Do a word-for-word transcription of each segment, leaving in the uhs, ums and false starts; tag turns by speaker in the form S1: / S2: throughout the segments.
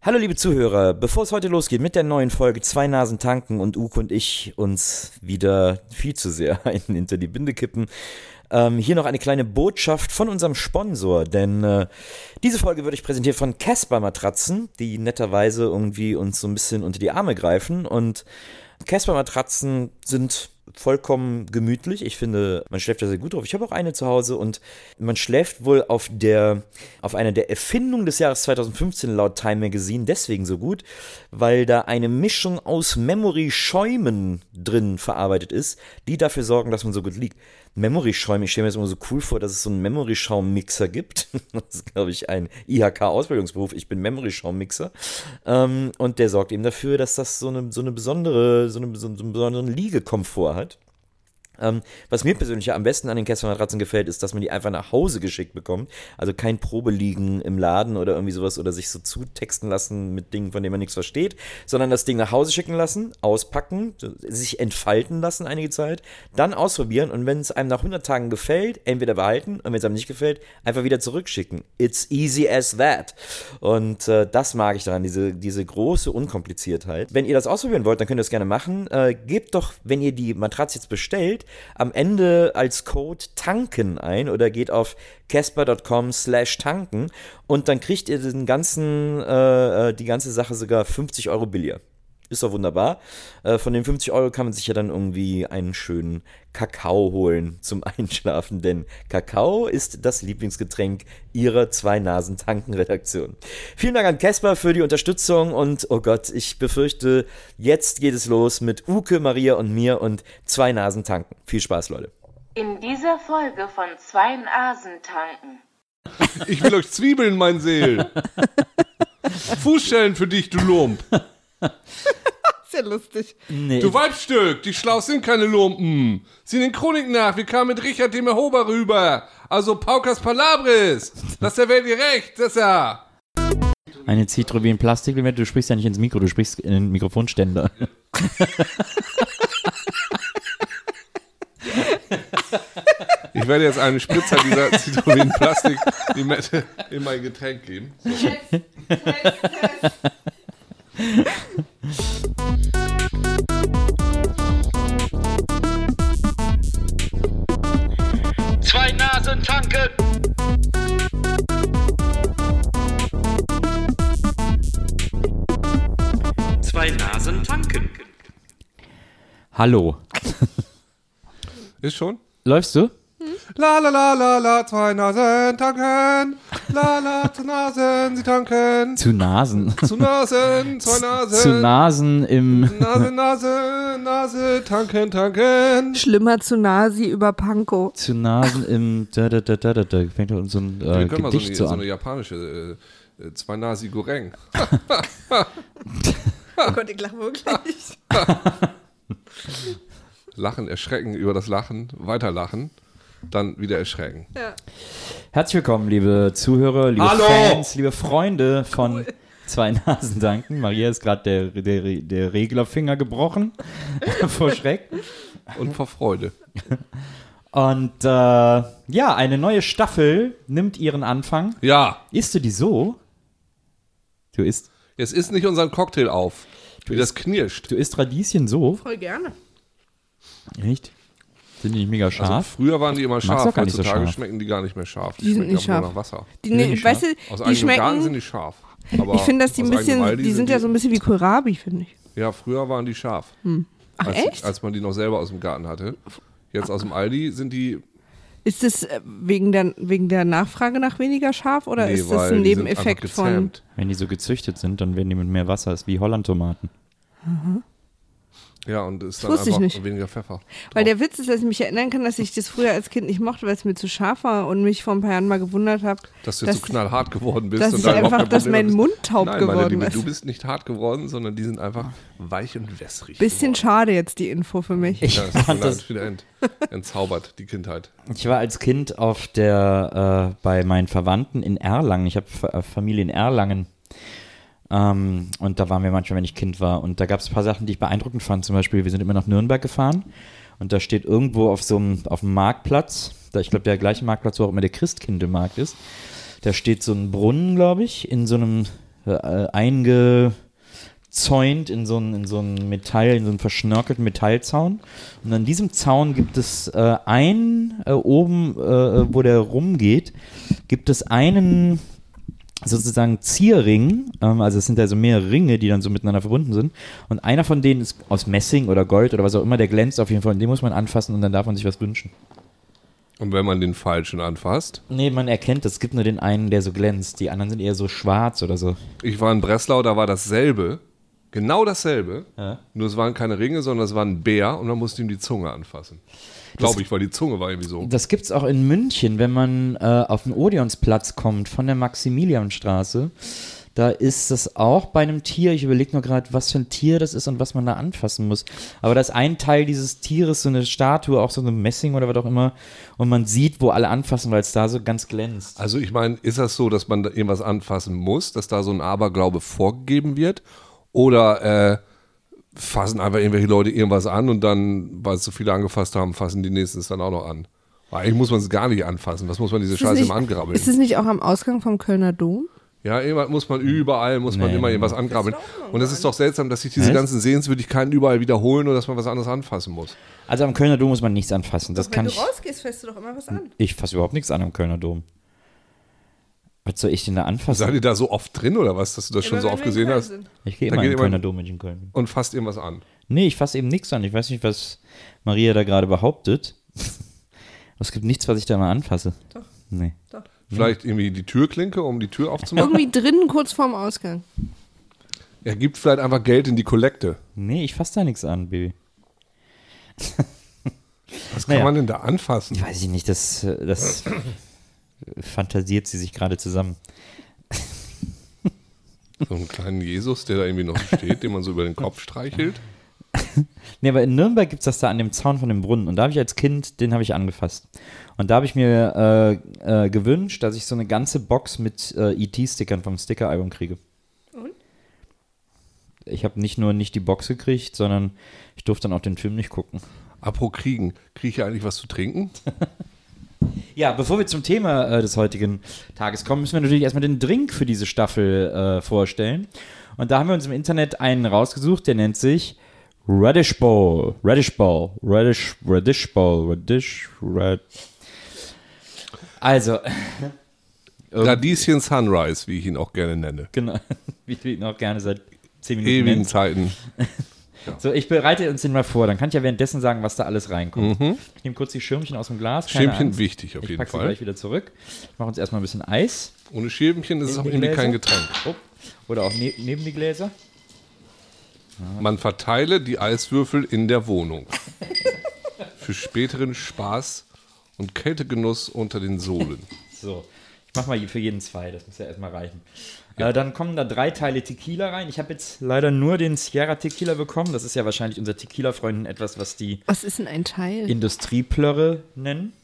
S1: Hallo liebe Zuhörer, bevor es heute losgeht mit der neuen Folge Zwei Nasen tanken und Uke und ich uns wieder viel zu sehr einen hinter die Binde kippen, ähm, hier noch eine kleine Botschaft von unserem Sponsor, denn äh, diese Folge wird euch präsentiert von Casper Matratzen, die netterweise irgendwie uns so ein bisschen unter die Arme greifen, und Casper Matratzen sind vollkommen gemütlich. Ich finde, man schläft da sehr gut drauf. Ich habe auch eine zu Hause und man schläft wohl auf der, auf einer der Erfindungen des Jahres zweitausendfünfzehn laut Time Magazine deswegen so gut, weil da eine Mischung aus Memory-Schäumen drin verarbeitet ist, die dafür sorgen, dass man so gut liegt. Memory-Schäume, ich stelle mir das immer so cool vor, dass es so einen Memory-Schaum-Mixer gibt. Das ist, glaube ich, ein I H K-Ausbildungsberuf. Ich bin Memory-Schaum-Mixer. Ähm, und der sorgt eben dafür, dass das so eine, so eine besondere, so, eine, so einen besonderen Liegekomfort hat. Ähm, was mir persönlich ja am besten an den Casper-Matratzen gefällt, ist, dass man die einfach nach Hause geschickt bekommt. Also kein Probeliegen im Laden oder irgendwie sowas oder sich so zutexten lassen mit Dingen, von denen man nichts versteht, sondern das Ding nach Hause schicken lassen, auspacken, sich entfalten lassen einige Zeit, dann ausprobieren und wenn es einem nach hundert Tagen gefällt, entweder behalten und wenn es einem nicht gefällt, einfach wieder zurückschicken. It's easy as that. Und äh, das mag ich daran, diese, diese große Unkompliziertheit. Wenn ihr das ausprobieren wollt, dann könnt ihr das gerne machen. Äh, gebt doch, wenn ihr die Matratze jetzt bestellt, am Ende als Code tanken ein oder geht auf casper.com slash tanken und dann kriegt ihr den ganzen, äh, die ganze Sache sogar fünfzig Euro billiger. Ist doch wunderbar. Äh, von den fünfzig Euro kann man sich ja dann irgendwie einen schönen Kakao holen zum Einschlafen, denn Kakao ist das Lieblingsgetränk ihrer Zwei-Nasen-Tanken-Redaktion. Vielen Dank an Casper für die Unterstützung und oh Gott, ich befürchte, jetzt geht es los mit Uke, Maria und mir und Zwei-Nasen-Tanken. Viel Spaß, Leute.
S2: In dieser Folge von Zwei-Nasen-Tanken.
S3: Ich will euch Zwiebeln, mein Seel. Fußschellen für dich, du Lump.
S4: Sehr lustig.
S3: Nee. Du Weibstück, die Schlauch sind keine Lumpen. Sieh den Chroniken nach, wir kamen mit Richard dem Erhober rüber. Also Paukas Palabris. Lass der Welt ihr Recht, das ja.
S1: Eine Zitrowien Plastiklimette, du sprichst ja nicht ins Mikro, du sprichst in den Mikrofonständer.
S3: Ich werde jetzt einen Spritzer dieser Zitrowien Plastiklimette in mein Getränk geben. So.
S5: Zwei Nasen tanken! Zwei Nasen tanken.
S1: Hallo.
S3: Ist schon?
S1: Läufst du?
S3: La la la la la, zwei Nasen tanken. La la, zu Nasen, sie tanken.
S1: Zu Nasen.
S3: Zu Nasen, zwei Nasen.
S1: Zu Nasen im...
S3: Nase, Nase, Nase, tanken, tanken.
S4: Schlimmer zu Nasi über Panko.
S1: Zu Nasen im... Da, da, da, da, da. Fängt doch so ein äh,
S3: Wir können
S1: Gedicht
S3: mal
S1: so,
S3: so, eine,
S1: an.
S3: so eine japanische äh, zwei Nasi Goreng.
S4: Oh Gott, ich lache wirklich.
S3: Lachen, erschrecken über das Lachen, weiterlachen. Dann wieder erschrecken.
S4: Ja.
S1: Herzlich willkommen, liebe Zuhörer, liebe
S3: Hallo.
S1: Fans, liebe Freunde von cool. Zwei Nasen tanken. Maria ist gerade der, der, der Reglerfinger gebrochen vor Schreck.
S3: Und vor Freude.
S1: Und äh, ja, eine neue Staffel nimmt ihren Anfang.
S3: Ja.
S1: Isst du die so? Du isst...
S3: Jetzt isst nicht unseren Cocktail auf, wie
S1: du
S3: das
S1: isst,
S3: knirscht.
S1: Du isst Radieschen so?
S4: Voll gerne.
S1: Echt? Sind die nicht mega scharf?
S3: Also früher waren die immer scharf,
S1: gar nicht so
S3: heutzutage
S1: scharf.
S3: schmecken die gar nicht mehr scharf. Die,
S4: die sind
S3: schmecken
S4: nicht
S3: einfach
S4: scharf.
S3: nur nach Wasser.
S4: Die, nee,
S1: nicht
S4: weißt du,
S3: Aus
S4: die
S3: eigenem Garten
S4: schmecken...
S3: sind die scharf. Aber
S4: ich finde, dass die ein bisschen...
S3: Aldi
S4: Die sind ja
S3: die,
S4: so ein bisschen wie Kohlrabi, finde ich.
S3: Ja, früher waren die scharf.
S4: Hm. Ach,
S3: als,
S4: echt?
S3: Als man die noch selber aus dem Garten hatte. Jetzt aus dem Aldi sind die...
S4: Ist das wegen der, wegen der Nachfrage nach weniger scharf oder
S3: nee,
S4: ist das ein Nebeneffekt von...
S1: Wenn die so gezüchtet sind, dann werden die mit mehr Wasser, ist wie Holland-Tomaten.
S4: Mhm.
S3: Ja, und ist
S4: das
S3: dann einfach
S4: nicht.
S3: weniger Pfeffer.
S4: Weil der Witz ist, dass ich mich erinnern kann, dass ich das früher als Kind nicht mochte, weil es mir zu scharf war und mich vor ein paar Jahren mal gewundert habe.
S3: Dass du jetzt so knallhart geworden bist.
S4: Dass
S3: und
S4: ich
S3: dann
S4: einfach, dass mein
S3: bist.
S4: Mund taub
S3: Nein,
S4: geworden
S3: meine Liebe,
S4: ist.
S3: du bist nicht hart geworden, sondern die sind einfach weich und wässrig
S4: Bisschen
S3: geworden.
S4: Schade jetzt die Info für mich.
S3: Ja, das
S1: fand
S3: ist
S1: das
S3: wieder ent, entzaubert, die Kindheit.
S1: Ich war als Kind auf der, äh, bei meinen Verwandten in Erlangen. Ich habe F- Familie in Erlangen. Ähm, und da waren wir manchmal, wenn ich Kind war. Und da gab es ein paar Sachen, die ich beeindruckend fand. Zum Beispiel, wir sind immer nach Nürnberg gefahren. Und da steht irgendwo auf so einem, auf dem Marktplatz, da ich glaube, der gleiche Marktplatz, wo auch immer der Christkindlmarkt ist, da steht so ein Brunnen, glaube ich, in so einem äh, eingezäunt in so einen in so ein Metall, in so einen verschnörkelten Metallzaun. Und an diesem Zaun gibt es äh, einen, äh, oben, äh, wo der rumgeht, gibt es einen sozusagen Zierring, ähm, also es sind also mehrere Ringe, die dann so miteinander verbunden sind und einer von denen ist aus Messing oder Gold oder was auch immer, der glänzt auf jeden Fall und den muss man anfassen und dann darf man sich was wünschen.
S3: Und wenn man den falschen anfasst?
S1: Nee, man erkennt, es gibt nur den einen, der so glänzt, die anderen sind eher so schwarz oder so.
S3: Ich war in Breslau, da war dasselbe, genau dasselbe,
S1: Ja.
S3: nur es waren keine Ringe, sondern es war ein Bär und man musste ihm die Zunge anfassen. Glaube ich, weil die Zunge war irgendwie so.
S1: Das gibt's auch in München, wenn man äh, auf den Odeonsplatz kommt von der Maximilianstraße. Da ist das auch bei einem Tier. Ich überlege nur gerade, was für ein Tier das ist und was man da anfassen muss. Aber da ist ein Teil dieses Tieres, so eine Statue, auch so eine Messing oder was auch immer. Und man sieht, wo alle anfassen, weil es da so ganz glänzt.
S3: Also ich meine, ist das so, dass man da irgendwas anfassen muss, dass da so ein Aberglaube vorgegeben wird? Oder äh, fassen einfach irgendwelche Leute irgendwas an und dann, weil es so viele angefasst haben, fassen die nächsten es dann auch noch an? Weil eigentlich muss man es gar nicht anfassen. Was muss man diese
S4: Ist es
S3: Scheiße
S4: nicht-
S3: immer angrabbeln?
S4: Ist es nicht auch am Ausgang vom Kölner Dom?
S3: Ja, immer muss man überall, muss man
S1: Nee,
S3: immer
S1: nee,
S3: irgendwas angrabbeln. Und es ist doch seltsam, dass sich diese
S1: Was?
S3: ganzen Sehenswürdigkeiten überall wiederholen und dass man was anderes anfassen muss.
S1: Also am Kölner Dom muss man nichts anfassen. Das kann ich.
S4: rausgehst, fährst du doch immer was an.
S1: Ich fasse überhaupt nichts an am Kölner Dom. Was soll ich denn da anfassen?
S3: Seid ihr da so oft drin oder was, dass du das schon so oft gesehen hast?
S1: Ich gehe
S3: Da
S1: immer in
S3: geht
S1: den Kölner
S3: immer-
S1: Dom, wenn ich in Köln bin.
S3: Und fasst irgendwas an.
S1: Nee, ich fasse eben nichts an. Ich weiß nicht, was Maria da gerade behauptet. Es gibt nichts, was ich da mal anfasse.
S4: Doch.
S1: Nee.
S3: Vielleicht irgendwie die Türklinke, um die Tür aufzumachen.
S4: Irgendwie drinnen kurz vorm Ausgang.
S3: Er gibt vielleicht einfach Geld in die Kollekte.
S1: Nee, ich fasse da nichts an, Baby.
S3: Was kann
S1: Naja.
S3: man denn da anfassen?
S1: Weiß ich nicht, das, äh, das fantasiert sie sich gerade zusammen.
S3: So einen kleinen Jesus, der da irgendwie noch steht, den man so über den Kopf streichelt.
S1: Nee, aber in Nürnberg gibt es das da an dem Zaun von dem Brunnen. Und da habe ich als Kind, den habe ich angefasst. Und da habe ich mir äh, äh, gewünscht, dass ich so eine ganze Box mit äh, E T-Stickern vom Sticker-Album kriege.
S4: Und?
S1: Ich habe nicht nur nicht die Box gekriegt, sondern ich durfte dann auch den Film nicht gucken.
S3: Apropos Kriegen, kriege ich hier eigentlich was zu trinken?
S1: Ja, bevor wir zum Thema äh, des heutigen Tages kommen, müssen wir natürlich erstmal den Drink für diese Staffel äh, vorstellen. Und da haben wir uns im Internet einen rausgesucht, der nennt sich Radish Bowl. Radish Bowl. Radish, Radish Bowl. Radish, Rad. Also,
S3: Radieschen Sunrise, wie ich ihn auch gerne nenne.
S1: genau, wie du ihn auch gerne seit zehn Minuten
S3: Ewigen
S1: nennst.
S3: Zeiten.
S1: So, ich bereite uns den mal vor, dann kann ich ja währenddessen sagen, was da alles reinkommt. Ich nehme kurz die Schirmchen aus dem Glas. keine
S3: Schirmchen
S1: Angst.
S3: wichtig auf
S1: Ich
S3: jeden
S1: packe sie
S3: Fall.
S1: gleich wieder zurück. Ich mache uns erstmal ein bisschen Eis.
S3: Ohne Schirmchen ist es auch
S1: Neben die
S3: irgendwie kein
S1: Gläser?
S3: Getränk.
S1: Oh. Oder auch ne neben die Gläser.
S3: Man verteile die Eiswürfel in der Wohnung. Für späteren Spaß und Kältegenuss unter den Sohlen.
S1: So, ich mache mal für jeden zwei, das muss ja erstmal reichen. Äh, dann kommen da drei Teile Tequila rein. Ich habe jetzt leider nur den Sierra Tequila bekommen. Das ist ja wahrscheinlich unser Tequila-Freunden etwas, was die
S4: Was ist denn ein Teil?
S1: Industrieplörre nennen.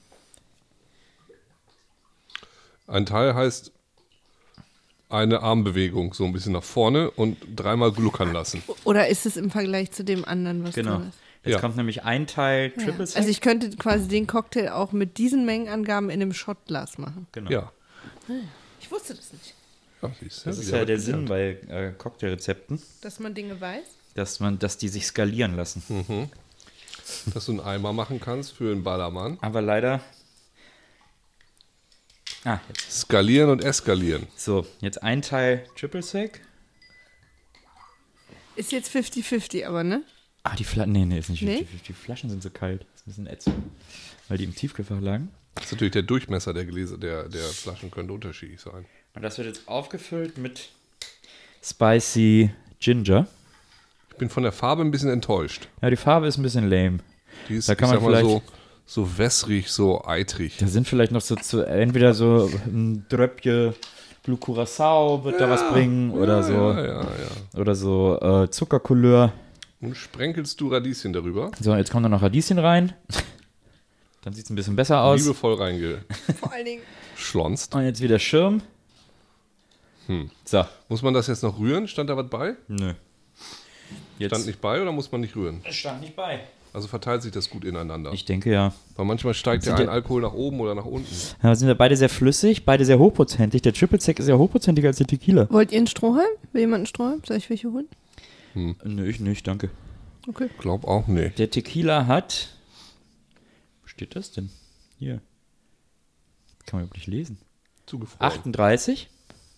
S3: Ein Teil heißt eine Armbewegung, so ein bisschen nach vorne und dreimal gluckern lassen.
S4: Oder ist es im Vergleich zu dem anderen, was
S1: Genau.
S4: drin ist?
S1: Jetzt
S3: Ja.
S1: kommt nämlich ein Teil Triple Sec.
S4: Also ich könnte quasi den Cocktail auch mit diesen Mengenangaben in einem Shotglas machen.
S1: genau.
S3: Ja.
S4: Ich wusste das nicht.
S3: Ja, siehst du,
S1: Das ist
S3: wieder
S1: ja der
S3: was
S1: Sinn
S3: gelernt.
S1: bei äh, Cocktailrezepten,
S4: Dass man Dinge weiß?
S1: dass man, dass die sich skalieren lassen.
S3: Dass du einen Eimer machen kannst für einen Ballermann.
S1: Aber leider. Ah, jetzt.
S3: Skalieren und eskalieren.
S1: So, jetzt ein Teil Triple Sec.
S4: Ist jetzt fifty fifty, aber ne?
S1: Ah, die Flaschen. Nee, nee, ist nicht
S4: Nee?
S1: fifty fifty. Die Flaschen sind so kalt. Das ist ein bisschen ätzend. Weil die im Tiefkühlfach lagen.
S3: Das ist natürlich der Durchmesser der Gläser, der, der Flaschen könnte unterschiedlich sein.
S1: Und das wird jetzt aufgefüllt mit Spicy Ginger.
S3: Ich bin von der Farbe ein bisschen enttäuscht.
S1: Ja, die Farbe ist ein bisschen lame.
S3: Die ist,
S1: Da kann
S3: ich
S1: man
S3: sag mal,
S1: vielleicht-
S3: so, so wässrig, so eitrig.
S1: Da sind vielleicht noch so zu, entweder so ein Dröppchen Blue Curacao wird da was bringen oder so.
S3: Ja, ja, ja.
S1: Oder so äh, Zuckercouleur.
S3: Und sprenkelst du Radieschen darüber?
S1: So, jetzt kommen da noch Radieschen rein. Dann sieht es ein bisschen besser aus.
S3: Liebevoll reingeschlonzt.
S4: Vor allen Dingen.
S1: Und jetzt wieder Schirm.
S3: Hm.
S1: So,
S3: Muss man das jetzt noch rühren? Stand da was bei?
S1: nö. Jetzt
S3: Stand nicht bei oder muss man nicht rühren?
S1: Es stand nicht bei.
S3: Also verteilt sich das gut ineinander.
S1: Ich denke ja.
S3: Weil manchmal steigt ja
S1: Sind
S3: ein
S1: ja-
S3: Alkohol nach oben oder nach unten.
S1: Ja, sind wir beide sehr flüssig, beide sehr hochprozentig. Der Triple Sec ist ja hochprozentiger als der Tequila.
S4: Wollt ihr einen Strohhalm? Will jemand einen Strohhalm? Soll ich welche holen?
S1: Nö, ich nicht, danke.
S4: Okay.
S3: Glaub auch nicht.
S1: Der Tequila hat. Wo steht das denn? Hier. Kann man überhaupt nicht lesen.
S3: Zugefroren.
S1: achtunddreißig.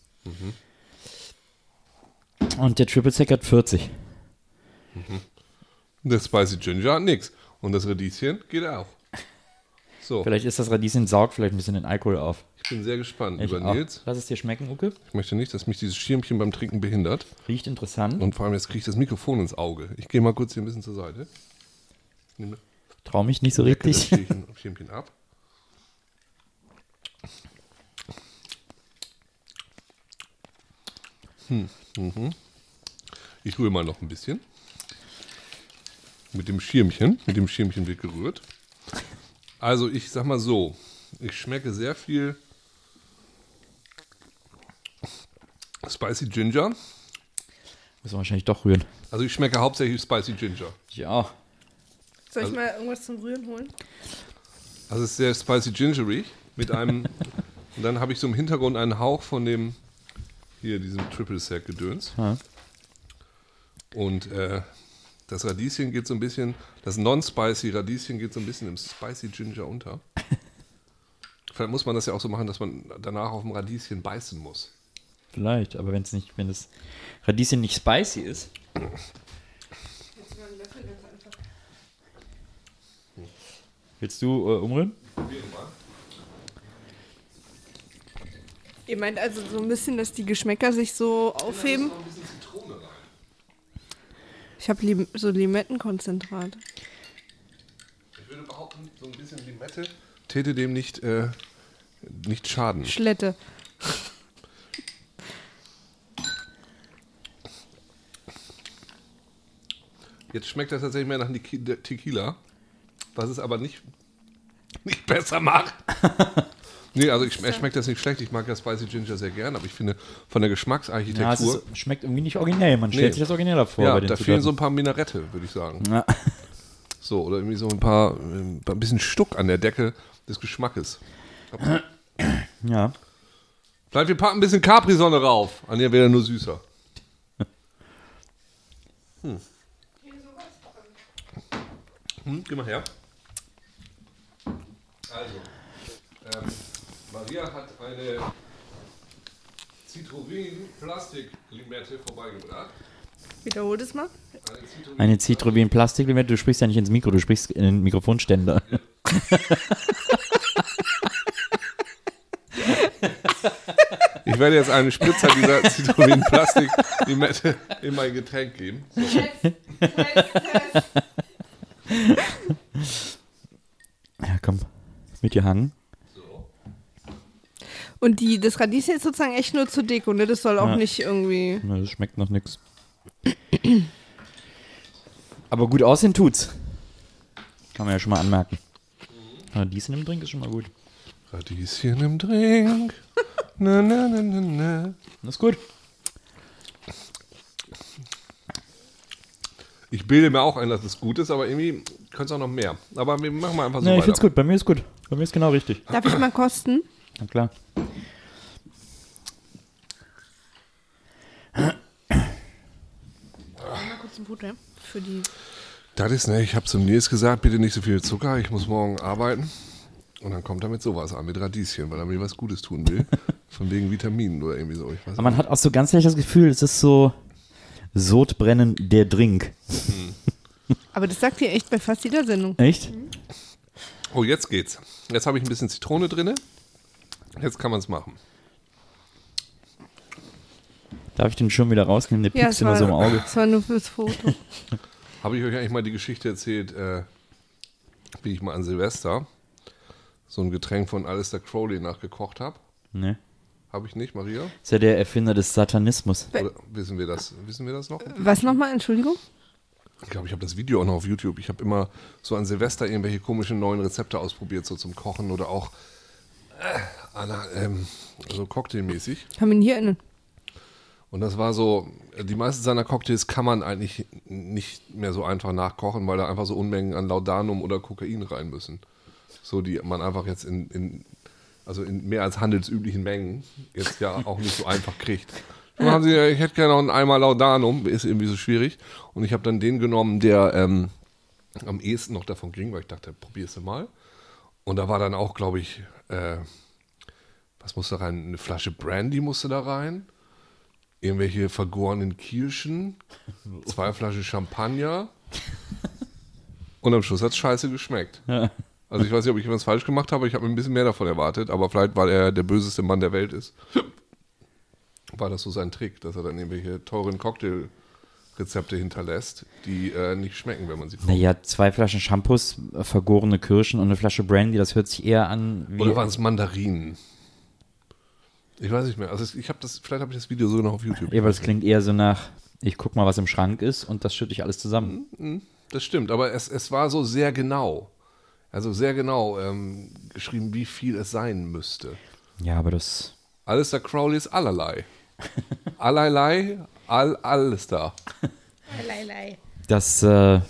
S1: Und der Triple Sec hat vierzig.
S3: Der Spicy Ginger hat nix. Und das Radieschen geht auch. So,
S1: Vielleicht ist das Radieschen saugt vielleicht ein bisschen den Alkohol auf.
S3: ich bin sehr gespannt
S1: Ich
S3: über
S1: auch.
S3: Nils.
S1: Lass es dir schmecken, Uke.
S3: Ich möchte nicht, dass mich dieses Schirmchen beim Trinken behindert.
S1: Riecht interessant.
S3: Und vor allem jetzt kriege ich das Mikrofon ins Auge. Ich gehe mal kurz hier ein bisschen zur Seite. Ich nehme
S1: Trau mich nicht so
S3: lecke das
S1: richtig.
S3: Schirmchen, Schirmchen ab. Hm. Mhm. Ich rühre mal noch ein bisschen. Mit dem Schirmchen. Mit dem Schirmchen wird gerührt. Also ich sag mal so, ich schmecke sehr viel Spicy Ginger.
S1: Müssen wir wahrscheinlich doch rühren.
S3: Also ich schmecke hauptsächlich Spicy Ginger.
S1: Ja.
S4: Soll ich
S3: Also-
S4: mal irgendwas zum Rühren holen?
S3: Also es ist sehr spicy gingerig mit einem und dann habe ich so im Hintergrund einen Hauch von dem hier diesem Triple Sec Gedöns.
S1: Ja.
S3: Und äh, das Radieschen geht so ein bisschen, das non-spicy Radieschen geht so ein bisschen im spicy Ginger unter. Vielleicht muss man das ja auch so machen, dass man danach auf dem Radieschen beißen muss.
S1: Vielleicht, aber wenn es nicht, wenn das Radieschen nicht spicy ist. Willst du äh, umrühren?
S4: Ihr meint also so ein bisschen, dass die Geschmäcker sich so aufheben?
S3: ein bisschen Zitrone rein.
S4: Ich habe Lim so Limettenkonzentrat.
S3: Ich würde behaupten, so ein bisschen Limette täte dem nicht, äh, nicht schaden.
S4: Schlette.
S3: Jetzt schmeckt das tatsächlich mehr nach Niki- de- Tequila, was es aber nicht, nicht besser macht. Nee, also ich, er schmeckt das nicht schlecht. Ich mag ja Spicy Ginger sehr gern, aber ich finde von der
S1: Ja, es
S3: Geschmacksarchitektur,
S1: ist, schmeckt irgendwie nicht originell. Man stellt
S3: Nee.
S1: sich das origineller vor.
S3: ja,
S1: bei den
S3: da fehlen so
S1: Zutaten.
S3: ein paar Minarette, würde ich sagen.
S1: Ja.
S3: So, oder irgendwie so ein paar, äh, ein bisschen Stuck an der Decke des Geschmackes.
S1: ja.
S3: Vielleicht wir packen ein bisschen Capri-Sonne rauf. An der wäre nur süßer. Hm. Hm, geh mal her. Also, ähm, Maria hat eine Citroën-Plastik-Limette vorbeigebracht.
S4: Wiederholt es mal.
S3: Eine Citroën
S1: Eine Citroën-Plastiklimette, du sprichst ja nicht ins Mikro, du sprichst in den Mikrofonständer.
S3: Ich werde jetzt einen Spritzer dieser Citroën-Plastik-Limette in mein Getränk geben. So.
S1: Ja, komm. Mit dir hangen.
S4: Und die, das Radieschen ist sozusagen echt nur zur Deko, ne? Das soll auch
S1: Ja.
S4: nicht irgendwie...
S1: Na, das schmeckt noch nix. Aber gut aussehen tut's. Kann man ja schon mal anmerken. Radieschen im Drink ist schon mal gut.
S3: Radieschen im Drink. Na, na, na, na, na.
S1: Das ist gut.
S3: Ich bilde mir auch ein, dass es gut ist, aber irgendwie könnte es auch noch mehr. Aber wir machen mal einfach so
S1: Nee, ich
S3: weiter.
S1: find's gut. Bei mir ist gut. Bei mir ist genau richtig.
S4: Darf ich mal kosten?
S1: Na klar.
S4: Mal kurz ein Butter für die...
S3: Das ist, ne, ich habe zum Nils gesagt, bitte nicht so viel Zucker, ich muss morgen arbeiten. Und dann kommt er mit sowas an, mit Radieschen, weil er mir was Gutes tun will. Von wegen Vitaminen oder irgendwie so. Ich weiß
S1: Aber man hat auch so ganz leicht das Gefühl, es ist so Sodbrennen der Drink.
S4: Aber das sagt ihr echt bei fast jeder Sendung.
S1: Echt?
S3: Oh, jetzt geht's. Jetzt habe ich ein bisschen Zitrone drin. Jetzt kann man es machen.
S1: Darf ich den schon wieder rausnehmen? Der
S4: Ja,
S1: piekst
S4: es
S1: immer
S4: war,
S1: so im Auge.
S4: es war nur fürs Foto.
S3: Habe ich euch eigentlich mal die Geschichte erzählt, äh, wie ich mal an Silvester so ein Getränk von Aleister Crowley nachgekocht habe?
S1: Ne?
S3: Habe ich nicht, Maria?
S1: Ist ja der Erfinder des Satanismus.
S3: Oder wissen wir das? Wissen wir das noch?
S4: Was nochmal, Entschuldigung?
S3: Ich glaube, ich habe das Video auch noch auf YouTube. Ich habe immer so an Silvester irgendwelche komischen neuen Rezepte ausprobiert, so zum Kochen oder auch äh, Anna, ähm, so cocktailmäßig.
S4: Haben wir ihn hier innen?
S3: Und das war so, die meisten seiner Cocktails kann man eigentlich nicht mehr so einfach nachkochen, weil da einfach so Unmengen an Laudanum oder Kokain rein müssen. So, die man einfach jetzt in, in also in mehr als handelsüblichen Mengen jetzt ja auch nicht so einfach kriegt. Dann haben sie, ich hätte gerne noch einen Eimer Laudanum, ist irgendwie so schwierig. Und ich habe dann den genommen, der ähm, am ehesten noch davon ging, weil ich dachte, probier's mal. Und da war dann auch, glaube ich, äh, was musste da rein? Eine Flasche Brandy musste da rein. Irgendwelche vergorenen Kirschen, zwei Flaschen Champagner und am Schluss hat es scheiße geschmeckt. Ja. Also ich weiß nicht, ob ich was falsch gemacht habe, ich habe mir ein bisschen mehr davon erwartet, aber vielleicht, weil er der böseste Mann der Welt ist, war das so sein Trick, dass er dann irgendwelche teuren Cocktailrezepte hinterlässt, die äh, nicht schmecken, wenn man sie kocht.
S1: Naja, zwei Flaschen Shampoos, vergorene Kirschen und eine Flasche Brandy, das hört sich eher an wie...
S3: Oder waren es Mandarinen? Ich weiß nicht mehr. Also ich habe das, vielleicht habe ich das Video sogar noch auf YouTube.
S1: Ja, aber das klingt eher so nach, ich guck mal, was im Schrank ist und das schütte ich alles zusammen.
S3: Das stimmt, aber es, es war so sehr genau. Also sehr genau ähm, geschrieben, wie viel es sein müsste.
S1: Ja, aber das...
S3: Alistair Crowley ist allerlei. Allerlei, all, alles da.
S4: Allerlei.
S1: Das, äh,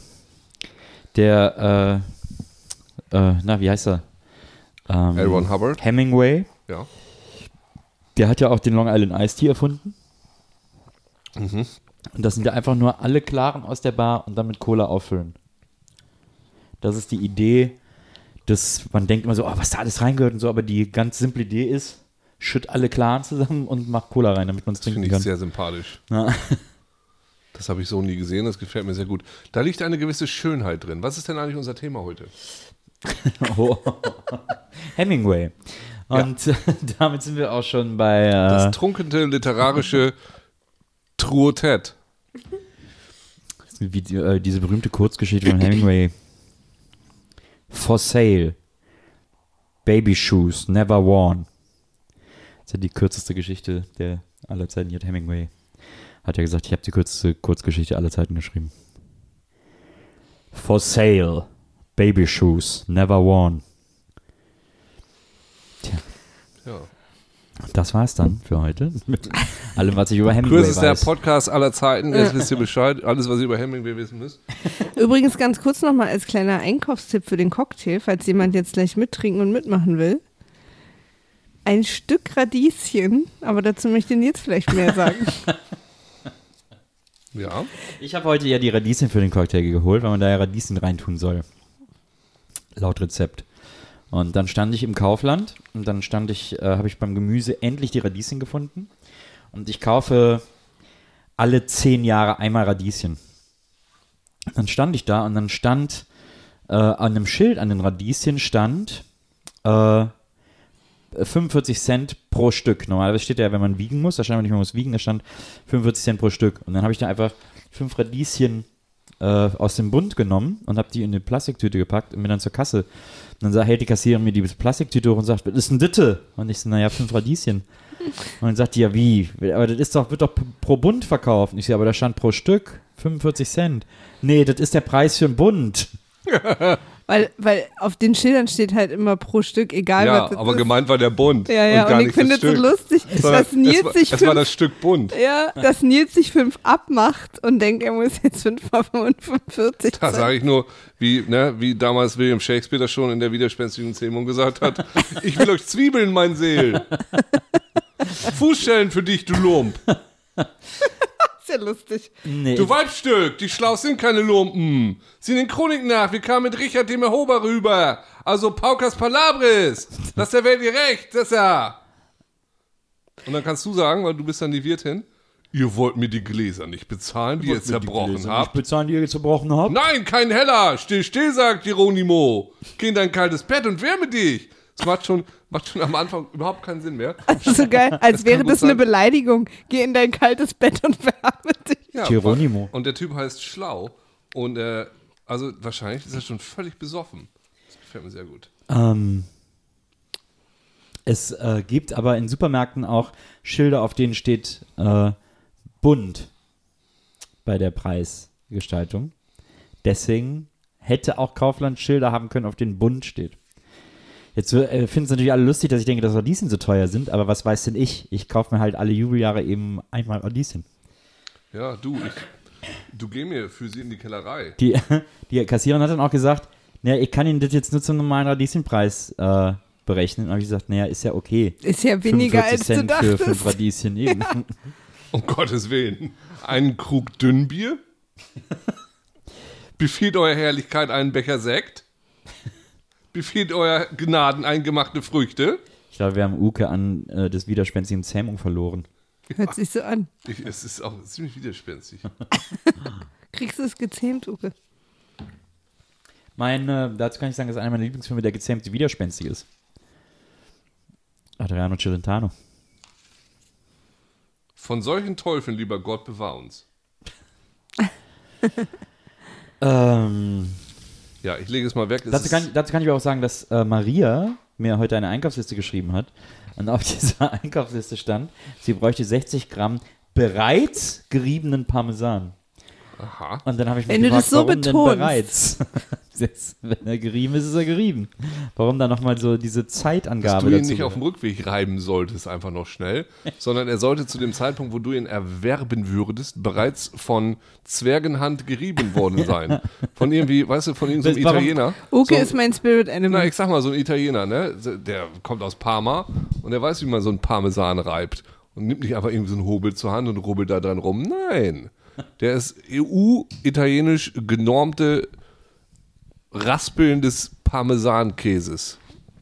S1: der, äh, äh, na, wie heißt er? Ähm,
S3: L. Ron Hubbard.
S1: Hemingway.
S3: Ja.
S1: Der hat ja auch den Long Island Iced Tea erfunden.
S3: Mhm.
S1: Und das sind ja einfach nur alle Klaren aus der Bar und dann mit Cola auffüllen. Das ist die Idee, dass man denkt immer so, oh, was da alles reingehört und so, aber die ganz simple Idee ist, schütt alle Klaren zusammen und mach Cola rein, damit man es trinken
S3: Finde ich
S1: kann.
S3: sehr sympathisch.
S1: Ja.
S3: Das habe ich so nie gesehen, das gefällt mir sehr gut. Da liegt eine gewisse Schönheit drin. Was ist denn eigentlich unser Thema heute?
S1: Oh. Hemingway. Und ja. Damit sind wir auch schon bei... Äh,
S3: das trunkene literarische Truotett.
S1: Wie die, äh, diese berühmte Kurzgeschichte von Hemingway. For sale. Baby shoes, never worn. Das ist ja die kürzeste Geschichte der aller Zeiten. Hier hat Hemingway hat ja gesagt, ich habe die kürzeste Kurzgeschichte aller Zeiten geschrieben. For sale. Baby shoes, never worn. Tja.
S3: Ja.
S1: Das war's dann für heute. Mit allem, was ich über Hemingway
S3: Kurs ist
S1: weiß.
S3: der Podcast aller Zeiten. Jetzt wisst ihr Bescheid. Alles, was ihr über Hemingway wissen müsst.
S4: Übrigens ganz kurz nochmal als kleiner Einkaufstipp für den Cocktail, falls jemand jetzt gleich mittrinken und mitmachen will. Ein Stück Radieschen, aber dazu möchte Nils vielleicht mehr sagen.
S3: Ja.
S1: Ich habe heute ja die Radieschen für den Cocktail geholt, weil man da ja Radieschen reintun soll. Laut Rezept. Und dann stand ich im Kaufland und dann stand ich, äh, habe ich beim Gemüse endlich die Radieschen gefunden. Und ich kaufe alle zehn Jahre einmal Radieschen. Dann stand ich da und dann stand äh, an einem Schild an den Radieschen stand äh, fünfundvierzig Cent pro Stück. Normalerweise steht ja, wenn man wiegen muss, da stand nicht, man muss wiegen, da stand fünfundvierzig Cent pro Stück. Und dann habe ich da einfach fünf Radieschen äh, aus dem Bund genommen und habe die in eine Plastiktüte gepackt und bin dann zur Kasse. Und dann hält die Kassiererin mir die Plastiktüte hoch und sagt, was ist denn Ditte? Und ich so, naja, fünf Radieschen. Und dann sagt die, ja wie? Aber das ist doch, wird doch pro Bund verkauft. Und ich so, aber da stand pro Stück fünfundvierzig Cent. Nee, das ist der Preis für einen Bund.
S4: Weil, weil auf den Schildern steht halt immer pro Stück, egal
S3: ja,
S4: was das
S3: aber
S4: ist.
S3: gemeint war der Bund.
S4: Ja, ja, und, und ich finde es so lustig, dass Nils
S3: es,
S4: sich
S3: es
S4: fünf,
S3: war das Stück Bund.
S4: Ja, dass Nils sich fünf abmacht und denkt, er muss jetzt fünf mal fünfundvierzig
S3: Da sage ich nur, wie, ne, wie damals William Shakespeare das schon in der widerspenstigen Zähmung gesagt hat, ich will euch Zwiebeln, mein Seel. Fußstellen für dich, du Lump.
S4: Ja lustig.
S1: Nee.
S3: Du Weibstück, die Schlauch sind keine Lumpen. Sieh den Chronik nach, wir kamen mit Richard dem Erhober rüber. Also Paukas Palabris. Lass der Welt ihr Recht, das ist ja. Und dann kannst du sagen, weil du bist dann die Wirtin, ihr wollt mir die Gläser nicht bezahlen, die ihr zerbrochen habt.
S1: Bezahlen, die ihr zerbrochen habt?
S3: Nein, kein Heller. Still, still, sagt Geronimo. Geh in dein kaltes Bett und wärme dich. Das macht schon, macht schon am Anfang überhaupt keinen Sinn mehr.
S4: Also so geil, als
S3: Das
S4: wäre
S3: kann gut
S4: das eine
S3: sein.
S4: Beleidigung. Geh in dein kaltes Bett und wärme dich.
S3: Ja,
S1: Geronimo.
S3: Und der Typ heißt Schlau. Und äh, also wahrscheinlich ist er schon völlig besoffen. Das gefällt mir sehr gut.
S1: Ähm, es äh, gibt aber in Supermärkten auch Schilder, auf denen steht äh, bunt bei der Preisgestaltung. Deswegen hätte auch Kaufland Schilder haben können, auf denen bunt steht. Jetzt äh, finden es natürlich alle lustig, dass ich denke, dass Radieschen so teuer sind, aber was weiß denn ich? Ich kaufe mir halt alle Jubeljahre eben einmal Radieschen.
S3: Ja, du, ich, du geh mir für sie in die Kellerei.
S1: Die, die Kassiererin hat dann auch gesagt, naja, ich kann Ihnen das jetzt nur zum normalen Radieschenpreis äh, berechnen. Und habe ich gesagt, naja, ist ja okay.
S4: Ist ja weniger als du
S1: Cent für
S4: dachtest.
S1: fünf Radieschen eben.
S4: Ja.
S3: Um Gottes Willen. Einen Krug Dünnbier? Befiehlt euer Herrlichkeit einen Becher Sekt? Befiehlt euer Gnaden eingemachte Früchte?
S1: Ich glaube, wir haben Uke an äh, des widerspenstigen Zähmung verloren.
S4: Hört sich so an.
S3: Ich, es ist auch ziemlich widerspenstig.
S4: Kriegst du es gezähmt, Uke?
S1: Mein, äh, dazu kann ich sagen, dass einer meiner Lieblingsfilme der gezähmte Widerspenstig ist. Adriano Celentano.
S3: Von solchen Teufeln, lieber Gott, bewahr uns.
S1: ähm,
S3: Ja, ich lege es mal weg. Es
S1: dazu, kann, dazu kann ich aber auch sagen, dass äh, Maria mir heute eine Einkaufsliste geschrieben hat. Und auf dieser Einkaufsliste stand, sie bräuchte sechzig Gramm bereits geriebenen Parmesan.
S3: Aha.
S1: Und dann habe ich mich
S4: Wenn du
S1: gefragt,
S4: das so
S1: warum
S4: betonst.
S1: denn bereits? Jetzt, wenn er gerieben ist, ist er gerieben. Warum dann nochmal so diese Zeitangabe
S3: Dass du ihn
S1: dazu
S3: nicht auf dem Rückweg reiben solltest, einfach noch schnell, sondern er sollte zu dem Zeitpunkt, wo du ihn erwerben würdest, bereits von Zwergenhand gerieben worden sein. Von irgendwie, weißt du, von irgendeinem so
S1: Warum?
S3: Italiener.
S4: Uke
S3: so,
S4: ist mein Spirit Animal.
S3: Na, ich sag mal, so ein Italiener, ne? Der kommt aus Parma und der weiß, wie man so einen Parmesan reibt. Und nimmt nicht einfach irgendwie so einen Hobel zur Hand und rubbelt da dran rum. Nein. Der ist E U-italienisch genormte Raspeln des Parmesankäses.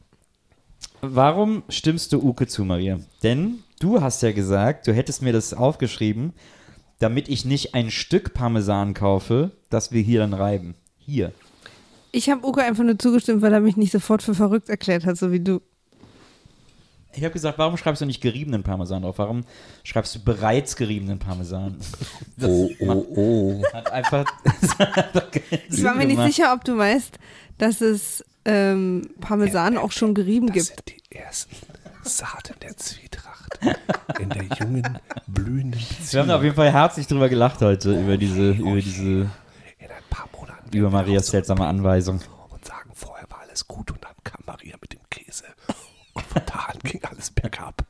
S1: Warum stimmst du Uke zu, Maria? Denn du hast ja gesagt, du hättest mir das aufgeschrieben, damit ich nicht ein Stück Parmesan kaufe, das wir hier dann reiben. Hier.
S4: Ich habe Uke einfach nur zugestimmt, weil er mich nicht sofort für verrückt erklärt hat, so wie du.
S1: Ich habe gesagt, warum schreibst du nicht geriebenen Parmesan drauf? Warum schreibst du bereits geriebenen Parmesan? Das
S3: Oh, oh, oh.
S1: hat einfach.
S4: Ich war mir nicht sicher, ob du weißt, dass es ähm, Parmesan auch schon gerieben gibt.
S3: sind die ersten Saaten der Zwietracht in der jungen, blühenden Beziehung.
S1: Wir haben da auf jeden Fall herzlich drüber gelacht heute, über diese, über diese,
S3: In ein paar Monaten
S1: über
S3: werden wir
S1: Marias
S3: auch
S1: seltsame Anweisung.
S3: und sagen, vorher war alles gut und dann kam Maria mit dem Käse. Und von da an ging alles bergab.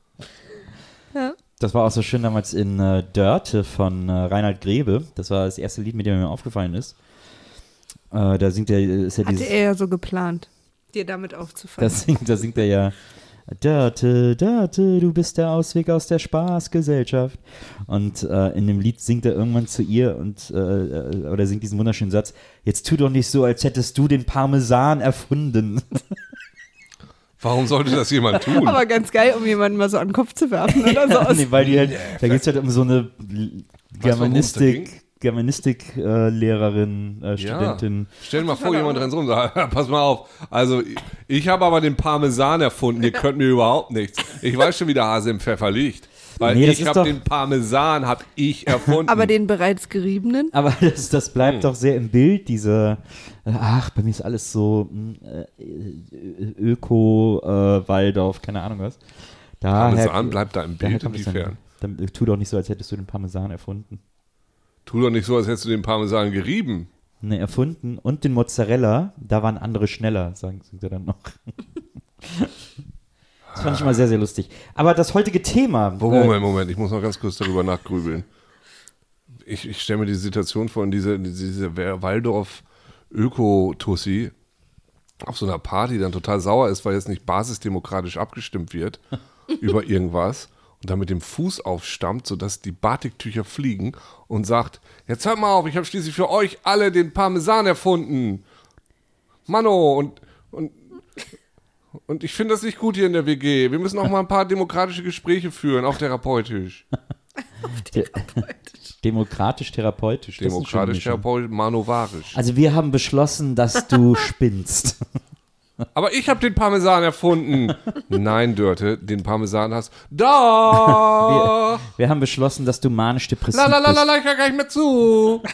S1: Das war auch so schön damals in äh, Dörte von äh, Reinhard Grebe. Das war das erste Lied, mit dem mir aufgefallen ist. Äh, da singt er, ist ja
S4: Hatte
S1: dieses,
S4: er ja so geplant, dir damit aufzufallen.
S1: da singt, da singt er ja Dörte, Dörte, du bist der Ausweg aus der Spaßgesellschaft. Und äh, in dem Lied singt er irgendwann zu ihr und äh, äh, oder singt diesen wunderschönen Satz: Jetzt tu doch nicht so, als hättest du den Parmesan erfunden.
S3: Warum sollte das jemand tun?
S4: Aber ganz geil, um jemanden mal so an den Kopf zu werfen oder so. Aus.
S1: Nee, weil die halt, da geht es halt um so eine Germanistik,
S3: ging?
S1: Germanistik-Lehrerin, äh, Studentin.
S3: Stell dir mal vor, jemand rennt rum und sagt, pass mal auf, also ich, ich habe aber den Parmesan erfunden, ihr könnt mir überhaupt nichts. Ich weiß schon, wie der Hase im Pfeffer liegt. Weil
S1: Nee, das
S3: ich
S1: ist
S3: habe
S1: doch-
S3: den Parmesan, habe ich erfunden.
S4: Aber den bereits geriebenen?
S1: Aber das, das bleibt
S3: Hm.
S1: doch sehr im Bild, diese, äh, ach, bei mir ist alles so mh, äh, Öko, äh, Waldorf, keine Ahnung was. Daher,
S3: Parmesan bleibt da im
S1: daher
S3: Bild,
S1: kommt es
S3: inwiefern?
S1: dann, dann, tu doch nicht so, als hättest du den Parmesan erfunden.
S3: Tu doch nicht so, als hättest du den Parmesan gerieben.
S1: Ne, erfunden und den Mozzarella, da waren andere schneller, sagen singt er dann noch. Das fand ich immer sehr, sehr lustig. Aber das heutige Thema.
S3: Oh,
S1: äh,
S3: Moment, Moment, ich muss noch ganz kurz darüber nachgrübeln. Ich, ich stelle mir die Situation vor, in diese, diese Waldorf-Öko-Tussi auf so einer Party dann total sauer ist, weil jetzt nicht basisdemokratisch abgestimmt wird über irgendwas und dann mit dem Fuß aufstammt, sodass die Batiktücher fliegen und sagt, jetzt hört mal auf, ich habe schließlich für euch alle den Parmesan erfunden. Mano, und, und, und ich finde das nicht gut hier in der W G. Wir müssen auch mal ein paar demokratische Gespräche führen, auch therapeutisch.
S1: Demokratisch-therapeutisch. das ist eine schöne
S3: Demokratisch,
S1: Mischung.
S3: therapeutisch, manovarisch.
S1: Also wir haben beschlossen, dass du spinnst.
S3: Aber ich habe den Parmesan erfunden. Nein, Dörte, den Parmesan hast da.
S1: Wir haben beschlossen, dass du manisch-depressiv
S3: La la la la
S1: bist.
S3: la, ich höre gar nicht mehr zu.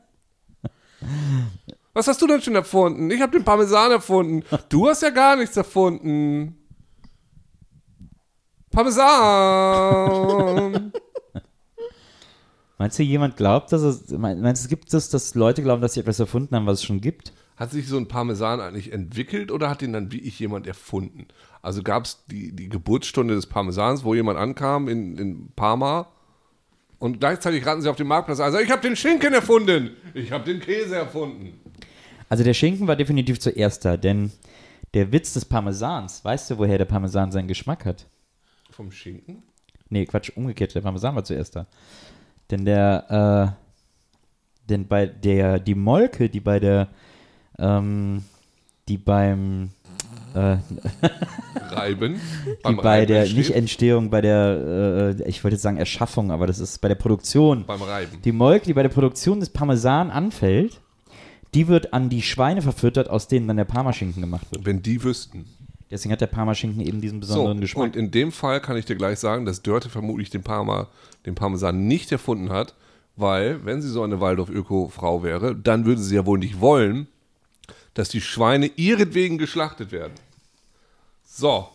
S3: Was hast du denn schon erfunden? Ich habe den Parmesan erfunden. Du hast ja gar nichts erfunden. Parmesan.
S1: Meinst du, jemand glaubt, dass es, meinst du, es gibt es, dass Leute glauben, dass sie etwas erfunden haben, was es schon gibt?
S3: hat sich so ein Parmesan eigentlich entwickelt oder hat den dann wie ich jemand erfunden? Also gab es die, die Geburtsstunde des Parmesans, wo jemand ankam in, in Parma und gleichzeitig rannten sie auf den Marktplatz. Also ich habe den Schinken erfunden, ich habe den Käse erfunden.
S1: Also der Schinken war definitiv zuerst da, denn der Witz des Parmesans, weißt du, woher der Parmesan seinen Geschmack hat?
S3: Vom Schinken?
S1: Nee, Quatsch, umgekehrt, der Parmesan war zuerst da. Denn der, äh, denn bei der, die Molke, die bei der, ähm, die beim, äh,
S3: Reiben.
S1: die bei der, nicht Entstehung, bei der, äh, ich wollte jetzt sagen Erschaffung, aber das ist bei der Produktion.
S3: Beim Reiben.
S1: Die Molke, die bei der Produktion des Parmesan anfällt, die wird an die Schweine verfüttert, aus denen dann der Parmaschinken gemacht wird.
S3: Wenn die wüssten.
S1: Deswegen hat der Parmaschinken eben diesen besonderen
S3: so,
S1: Geschmack.
S3: Und in dem Fall kann ich dir gleich sagen, dass Dörte vermutlich den, Parma, den Parmesan nicht erfunden hat, weil, wenn sie so eine Waldorf-Öko-Frau wäre, dann würde sie ja wohl nicht wollen, dass die Schweine ihretwegen geschlachtet werden. So.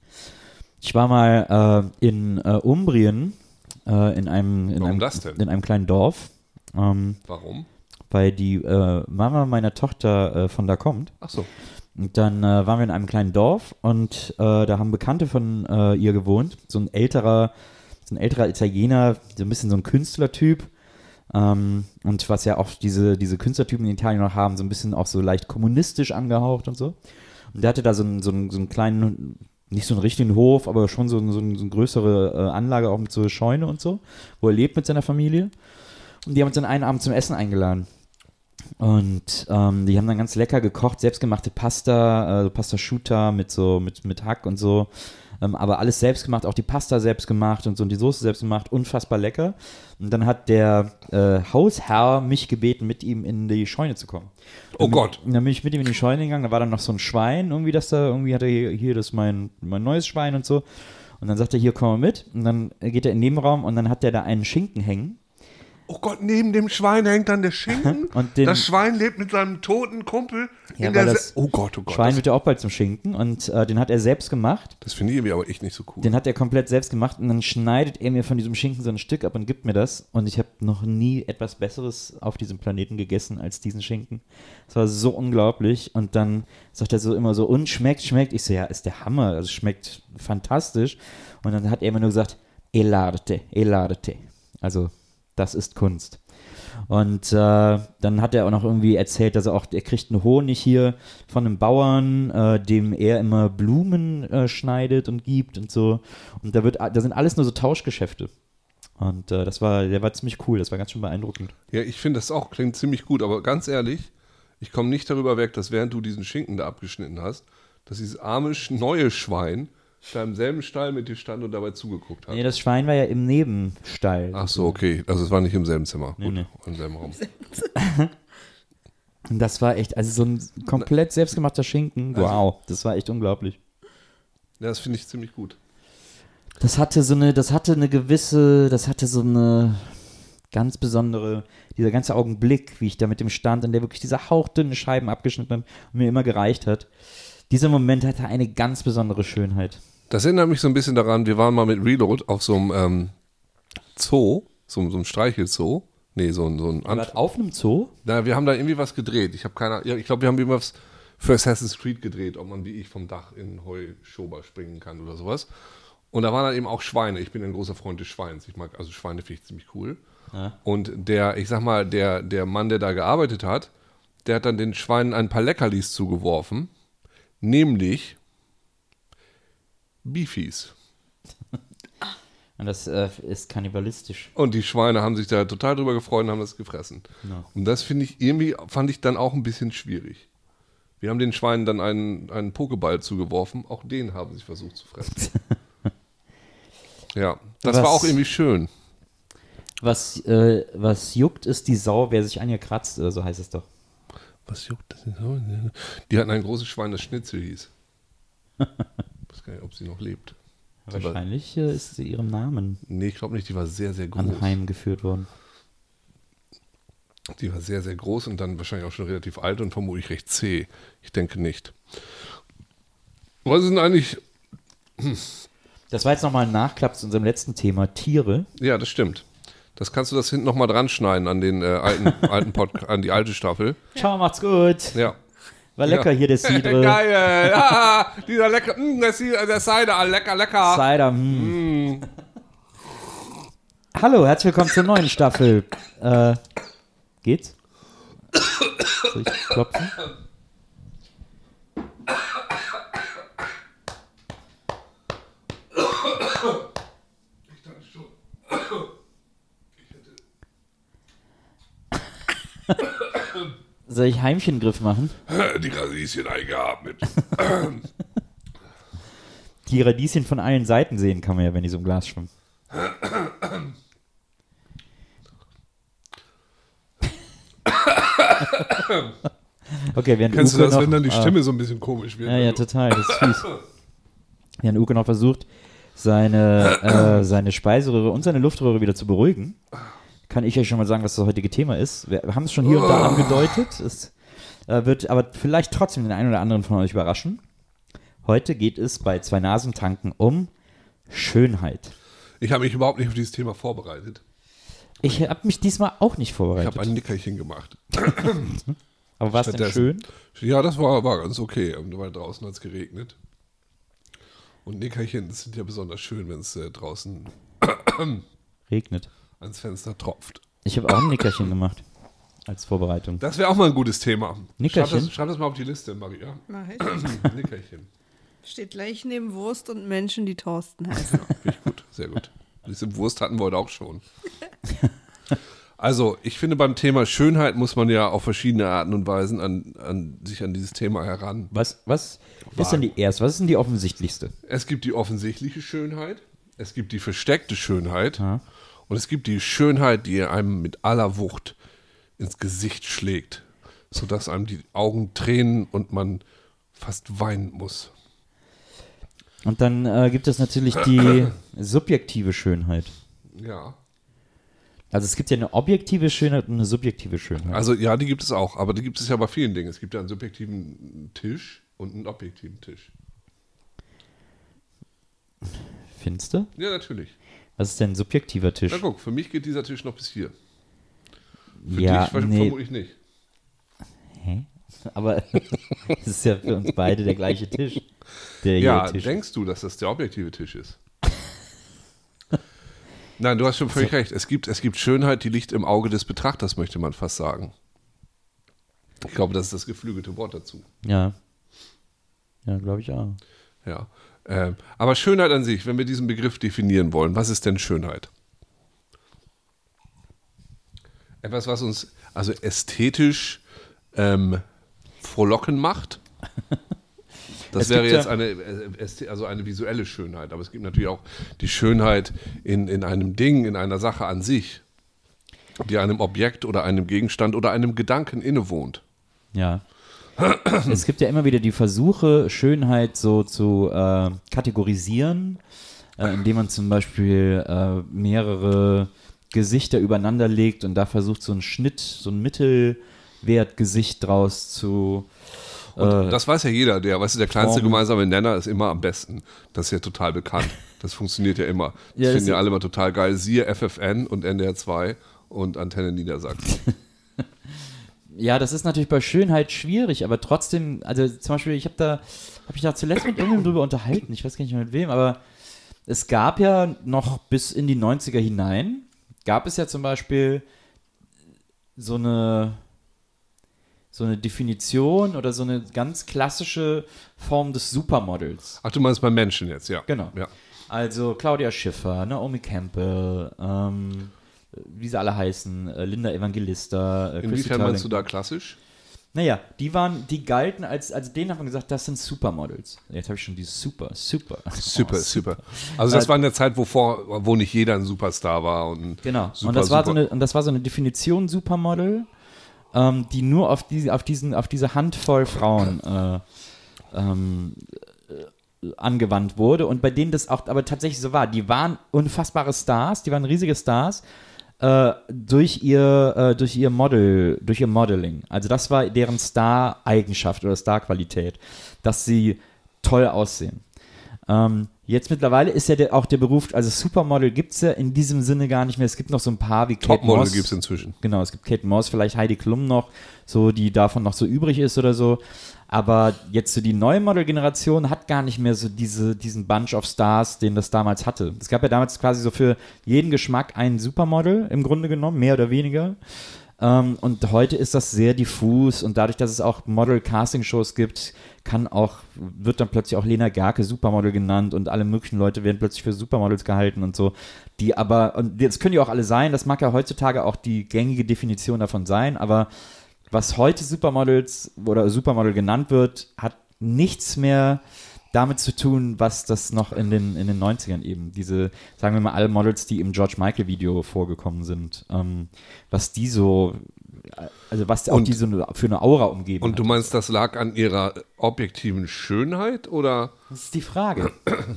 S1: Ich war mal äh, in äh, Umbrien, äh, in, einem, in,
S3: Warum
S1: einem,
S3: das denn?
S1: in einem kleinen Dorf, ähm,
S3: Warum?
S1: weil die äh, Mama meiner Tochter äh, von da kommt.
S3: Ach so.
S1: Und dann äh, waren wir in einem kleinen Dorf und äh, da haben Bekannte von äh, ihr gewohnt. So ein älterer, so ein älterer Italiener, so ein bisschen so ein Künstlertyp. Ähm, und was ja auch diese, diese Künstlertypen in Italien noch haben, so ein bisschen auch so leicht kommunistisch angehaucht und so. Und der hatte da so einen, so einen, so einen kleinen, nicht so einen richtigen Hof, aber schon so, so, eine, so eine größere äh, Anlage, auch mit so Scheune und so, wo er lebt mit seiner Familie. Und die haben uns dann einen Abend zum Essen eingeladen. Und ähm, die haben dann ganz lecker gekocht, selbstgemachte Pasta, äh, Pasta Asciutta mit so, mit, mit Hack und so. Ähm, aber alles selbst gemacht, auch die Pasta selbst gemacht und so und die Soße selbst gemacht, unfassbar lecker. Und dann hat der äh, Hausherr mich gebeten, mit ihm in die Scheune zu kommen.
S3: Oh
S1: Und
S3: Gott.
S1: Dann bin ich mit ihm in die Scheune gegangen, da war dann noch so ein Schwein, irgendwie, das da, irgendwie hat er hier, hier das ist mein, mein neues Schwein und so. Und dann sagt er, hier, komm mal mit. Und dann geht er in den Nebenraum und dann hat der da einen Schinken hängen.
S3: Oh Gott, neben dem Schwein hängt dann der Schinken.
S1: Und den-
S3: das Schwein lebt mit seinem toten Kumpel
S1: Ja,
S3: in
S1: weil
S3: der
S1: das
S3: Se- Oh Gott, oh Gott.
S1: Schwein
S3: das
S1: wird ja auch bald zum Schinken und äh, den hat er selbst gemacht.
S3: das finde ich irgendwie aber echt nicht so cool.
S1: Den hat er komplett selbst gemacht und dann schneidet er mir von diesem Schinken so ein Stück ab und gibt mir das. Und ich habe noch nie etwas Besseres auf diesem Planeten gegessen als diesen Schinken. Es war so unglaublich. Und dann sagt er so immer so, und schmeckt, schmeckt. Ich so, ja, ist der Hammer. Also schmeckt fantastisch. Und dann hat er immer nur gesagt, elarte, elarte. Also, das ist Kunst. Und äh, dann hat er auch noch irgendwie erzählt, dass er auch, er kriegt einen Honig hier von einem Bauern, äh, dem er immer Blumen äh, schneidet und gibt und so. Und da wird, da sind alles nur so Tauschgeschäfte. Und äh, das war, der war ziemlich cool, das war ganz schön beeindruckend.
S3: Ja, ich finde das auch, klingt ziemlich gut, aber ganz ehrlich, ich komme nicht darüber weg, dass während du diesen Schinken da abgeschnitten hast, dass dieses arme, sch- neue Schwein da im selben Stall mit dir stand und dabei zugeguckt hat.
S1: Nee, das Schwein war ja im Nebenstall.
S3: Ach so, okay. Also es war nicht im selben Zimmer.
S1: Nee,
S3: Gut,
S1: nee.
S3: im selben Raum.
S1: Und das war echt, also so ein komplett selbstgemachter Schinken, wow, das war echt unglaublich.
S3: Ja, das finde ich ziemlich gut.
S1: Das hatte so eine, das hatte eine gewisse, das hatte so eine ganz besondere, dieser ganze Augenblick, wie ich da mit dem stand und der wirklich diese hauchdünnen Scheiben abgeschnitten hat und mir immer gereicht hat. Dieser Moment hatte eine ganz besondere Schönheit.
S3: Das erinnert mich so ein bisschen daran, wir waren mal mit Reload auf so einem ähm, Zoo, so, so einem Streichelzoo. Nee, so ein, so ein
S1: Ihr wart auf einem Zoo?
S3: Na, wir haben da irgendwie was gedreht. Ich habe keine ja, ich glaube, wir haben irgendwas für Assassin's Creed gedreht, ob man wie ich vom Dach in Heuschober springen kann oder sowas. Und da waren dann eben auch Schweine. Ich bin ein großer Freund des Schweins. Ich mag, also Schweine finde ich ziemlich cool.
S1: Ja.
S3: Und der, ich sag mal, der, der Mann, der da gearbeitet hat, der hat dann den Schweinen ein paar Leckerlis zugeworfen. Nämlich Beefies.
S1: Und das äh, ist kannibalistisch.
S3: Und die Schweine haben sich da total drüber gefreut und haben das gefressen.
S1: Ja.
S3: Und das finde ich irgendwie, fand ich dann auch ein bisschen schwierig. Wir haben den Schweinen dann einen, einen Pokéball zugeworfen. Auch den haben sie versucht zu fressen. Ja, das
S1: Was-
S3: war auch irgendwie schön.
S1: Was, äh, was juckt, ist die Sau, wer sich an ihr kratzt, oder so heißt es doch.
S3: Was juckt das denn so? Die hatten ein großes Schwein, das Schnitzel hieß. Ich weiß gar nicht, ob sie noch lebt. Sie war-
S1: Wahrscheinlich äh, ist sie ihrem Namen
S3: Nee, ich glaube nicht, die war sehr, sehr groß.
S1: anheimgeführt worden.
S3: Die war sehr, sehr groß und dann wahrscheinlich auch schon relativ alt und vermutlich recht zäh. Ich denke nicht. Was ist denn eigentlich...
S1: Das war jetzt nochmal ein Nachklapp zu unserem letzten Thema, Tiere.
S3: Ja, das stimmt. Das kannst du das hinten nochmal dran schneiden an den äh, alten, alten Pod, an die alte Staffel.
S1: Ciao, macht's gut.
S3: Ja,
S1: War lecker
S3: Ja.
S1: hier, der Cidre.
S3: Geil. Ah, dieser lecker, mh, der, Cider, der Cider, lecker, lecker.
S1: Cider, mm. Hallo, herzlich willkommen zur neuen Staffel. Äh, geht's? Soll ich klopfen?
S3: Ich dachte schon.
S1: Soll ich Heimchengriff machen?
S3: Die Radieschen eingeatmet.
S1: Die Radieschen von allen Seiten sehen kann man ja, wenn die so im Glas schwimmen. Okay, während
S3: Kennst
S1: Uke
S3: du das,
S1: noch,
S3: wenn dann die
S1: äh,
S3: Stimme so ein bisschen komisch wird?
S1: Ja, ja, total, das ist fies. Während Uke noch versucht, seine, äh, seine Speiseröhre und seine Luftröhre wieder zu beruhigen, kann ich euch schon mal sagen, was das heutige Thema ist. Wir haben es schon hier und da angedeutet. Es äh, wird aber vielleicht trotzdem den einen oder anderen von euch überraschen. Heute geht es bei Zwei Nasen tanken um Schönheit.
S3: Ich habe mich überhaupt nicht auf dieses Thema vorbereitet.
S1: Ich habe mich diesmal auch nicht
S3: Ich
S1: vorbereitet.
S3: habe ein Nickerchen gemacht.
S1: Aber war es denn
S3: Stattdessen-
S1: schön?
S3: Ja, das war, war ganz okay, weil draußen hat es geregnet. Und Nickerchen sind ja besonders schön, wenn es äh, draußen
S1: Regnet.
S3: ans Fenster tropft.
S1: Ich habe auch ein Nickerchen gemacht als Vorbereitung.
S3: Das wäre auch mal ein gutes Thema.
S1: Nickerchen?
S3: Schreib das, schreib das mal auf die Liste, Maria.
S4: Mach ich.
S3: Nickerchen.
S4: Steht gleich neben Wurst und Menschen, die Thorsten heißen.
S3: Finde ich gut, sehr gut. Diese Wurst hatten wir heute auch schon. Also, ich finde, beim Thema Schönheit muss man ja auf verschiedene Arten und Weisen an, an sich an dieses Thema heran.
S1: Was, was ist denn die erste? Was ist denn die offensichtlichste?
S3: Es gibt die offensichtliche Schönheit, es gibt die versteckte Schönheit
S1: Ja.
S3: und es gibt die Schönheit, die einem mit aller Wucht ins Gesicht schlägt, sodass einem die Augen tränen und man fast weinen muss.
S1: Und dann äh, gibt es natürlich die subjektive Schönheit.
S3: Ja.
S1: Also es gibt ja eine objektive Schönheit und eine subjektive Schönheit.
S3: Also ja, die gibt es auch, aber die gibt es ja bei vielen Dingen. Es gibt ja einen subjektiven Tisch und einen objektiven Tisch.
S1: Findest du?
S3: Ja, natürlich.
S1: Was ist denn ein subjektiver Tisch?
S3: Na guck, für mich geht dieser Tisch noch bis hier. Für
S1: ja,
S3: dich ver-
S1: nee.
S3: vermutlich nicht.
S1: Hä? Aber es ist ja für uns beide der gleiche Tisch. Der
S3: Ja,
S1: hier Tisch.
S3: denkst du, dass das der objektive Tisch ist? Nein, du hast schon völlig recht. Es gibt, es gibt Schönheit, die liegt im Auge des Betrachters, möchte man fast sagen. Ich glaube, das ist das geflügelte Wort dazu.
S1: Ja. Ja, glaube ich auch.
S3: Ja. Ähm, aber Schönheit an sich, wenn wir diesen Begriff definieren wollen, was ist denn Schönheit? Etwas, was uns also ästhetisch ähm, frohlocken macht. Das
S1: Es
S3: wäre
S1: gibt
S3: jetzt
S1: ja-
S3: eine, äh, ästhe- also eine visuelle Schönheit, aber es gibt natürlich auch die Schönheit in, in einem Ding, in einer Sache an sich, die einem Objekt oder einem Gegenstand oder einem Gedanken innewohnt.
S1: Ja. Es gibt ja immer wieder die Versuche, Schönheit so zu äh, kategorisieren, äh, indem man zum Beispiel äh, mehrere Gesichter übereinander legt und da versucht, so einen Schnitt, so ein Mittelwertgesicht draus zu.
S3: Und
S1: Äh,
S3: das weiß ja jeder, der, weißt du, der kleinste
S1: Form.
S3: gemeinsame Nenner ist immer am besten. Das ist ja total bekannt. Das funktioniert ja immer. Das
S1: Ja, das
S3: finden ja
S1: ist-
S3: alle immer total geil. Siehe F F N und N D R zwei und Antenne Niedersachsen.
S1: Ja, das ist natürlich bei Schönheit schwierig, aber trotzdem, also zum Beispiel, ich habe da, habe ich da zuletzt mit irgendjemandem drüber unterhalten, ich weiß gar nicht mehr mit wem, aber es gab ja noch bis in die neunziger hinein, gab es ja zum Beispiel so eine, so eine Definition oder so eine ganz klassische Form des Supermodels.
S3: Ach, du meinst bei Menschen jetzt, ja.
S1: Genau.
S3: Ja.
S1: Also Claudia Schiffer, Naomi Campbell, ähm, wie sie alle heißen, äh, Linda Evangelista, äh, Chrissy
S3: Inwiefern meinst du
S1: Turlington.
S3: da klassisch?
S1: Naja, die waren, die galten als, also denen hat man gesagt, das sind Supermodels. Jetzt habe ich schon dieses Super, Super.
S3: Super,
S1: Oh,
S3: super. Also das
S1: Äh,
S3: war in der Zeit, wo, vor, wo nicht jeder ein Superstar war. Und ein
S1: Genau.
S3: super,
S1: und, das war so
S3: super-
S1: eine, und das war so eine Definition Supermodel, ähm, die nur auf, die, auf, diesen, auf diese Handvoll Frauen äh, ähm, äh, angewandt wurde und bei denen das auch aber tatsächlich so war. Die waren unfassbare Stars, die waren riesige Stars äh, durch ihr äh, durch ihr Model, durch ihr Modeling. Also das war deren Star-Eigenschaft oder Star-Qualität, dass sie toll aussehen. Ähm, Jetzt mittlerweile ist ja der, auch der Beruf, also Supermodel gibt es ja in diesem Sinne gar nicht mehr. Es gibt noch so ein paar wie Kate Moss.
S3: Topmodel gibt es inzwischen.
S1: Genau, es gibt Kate Moss, vielleicht Heidi Klum noch, so die davon noch so übrig ist oder so. Aber jetzt so die neue Model-Generation hat gar nicht mehr so diese, diesen Bunch of Stars, den das damals hatte. Es gab ja damals quasi so für jeden Geschmack ein Supermodel im Grunde genommen, mehr oder weniger. Ähm, und heute ist das sehr diffus und dadurch, dass es auch Model-Casting-Shows gibt, kann auch, wird dann plötzlich auch Lena Gerke Supermodel genannt und alle möglichen Leute werden plötzlich für Supermodels gehalten und so. Die aber, und das können ja auch alle sein, das mag ja heutzutage auch die gängige Definition davon sein, aber was heute Supermodels oder Supermodel genannt wird, hat nichts mehr damit zu tun, was das noch in den, in den neunzigern eben, diese, sagen wir mal, alle Models, die im George Michael Video vorgekommen sind, ähm, was die so, also was auch
S3: Und-
S1: die so eine, für eine Aura umgeben
S3: Und du
S1: hat.
S3: meinst, das lag an ihrer objektiven Schönheit oder?
S1: Das ist die Frage.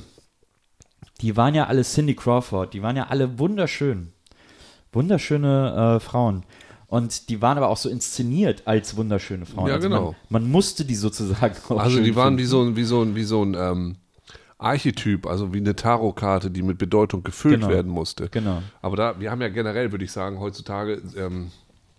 S1: Die waren ja alle Cindy Crawford, die waren ja alle wunderschön. Wunderschöne äh, Frauen. Und die waren aber auch so inszeniert als wunderschöne Frauen.
S3: Ja,
S1: also
S3: genau.
S1: Man, man musste die sozusagen auch
S3: Also
S1: schön
S3: die waren
S1: finden.
S3: wie so ein, wie so ein, wie so ein ähm, Archetyp, also wie eine Tarotkarte, die mit Bedeutung gefüllt
S1: Genau.
S3: werden musste.
S1: Genau.
S3: Aber da, wir haben ja generell, würde ich sagen, heutzutage, ähm,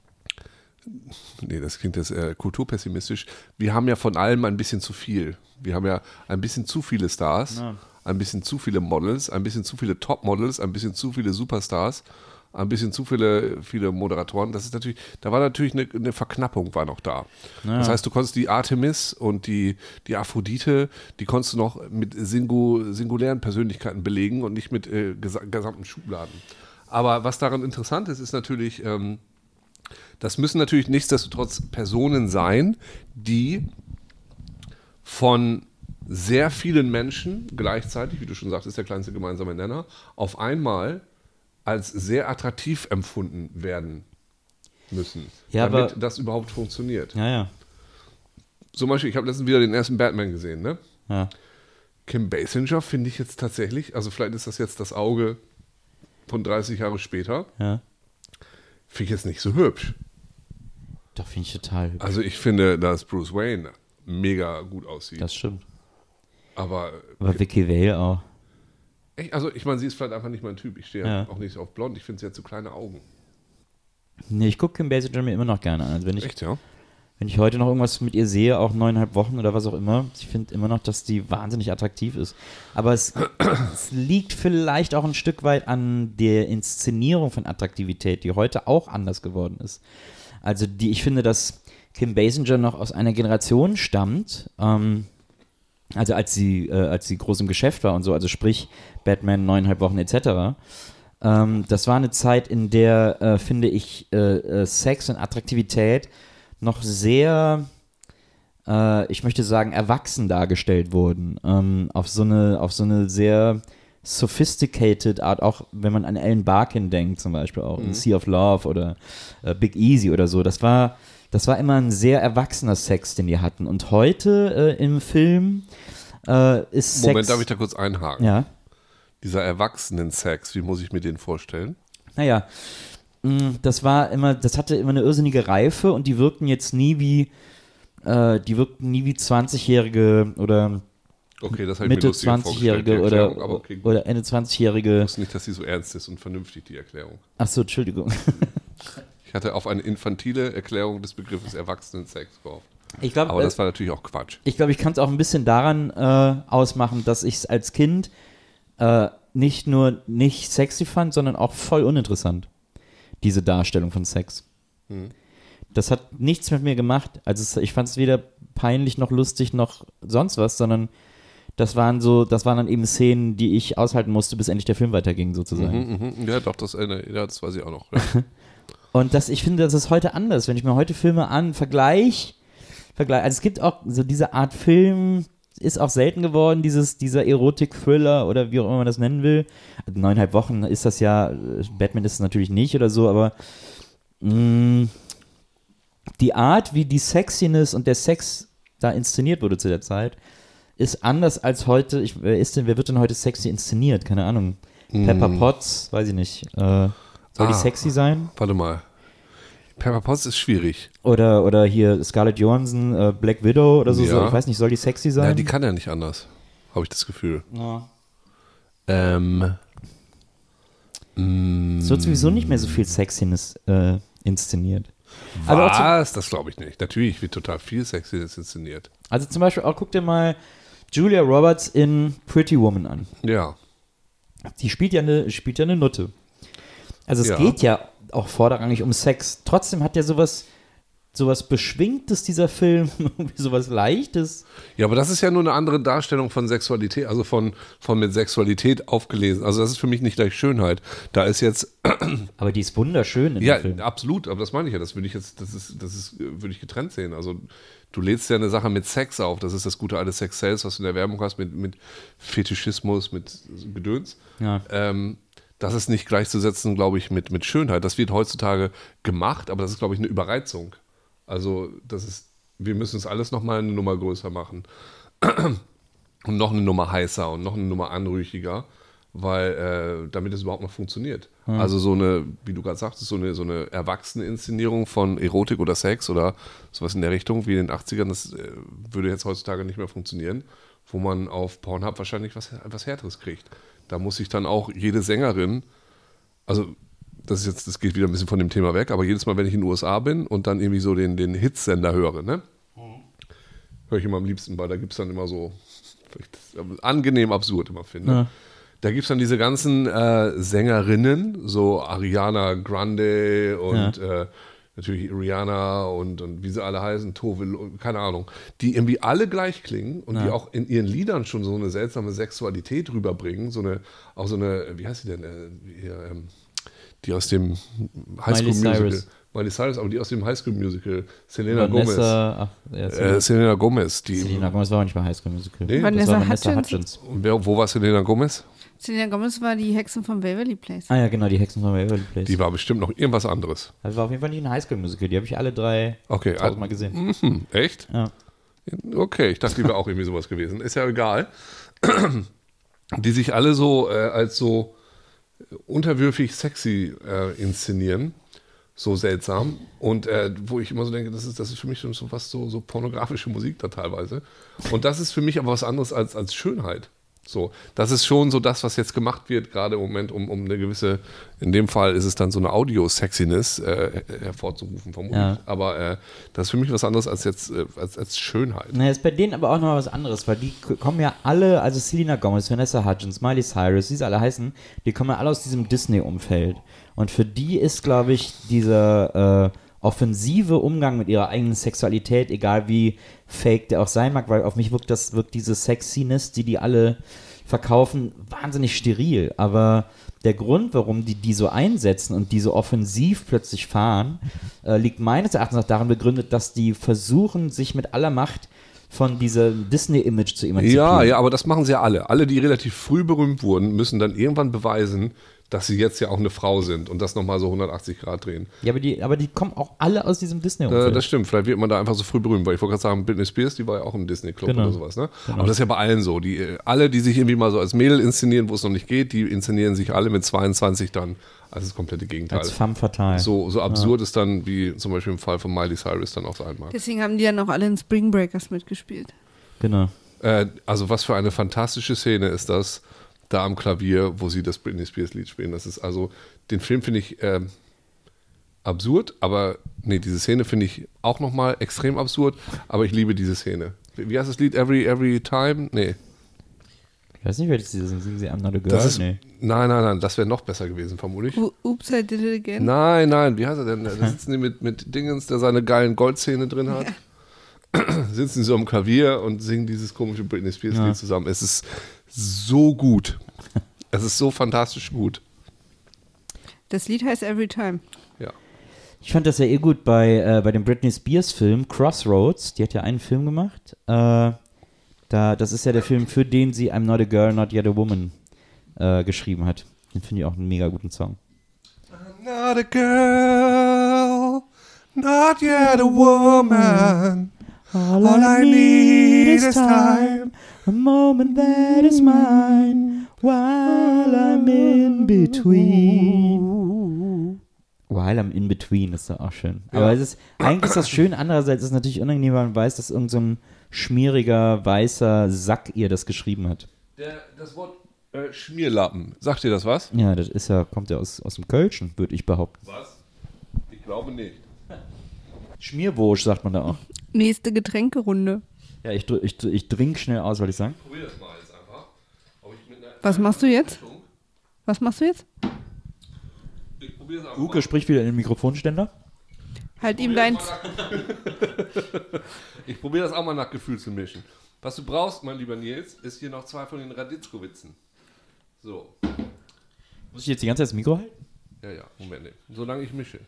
S3: nee, das klingt jetzt äh, kulturpessimistisch, wir haben ja von allem ein bisschen zu viel. Wir haben ja ein bisschen zu viele Stars,
S1: Ja.
S3: ein bisschen zu viele Models, ein bisschen zu viele Top-Models, ein bisschen zu viele Superstars, ein bisschen zu viele, viele Moderatoren. Das ist natürlich, da war natürlich eine, eine Verknappung war noch da.
S1: Ja.
S3: Das heißt, du konntest die Artemis und die, die Aphrodite, die konntest du noch mit singu, singulären Persönlichkeiten belegen und nicht mit äh, gesa- gesamten Schubladen. Aber was daran interessant ist, ist natürlich, ähm, das müssen natürlich nichtsdestotrotz Personen sein, die von sehr vielen Menschen gleichzeitig, wie du schon sagst, ist der kleinste gemeinsame Nenner, auf einmal als sehr attraktiv empfunden werden müssen,
S1: Ja,
S3: damit
S1: aber-
S3: das überhaupt funktioniert.
S1: Ja, ja.
S3: Zum Beispiel, ich habe letztens wieder den ersten Batman gesehen, ne?
S1: ja.
S3: Kim Basinger finde ich jetzt tatsächlich, also vielleicht ist das jetzt das Auge von dreißig Jahre später,
S1: ja.
S3: finde ich jetzt nicht so hübsch.
S1: Doch, finde ich total hübsch.
S3: Also ich finde, dass Bruce Wayne mega gut aussieht.
S1: Das stimmt.
S3: aber
S1: Aber Vicky Vale auch.
S3: echt, also ich meine, sie ist vielleicht einfach nicht mein Typ. Ich stehe
S1: Ja.
S3: auch nicht so auf blond. Ich finde, sie hat so kleine Augen.
S1: Nee, ich gucke Kim Basinger mir immer noch gerne an. Also wenn ich,
S3: Echt, ja?
S1: wenn ich heute noch irgendwas mit ihr sehe, auch neuneinhalb Wochen oder was auch immer, ich finde immer noch, dass die wahnsinnig attraktiv ist. Aber es, es liegt vielleicht auch ein Stück weit an der Inszenierung von Attraktivität, die heute auch anders geworden ist. Also die, ich finde, dass Kim Basinger noch aus einer Generation stammt, ähm, also als sie, äh, als sie groß im Geschäft war und so, also sprich Batman, neuneinhalb Wochen et cetera. Ähm, das war eine Zeit, in der, äh, finde ich, äh, äh, Sex und Attraktivität noch sehr, äh, ich möchte sagen, erwachsen dargestellt wurden. Ähm, auf so eine, auf so eine sehr sophisticated Art, auch wenn man an Ellen Barkin denkt, zum Beispiel auch in Sea of Love oder äh, Big Easy oder so. Das war, das war immer ein sehr erwachsener Sex, den die hatten. Und heute äh, im Film äh, ist Sex.
S3: Moment, darf ich da kurz einhaken?
S1: Ja.
S3: Dieser Erwachsenen-Sex, wie muss ich mir den vorstellen?
S1: Naja, mh, das war immer, das hatte immer eine irrsinnige Reife und die wirkten jetzt nie wie, äh, die wirkten nie wie zwanzigjährige oder
S3: Okay, das habe ich mir
S1: Mitte
S3: lustiger vorgestellt, die
S1: zwanzigjährige
S3: Erklärung,
S1: oder,
S3: aber okay, gut.
S1: oder Ende zwanzigjährige.
S3: Ich wusste nicht, dass sie so ernst ist und vernünftig, die Erklärung.
S1: Achso, Entschuldigung.
S3: Ich hatte auf eine infantile Erklärung des Begriffes Erwachsenen-Sex gehofft.
S1: Ich glaube,
S3: Aber das war natürlich auch Quatsch.
S1: ich, glaub, ich kann es auch ein bisschen daran äh, ausmachen, dass ich es als Kind äh, nicht nur nicht sexy fand, sondern auch voll uninteressant. Diese Darstellung von Sex.
S3: Hm.
S1: Das hat nichts mit mir gemacht. Also es, ich fand es weder peinlich noch lustig noch sonst was, sondern das waren so, das waren dann eben Szenen, die ich aushalten musste, bis endlich der Film weiterging, sozusagen.
S3: Mhm, mhm. Ja, doch, das, äh, ja, das weiß ich auch noch. Ja.
S1: Und das, ich finde, das ist heute anders. Wenn ich mir heute Filme an, Vergleich, Vergleich, also es gibt auch so diese Art Film, ist auch selten geworden, dieses, dieser Erotik-Thriller oder wie auch immer man das nennen will. Also neuneinhalb Wochen ist das ja, Batman ist es natürlich nicht oder so, aber mh, die Art, wie die Sexiness und der Sex da inszeniert wurde zu der Zeit, ist anders als heute. Ich, wer, ist denn, wer wird denn heute sexy inszeniert? Keine Ahnung. Pepper Potts, weiß ich nicht. Äh, soll die
S3: Ah.
S1: sexy sein?
S3: Warte mal. Pepper Potts ist schwierig.
S1: Oder, oder hier Scarlett Johansson, äh, Black Widow oder so.
S3: Ja.
S1: so. Ich weiß nicht, soll die sexy sein?
S3: Ja, die kann ja nicht anders, habe ich das Gefühl.
S1: Ja.
S3: Ähm.
S1: Es wird sowieso nicht mehr so viel Sexiness äh, inszeniert. Aber auch
S3: Was? Das glaube ich nicht. Natürlich wird total viel Sexiness inszeniert.
S1: Also zum Beispiel auch, guck dir mal Julia Roberts in Pretty Woman an.
S3: Ja.
S1: Die spielt ja eine, spielt ja eine Nutte. Also es
S3: Ja.
S1: geht ja auch vorderrangig um Sex. Trotzdem hat ja sowas, sowas Beschwingtes, dieser Film, sowas Leichtes.
S3: Ja, aber das ist ja nur eine andere Darstellung von Sexualität, also von, von mit Sexualität aufgelesen. Also das ist für mich nicht gleich Schönheit. Da ist jetzt,
S1: Aber die ist wunderschön in
S3: ja,
S1: dem Film.
S3: absolut, aber das meine ich ja, das würde ich jetzt, das ist, das ist, äh, würde ich getrennt sehen. Also du lädst ja eine Sache mit Sex auf, das ist das gute alte Sex Sales, was du in der Werbung hast, mit, mit Fetischismus, mit Gedöns.
S1: Ja.
S3: Ähm, das ist nicht gleichzusetzen, glaube ich, mit, mit Schönheit. Das wird heutzutage gemacht, aber das ist, glaube ich, eine Überreizung. Also das ist, wir müssen es alles nochmal eine Nummer größer machen und noch eine Nummer heißer und noch eine Nummer anrüchiger, weil äh, damit es überhaupt noch funktioniert.
S1: Hm.
S3: Also so eine, wie du gerade sagtest, so eine, so eine erwachsene Inszenierung von Erotik oder Sex oder sowas in der Richtung wie in den achtzigern, das äh, würde jetzt heutzutage nicht mehr funktionieren, wo man auf Pornhub wahrscheinlich was, was Härteres kriegt. Da muss sich dann auch jede Sängerin, also das ist jetzt, das geht wieder ein bisschen von dem Thema weg, aber jedes Mal, wenn ich in den U S A bin und dann irgendwie so den, den Hitsender höre, ne, höre ich immer am liebsten, weil da gibt es dann immer so, weil ich das angenehm absurd immer finde.
S1: Ja.
S3: Da gibt es dann diese ganzen äh, Sängerinnen, so Ariana Grande und
S1: Ja.
S3: äh, natürlich Rihanna und, und wie sie alle heißen, Tove, und keine Ahnung, die irgendwie alle gleich klingen und
S1: Ja.
S3: die auch in ihren Liedern schon so eine seltsame Sexualität rüberbringen, so eine, auch so eine, wie heißt sie denn, äh, hier, ähm, die aus dem High School
S1: Miley
S3: Musical,
S1: Cyrus.
S3: Miley Cyrus, aber die aus dem High School Musical, Selena Gomez.
S1: Vanessa, ach, ja,
S3: Äh, Selena Gomez, die.
S1: Selena Gomez war auch nicht bei High School Musical.
S3: Nee?
S1: Das
S4: Vanessa
S1: war Vanessa
S4: Hudgens.
S1: Hudgens.
S3: Und wer, wo war Selena Gomez?
S4: Selena Gomez war die Hexen von Waverly Place.
S1: Ah ja, genau, die Hexen von Waverly Place.
S3: Die war bestimmt noch irgendwas anderes.
S1: Das war auf jeden Fall nicht ein High School Musical. Die habe ich alle drei
S3: Okay.
S1: tausendmal gesehen.
S3: Mhm, echt?
S1: Ja.
S3: Okay, ich dachte, die wäre auch irgendwie sowas gewesen. Ist ja egal. Die sich alle so äh, als so unterwürfig sexy äh, inszenieren. So seltsam. Und äh, wo ich immer so denke, das ist, das ist für mich schon so was so, so pornografische Musik da teilweise. Und das ist für mich aber was anderes als, als Schönheit. So, das ist schon so das, was jetzt gemacht wird, gerade im Moment, um, um eine gewisse, in dem Fall ist es dann so eine Audio-Sexiness äh, hervorzurufen, vermutlich.
S1: Ja.
S3: Aber äh, das ist für mich was anderes als jetzt äh, als, als Schönheit.
S1: Naja, ist bei denen aber auch noch was anderes, weil die k- kommen ja alle, also Selena Gomez, Vanessa Hudgens, Miley Cyrus, wie sie alle heißen, die kommen ja alle aus diesem Disney-Umfeld. Und für die ist, glaube ich, dieser äh, offensive Umgang mit ihrer eigenen Sexualität, egal wie fake der auch sein mag, weil auf mich wirkt das, wirkt diese Sexiness, die die alle verkaufen, wahnsinnig steril. Aber der Grund, warum die die so einsetzen und die so offensiv plötzlich fahren, äh, liegt meines Erachtens auch darin begründet, dass die versuchen, sich mit aller Macht von diesem Disney-Image zu emanzipieren.
S3: Ja, ja, aber das machen sie ja alle. Alle, die relativ früh berühmt wurden, müssen dann irgendwann beweisen, dass sie jetzt ja auch eine Frau sind und das nochmal so hundertachtzig Grad drehen.
S1: Ja, aber die, aber die kommen auch alle aus diesem
S3: Äh,
S1: Disney-Umfeld.
S3: das stimmt, vielleicht wird man da einfach so früh berühmt, weil ich wollte gerade sagen, Britney Spears, die war ja auch im Disney-Club
S1: Genau.
S3: oder sowas, ne? Aber das ist ja bei allen so. Die, äh, alle, die sich irgendwie mal so als Mädel inszenieren, wo es noch nicht geht, die inszenieren sich alle mit zweiundzwanzig dann als das komplette Gegenteil.
S1: Als femme fatale.
S3: So, so absurd ist dann, wie zum Beispiel im Fall von Miley Cyrus dann auch sein mag.
S4: Deswegen haben die ja noch alle in Spring Breakers mitgespielt.
S1: Genau.
S3: Äh, also was für eine fantastische Szene ist das, da am Klavier, wo sie das Britney Spears Lied spielen. Das ist also, den Film finde ich äh, absurd, aber nee, diese Szene finde ich auch nochmal extrem absurd, aber ich liebe diese Szene. Wie, wie heißt das Lied? Every, every Time? Nee.
S1: Ich weiß nicht, welches sie singen. Singen sie I'm Not a Girl?
S3: Das ist,
S1: nee.
S3: Nein, nein, nein, das wäre noch besser gewesen, vermutlich.
S4: O- Oops, I did it again.
S3: Nein, nein, wie heißt er denn? Da sitzen die mit, mit Dingens, der seine geilen Goldzähne drin hat. Sitzen sie so am Klavier und singen dieses komische Britney Spears Lied
S1: Ja.
S3: zusammen. Es ist so gut. Es ist so fantastisch gut.
S4: Das Lied heißt Every Time.
S3: Ja.
S1: Ich fand das ja eh gut bei, äh, bei dem Britney Spears Film Crossroads. Die hat ja einen Film gemacht. Äh, da, das ist ja der Film, für den sie I'm Not a Girl, Not Yet a Woman äh, geschrieben hat. Den finde ich auch einen mega guten Song.
S3: Not a girl, not yet a woman.
S1: All,
S3: I need is time.
S1: a moment that is mine, while I'm in between. While I'm in between ist doch auch schön. Aber es ist, eigentlich ist das schön, andererseits ist es natürlich unangenehm, weil man weiß, dass irgend so ein schmieriger, weißer Sack ihr das geschrieben hat.
S3: Der, das Wort Äh, Schmierlappen. Sagt dir das was?
S1: Ja, das ist ja, kommt ja aus, aus dem Kölschen, würde ich behaupten.
S3: Was? Ich glaube nicht.
S1: Schmierwursch, sagt man da auch.
S4: Nächste Getränkerunde.
S1: Ja, ich, dr- ich, ich trinke schnell aus, wollte ich sagen.
S3: Probier das mal jetzt einfach. Ob ich mit einer
S4: Was machst du jetzt? Was machst du jetzt?
S3: Ich probier das einfach
S1: Uke,
S3: mal.
S1: sprich wieder in den Mikrofonständer.
S4: Halt ihm dein...
S3: Ich probiere das auch mal nach Gefühl zu mischen. Was du brauchst, mein lieber Nils, ist hier noch zwei von den Raditzkowitzen. So.
S1: Muss ich jetzt die ganze Zeit das Mikro halten?
S3: Ja, ja, Moment. Nee. Solange ich mische.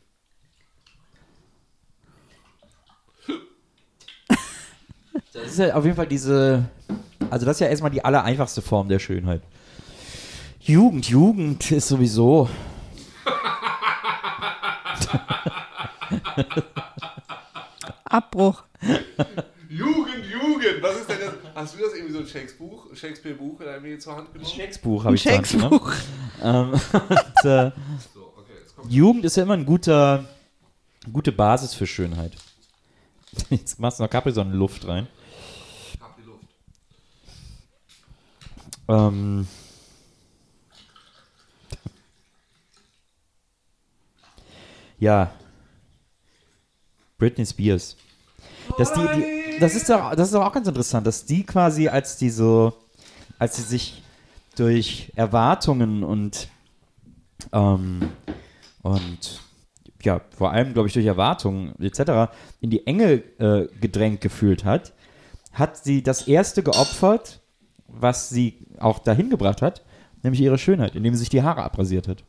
S1: Das ist ja auf jeden Fall diese, also das ist ja erstmal die allereinfachste Form der Schönheit. Jugend, Jugend ist sowieso.
S4: Abbruch.
S3: Jugend, Jugend! Was ist denn das? Hast du das irgendwie so ein Shakespeare-Buch Shakespeare-Buch irgendwie zur Hand genommen?
S1: Shakespeare habe ich zur Hand genommen.
S4: Shakesbuch.
S1: Ähm, und, äh,
S3: So, okay, jetzt kommt
S1: Jugend ist ja immer eine gute, gute Basis für Schönheit. Jetzt machst du noch Capri-Sonnen-Luft rein.
S3: ab die Luft.
S1: Ähm, ja. Britney Spears. Dass die, die, das, ist doch, das ist doch auch ganz interessant, dass die quasi, als die so, als sie sich durch Erwartungen und, ähm, und ja, vor allem, glaube ich, durch Erwartungen et cetera in die Enge äh, gedrängt gefühlt hat, hat sie das Erste geopfert, was sie auch dahin gebracht hat, nämlich ihre Schönheit, indem sie sich die Haare abrasiert hat.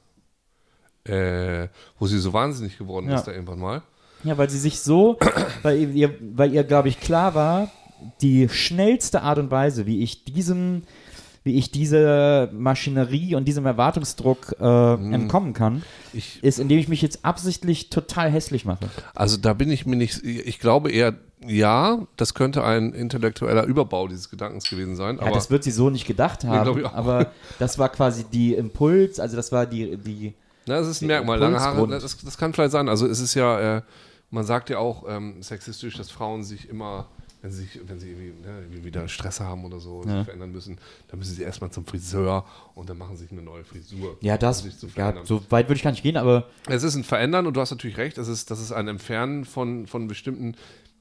S3: Äh, wo sie so wahnsinnig geworden
S1: Ja.
S3: ist da irgendwann mal.
S1: Ja, weil sie sich so, weil ihr, weil ihr, glaube ich, klar war, die schnellste Art und Weise, wie ich diesem, wie ich diese Maschinerie und diesem Erwartungsdruck äh, entkommen kann,
S3: Ich,
S1: ist, indem ich mich jetzt absichtlich total hässlich mache.
S3: also da bin ich mir nicht, ich glaube eher, ja, das könnte ein intellektueller Überbau dieses Gedankens gewesen sein,
S1: Ja,
S3: aber
S1: das wird sie so nicht gedacht haben,
S3: glaub ich auch.
S1: aber das war quasi die Impuls, also das war die, die
S3: na, das ist ein
S1: der
S3: Merkmal. Lange Haare,
S1: Impulsgrund.
S3: das, das kann vielleicht sein. Also es ist ja, äh, man sagt ja auch ähm, sexistisch, dass Frauen sich immer, wenn sie, sich, wenn sie irgendwie, ne, irgendwie wieder Stress haben oder so,
S1: Ja.
S3: sich verändern müssen, dann müssen sie erstmal zum Friseur und dann machen sie sich eine neue Frisur.
S1: ja, das,
S3: um sich zu
S1: ja,
S3: verändern.
S1: so weit würde ich gar nicht gehen, aber
S3: Es ist ein Verändern und du hast natürlich recht, es ist, das ist ein Entfernen von, von bestimmten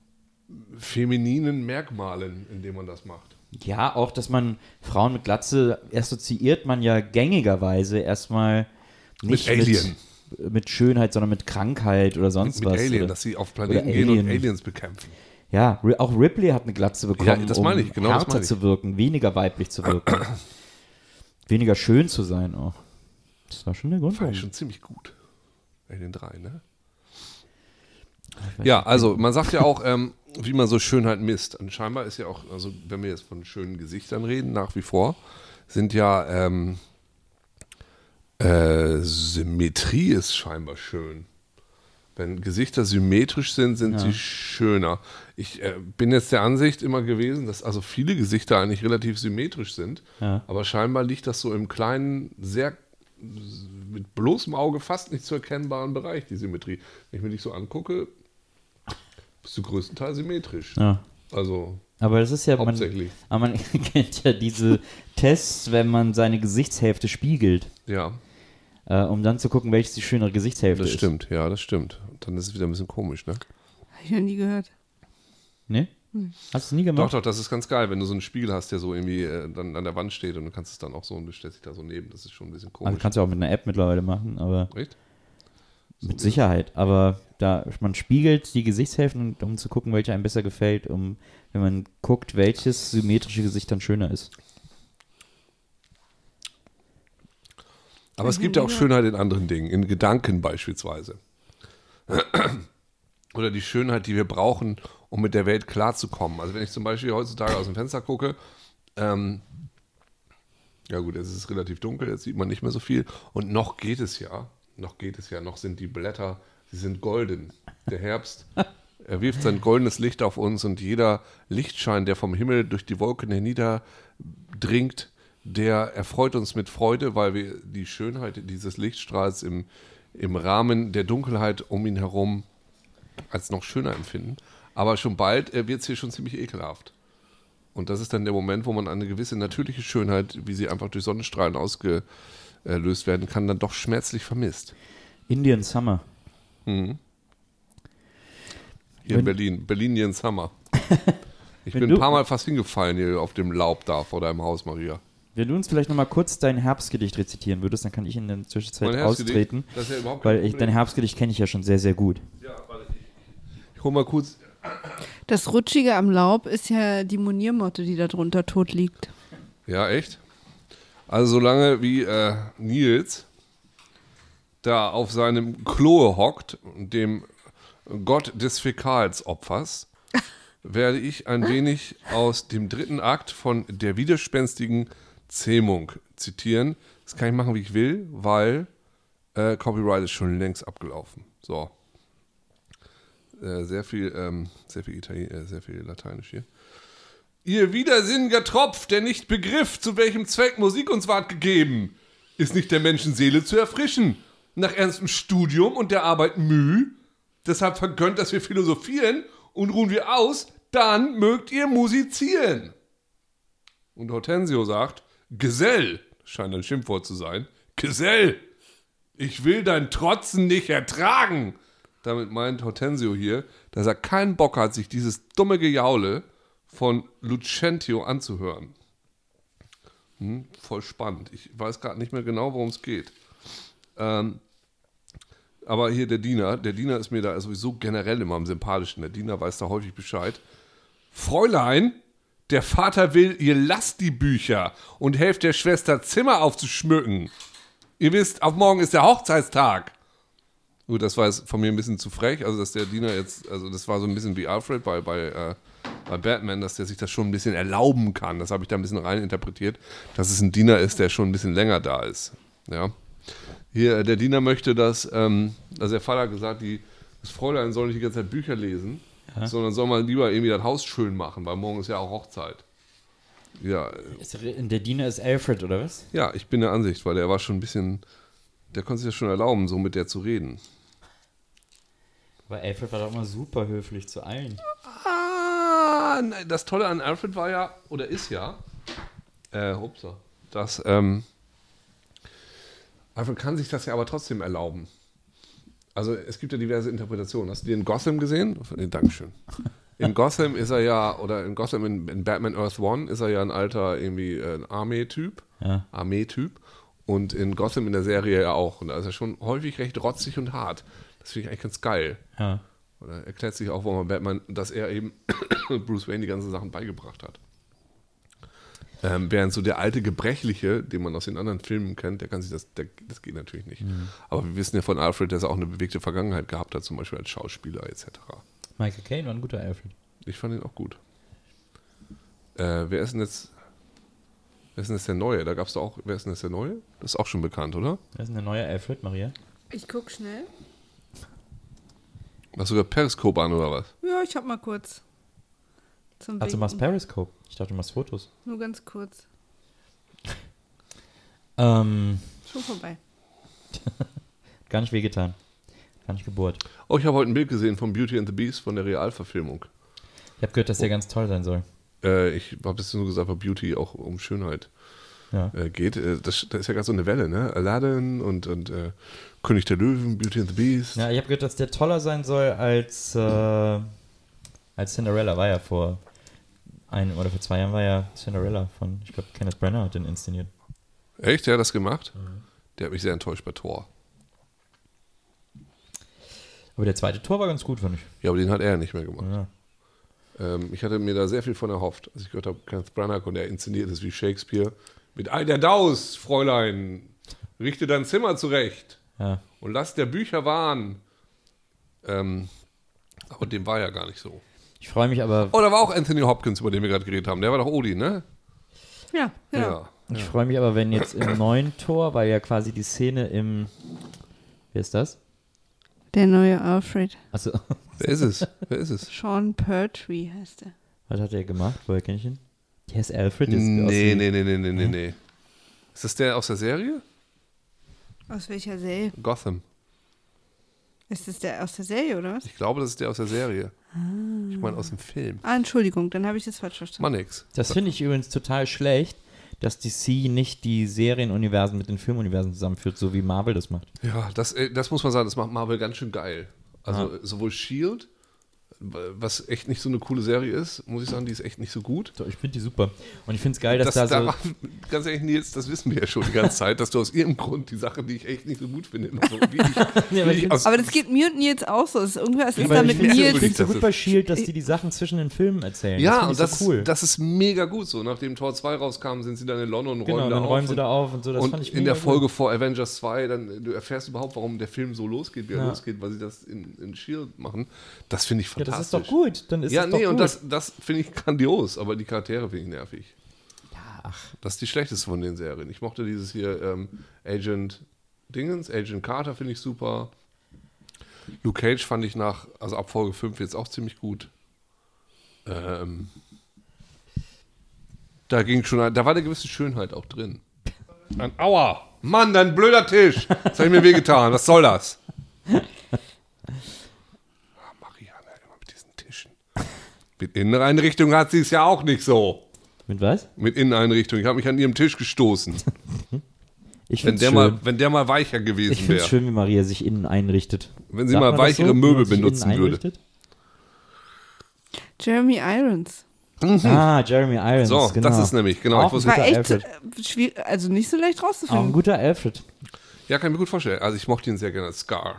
S3: femininen Merkmalen, indem man das macht.
S1: ja, auch, dass man Frauen mit Glatze assoziiert man ja gängigerweise erstmal nicht
S3: Mit Alien.
S1: mit, mit Schönheit, sondern mit Krankheit oder sonst
S3: Mit
S1: was.
S3: Alien,
S1: oder,
S3: dass sie auf Planeten
S1: oder
S3: gehen und
S1: Alien.
S3: Aliens bekämpfen.
S1: ja, Ri- auch Ripley hat eine Glatze bekommen,
S3: Ja, das meine ich, genau
S1: um
S3: das
S1: härter
S3: meine ich.
S1: zu wirken, weniger weiblich zu wirken. Weniger schön zu sein auch. Das war schon der Grund.
S3: War
S1: warum.
S3: schon ziemlich gut. Alien drei, ne?
S1: Ich weiß
S3: Ja,
S1: nicht.
S3: also man sagt ja auch, ähm, wie man so Schönheit misst. Und scheinbar ist ja auch, also wenn wir jetzt von schönen Gesichtern reden, nach wie vor, sind ja ähm, äh, Symmetrie ist scheinbar schön. Wenn Gesichter symmetrisch sind, sind
S1: Ja.
S3: sie schöner. Ich äh, bin jetzt der Ansicht immer gewesen, dass also viele Gesichter eigentlich relativ symmetrisch sind.
S1: Ja.
S3: Aber scheinbar liegt das so im kleinen, sehr mit bloßem Auge fast nicht zu erkennbaren Bereich, die Symmetrie. Wenn ich mir dich so angucke, bist du größtenteils symmetrisch.
S1: Ja.
S3: Also
S1: Aber das ist ja, man,
S3: hauptsächlich.
S1: aber man kennt ja diese Tests, wenn man seine Gesichtshälfte spiegelt,
S3: Ja,
S1: äh, um dann zu gucken, welches die schönere Gesichtshälfte
S3: das
S1: ist.
S3: stimmt. Ja, das stimmt. Und dann ist es wieder ein bisschen komisch, ne?
S4: Hab ich noch nie gehört.
S1: Ne? Hast du es nie
S3: Doch,
S1: gemacht?
S3: doch, das ist ganz geil, wenn du so einen Spiegel hast, der so irgendwie äh, dann an der Wand steht und du kannst es dann auch so und du stellst dich da so neben. Das ist schon ein bisschen
S1: Also
S3: komisch.
S1: kannst du auch mit einer App mittlerweile machen, aber
S3: Echt?
S1: mit Sicherheit. Aber da man spiegelt die Gesichtshälften, um zu gucken, welche einem besser gefällt, um wenn man guckt, welches symmetrische Gesicht dann schöner ist.
S3: Aber es gibt ja auch Schönheit in anderen Dingen, in Gedanken beispielsweise. Oder die Schönheit, die wir brauchen, um mit der Welt klarzukommen. Also wenn ich zum Beispiel heutzutage aus dem Fenster gucke, ähm, ja gut, es ist relativ dunkel, jetzt sieht man nicht mehr so viel. Und noch geht es ja, noch geht es ja, noch sind die Blätter, sie sind golden. Der Herbst, er wirft sein goldenes Licht auf uns und jeder Lichtschein, der vom Himmel durch die Wolken herniederdringt, der erfreut uns mit Freude, weil wir die Schönheit dieses Lichtstrahls im, im Rahmen der Dunkelheit um ihn herum als noch schöner empfinden. Aber schon bald äh, wird es hier schon ziemlich ekelhaft. Und das ist dann der Moment, wo man eine gewisse natürliche Schönheit, wie sie einfach durch Sonnenstrahlen ausgelöst werden kann, dann doch schmerzlich vermisst.
S1: Indian Summer.
S3: Mhm. Hier
S1: Wenn-
S3: in Berlin. Berlinian Summer. Ich
S1: Wenn
S3: bin
S1: du-
S3: ein paar Mal fast hingefallen hier auf dem Laub da vor deinem Haus, Maria.
S1: Wenn du uns vielleicht nochmal kurz dein Herbstgedicht rezitieren würdest, dann kann ich in der Zwischenzeit
S3: Mein Herbstgedicht,
S1: austreten.
S3: das ist ja überhaupt kein
S1: Weil ich,
S3: Problem.
S1: dein Herbstgedicht kenne ich ja schon sehr, sehr gut.
S3: Ja, warte, ich, ich hol mal kurz.
S4: Das Rutschige am Laub ist ja die Moniermotte, die da drunter tot liegt.
S3: Ja, echt? Also solange wie äh, Nils da auf seinem Klo hockt, dem Gott des Fäkalsopfers, werde ich ein wenig aus dem dritten Akt von Der widerspenstigen Zähmung zitieren. Das kann ich machen, wie ich will, weil äh, Copyright ist schon längst abgelaufen. So. Äh, sehr viel, ähm, sehr viel Italien, äh, sehr viel Lateinisch hier. Ihr widersinniger Tropf, der nicht begriff, zu welchem Zweck Musik uns ward gegeben, ist nicht der Menschenseele zu erfrischen, nach ernstem Studium und der Arbeit Mühe. Deshalb vergönnt, dass wir philosophieren und ruhen wir aus, dann mögt ihr musizieren. Und Hortensio sagt, Gesell, scheint ein Schimpfwort zu sein, Gesell, ich will dein Trotzen nicht ertragen. Damit meint Hortensio hier, dass er keinen Bock hat, sich dieses dumme Gejaule von Lucentio anzuhören. Hm, voll spannend. Ich weiß gerade nicht mehr genau, worum es geht. Ähm, aber hier der Diener, der Diener ist mir da sowieso generell immer am sympathischen. Der Diener weiß da häufig Bescheid. Fräulein, der Vater will, ihr lasst die Bücher und helft der Schwester Zimmer aufzuschmücken. Ihr wisst, auf morgen ist der Hochzeitstag. Gut, das war jetzt von mir ein bisschen zu frech, also dass der Diener jetzt, also das war so ein bisschen wie Alfred bei, bei, äh, bei Batman, dass der sich das schon ein bisschen erlauben kann. Das habe ich da ein bisschen rein interpretiert, dass es ein Diener ist, der schon ein bisschen länger da ist. Ja. Hier, der Diener möchte, dass, ähm, also der Vater hat gesagt, die, das Fräulein soll nicht die ganze Zeit Bücher lesen, ja, sondern soll mal lieber irgendwie das Haus schön machen, weil morgen ist ja auch Hochzeit. Ja,
S1: Ist der, der Diener ist Alfred, oder was?
S3: ja, ich bin der Ansicht, weil der war schon ein bisschen, der konnte sich das schon erlauben, so mit der zu reden.
S1: Weil Alfred war doch immer super höflich zu allen.
S3: Ah, nein, das Tolle an Alfred war ja, oder ist ja, äh, hupsa, dass, ähm, Alfred kann sich das ja aber trotzdem erlauben. Also es gibt ja diverse Interpretationen. Hast du den Gotham gesehen? Nee, Dankeschön. In Gotham ist er ja, oder in Gotham in, in Batman Earth One ist er ja ein alter irgendwie äh, ein Armee-Typ.
S1: Ja.
S3: Armee-Typ. Und in Gotham in der Serie ja auch. Und da ist er schon häufig recht rotzig und hart. Das finde ich eigentlich ganz geil.
S1: Ja.
S3: Oder erklärt sich auch, warum Batman, dass er eben Bruce Wayne die ganzen Sachen beigebracht hat. Ähm, während so der alte Gebrechliche, den man aus den anderen Filmen kennt, der kann sich das, der, das geht natürlich nicht. Mhm. Aber wir wissen ja von Alfred, dass er auch eine bewegte Vergangenheit gehabt hat, zum Beispiel als Schauspieler et cetera.
S1: Michael Caine war ein guter Alfred.
S3: Ich fand ihn auch gut. Äh, wer ist denn jetzt, wer ist denn jetzt der Neue? Da gab es doch auch, wer ist denn jetzt der Neue? Das ist auch schon bekannt, oder?
S1: Das ist eine neue Alfred, Maria.
S4: Ich guck schnell.
S3: Machst du sogar Periscope an, oder was?
S4: Ja, ich hab mal kurz. Zum
S1: Also du machst
S4: Winken.
S1: Periscope. Ich dachte, du machst Fotos.
S4: Nur ganz kurz.
S1: Ähm,
S4: Schon vorbei.
S1: gar nicht wehgetan. Gar nicht gebohrt.
S3: Oh, ich habe heute ein Bild gesehen von Beauty and the Beast, von der Realverfilmung.
S1: Ich habe gehört, dass der ganz toll sein soll.
S3: Äh, ich habe das nur gesagt, weil Beauty auch um Schönheit
S1: Ja.
S3: äh, geht. Äh, das, das ist ja gerade so eine Welle, ne? Aladdin und, und äh, König der Löwen, Beauty and the Beast.
S1: Ja, ich habe gehört, dass der toller sein soll als, äh, als Cinderella. War ja vor ein oder vor zwei Jahren war ja Cinderella von, ich glaube, Kenneth Branagh hat den inszeniert.
S3: Echt? Der hat das gemacht? Mhm. Der hat mich sehr enttäuscht bei Thor.
S1: Aber der zweite Tor war ganz gut, fand ich.
S3: Ja, aber den hat er nicht mehr gemacht.
S1: Ja.
S3: Ähm, ich hatte mir da sehr viel von erhofft, als ich gehört habe, Kenneth Branagh, und er inszeniert es wie Shakespeare. Mit all der Daus, Fräulein, richte dein Zimmer zurecht
S1: Ja.
S3: und lass der Bücher wahren. Ähm, aber dem war ja gar nicht so.
S1: Ich freue mich aber,
S3: Oh, da war auch Anthony Hopkins, über den wir gerade geredet haben. Der war doch Odin, ne?
S4: Ja, ja.
S1: ich freue mich aber, wenn jetzt im neuen Tor, weil ja quasi die Szene im, wer ist das?
S4: Der neue Alfred.
S1: Achso,
S3: Wer ist es? Wer ist es?
S4: Sean Pertwee heißt er.
S1: was hat er gemacht? Woher kenne ich ihn? Der ist Alfred. Der ist
S3: Nee,
S1: aus
S3: nee,
S1: dem-
S3: nee, nee, nee, nee, nee. Ist das der aus der Serie?
S4: Aus welcher Serie?
S3: Gotham.
S4: Ist das der aus der Serie, oder was?
S3: Ich glaube, das ist der aus der Serie. Ich meine, meine aus dem Film.
S4: Ah, Entschuldigung, dann habe ich das falsch verstanden.
S3: Mal nix.
S1: Das finde ich übrigens total schlecht, dass D C nicht die Serienuniversen mit den Filmuniversen zusammenführt, so wie Marvel das macht.
S3: Ja, das, äh, das muss man sagen, das macht Marvel ganz schön geil. Also
S1: Ja.
S3: sowohl S H I E L D, was echt nicht so eine coole Serie ist, muss ich sagen, die ist echt nicht so gut.
S1: Doch, ich finde die super. Und ich finde es geil, dass
S3: Das,
S1: da so...
S3: daran, ganz ehrlich, Nils, das wissen wir ja schon die ganze Zeit, dass du aus irgendeinem Grund die Sachen, die ich echt nicht so gut finde, immer so wie ich,
S1: Ja, aber
S3: wie
S1: ich
S3: ich aus,
S4: Aber das geht mir und Nils auch so. Es ist irgendwas ist
S1: Aber
S4: da
S1: ich
S4: mit
S1: finde
S3: Nils-
S1: es
S4: Nils.
S1: so gut bei
S3: Das
S1: S H I E L D, dass die die Sachen zwischen den Filmen erzählen.
S3: ja,
S1: das
S3: und
S1: finde
S3: das,
S1: ich so cool.
S3: das ist mega gut so. Nachdem Tor zwei rauskam, sind sie dann in London und
S1: Genau,
S3: räumen da
S1: dann
S3: auf.
S1: räumen sie
S3: und,
S1: da auf und so. Das
S3: und
S1: fand ich
S3: in
S1: mega
S3: der Folge
S1: gut.
S3: vor Avengers zwei, dann du erfährst überhaupt, warum der Film so losgeht, wie er
S1: Ja.
S3: losgeht, weil sie das in, in S H I E L D machen. Das finde ich
S1: Ja,
S3: fantastisch.
S1: das ist doch gut. Dann ist
S3: ja,
S1: das doch
S3: nee,
S1: gut.
S3: und das, das finde ich grandios, aber die Charaktere finde ich nervig.
S1: Ja, ach.
S3: Das ist die schlechteste von den Serien. Ich mochte dieses hier ähm, Agent Dingens, Agent Carter finde ich super. Luke Cage fand ich nach, also ab Folge fünf jetzt auch ziemlich gut. Ähm, da ging schon, da war eine gewisse Schönheit auch drin. Ein Aua! Mann, dein blöder Tisch! Das hat mir wehgetan. Was soll das? Ah, Marianne, immer mit diesen Tischen. Mit Inneneinrichtung hat sie es ja auch nicht so.
S1: Mit was?
S3: Mit Inneneinrichtung. Ich habe mich an ihrem Tisch gestoßen.
S1: Ich
S3: Wenn
S1: finde
S3: der,
S1: es
S3: mal,
S1: schön.
S3: wenn der mal weicher
S1: Ich
S3: gewesen
S1: finde es
S3: wäre.
S1: schön, wie Maria sich innen einrichtet.
S3: Wenn sie
S1: Sagt
S3: mal
S1: man das
S3: weichere
S1: so, wie
S3: Möbel
S1: man sich
S3: benutzen
S1: innen
S3: würde.
S1: einrichtet?
S4: Jeremy Irons.
S1: Ah, Jeremy Irons.
S3: So,
S1: genau.
S3: das ist nämlich, genau, ich
S1: Auch ein
S3: wusste-
S4: War
S1: guter
S4: echt
S1: Alfred.
S4: äh, schwierig, also nicht so leicht
S1: Auch ein
S4: rauszufinden.
S1: guter Alfred.
S3: Ja, kann ich mir gut vorstellen. Also ich mochte ihn sehr gerne als Scar.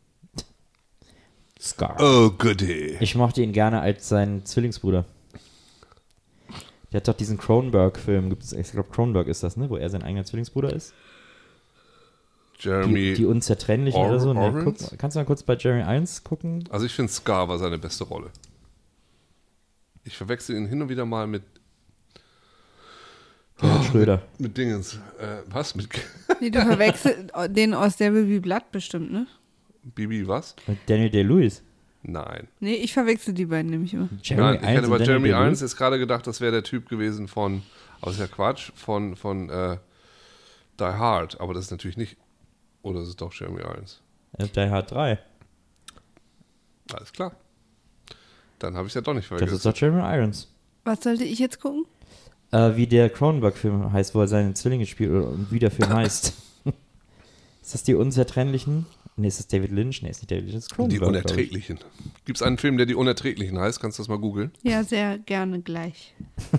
S1: Scar.
S3: Oh, goody.
S1: Ich mochte ihn gerne als seinen Zwillingsbruder. Der hat doch diesen Cronenberg-Film, gibt's, ich glaube Cronenberg ist das, ne? Wo er sein eigener Zwillingsbruder ist.
S3: Jeremy.
S1: Die, die Unzertrennlichen
S3: Or-
S1: oder so. Nee,
S3: Irons?
S1: guck, kannst du mal kurz bei Jeremy Irons gucken?
S3: Also ich finde Scar war seine beste Rolle. Ich verwechsel ihn hin und wieder mal mit,
S1: Gerhard Schröder.
S3: mit Dingens. Äh, was? Mit
S4: Nee, du verwechselst den aus Devil Be Blood bestimmt, ne?
S3: Bibi, was?
S1: Mit Daniel Day-Lewis.
S3: Nein.
S4: Nee, ich verwechsel die beiden nämlich immer.
S1: Jeremy
S3: Nein, ich hätte
S1: und
S3: bei
S1: Daniel
S3: Jeremy
S1: Day-Lewis.
S3: Irons jetzt gerade gedacht, das wäre der Typ gewesen von, aber ist ja Quatsch, von, von äh, Die Hard. Aber das ist natürlich nicht, oder ist es doch Jeremy Irons?
S1: Äh, Die Hard drei.
S3: Alles klar. Dann habe ich es ja doch nicht
S1: Das
S3: vergessen.
S1: ist doch Jeremy Irons.
S4: Was sollte ich jetzt gucken?
S1: Äh, wie der Cronenberg-Film heißt, wo er seine Zwillinge spielt oder und wie der Film heißt. Ist das die Unzertrennlichen? Nee, ist das David Lynch? Nee, ist nicht David Lynch, das ist
S3: Die
S1: Cronenberg. glaub ich.
S3: Unerträglichen. Gibt es einen Film, der Die Unerträglichen heißt? Kannst du das mal googeln?
S4: Ja, sehr gerne gleich.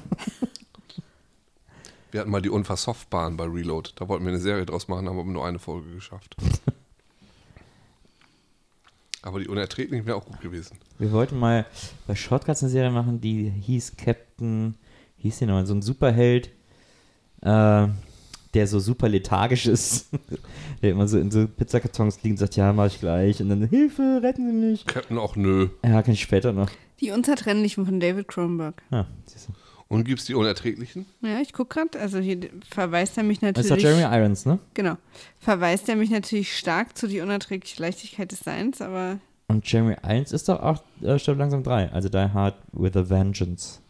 S3: Wir hatten mal die Unversoftbahn bei Reload. Da wollten wir eine Serie draus machen, haben aber nur eine Folge geschafft. Aber die Unerträglichen wäre auch gut gewesen.
S1: Wir wollten mal bei Shortcuts eine Serie machen, die hieß Captain, hieß die nochmal, so ein Superheld, äh, der so super lethargisch ist. Der immer so in so Pizzakartons liegt und sagt, ja, mach ich gleich. Und dann, Hilfe, retten Sie mich.
S3: Captain auch nö.
S1: Ja, kann ich später noch.
S4: Die Unzertrennlichen von David Cronenberg.
S1: Ah, siehst du.
S3: Und gibt es die Unerträglichen?
S4: Ja, ich gucke gerade, also hier verweist er mich
S1: Das
S4: natürlich.
S1: ist doch Jeremy Irons, ne?
S4: Genau. Verweist er mich natürlich stark zu die unerträgliche Leichtigkeit des Seins, aber
S1: Und Jeremy Irons ist doch auch äh, Stirb langsam drei, also Die Hard with a Vengeance.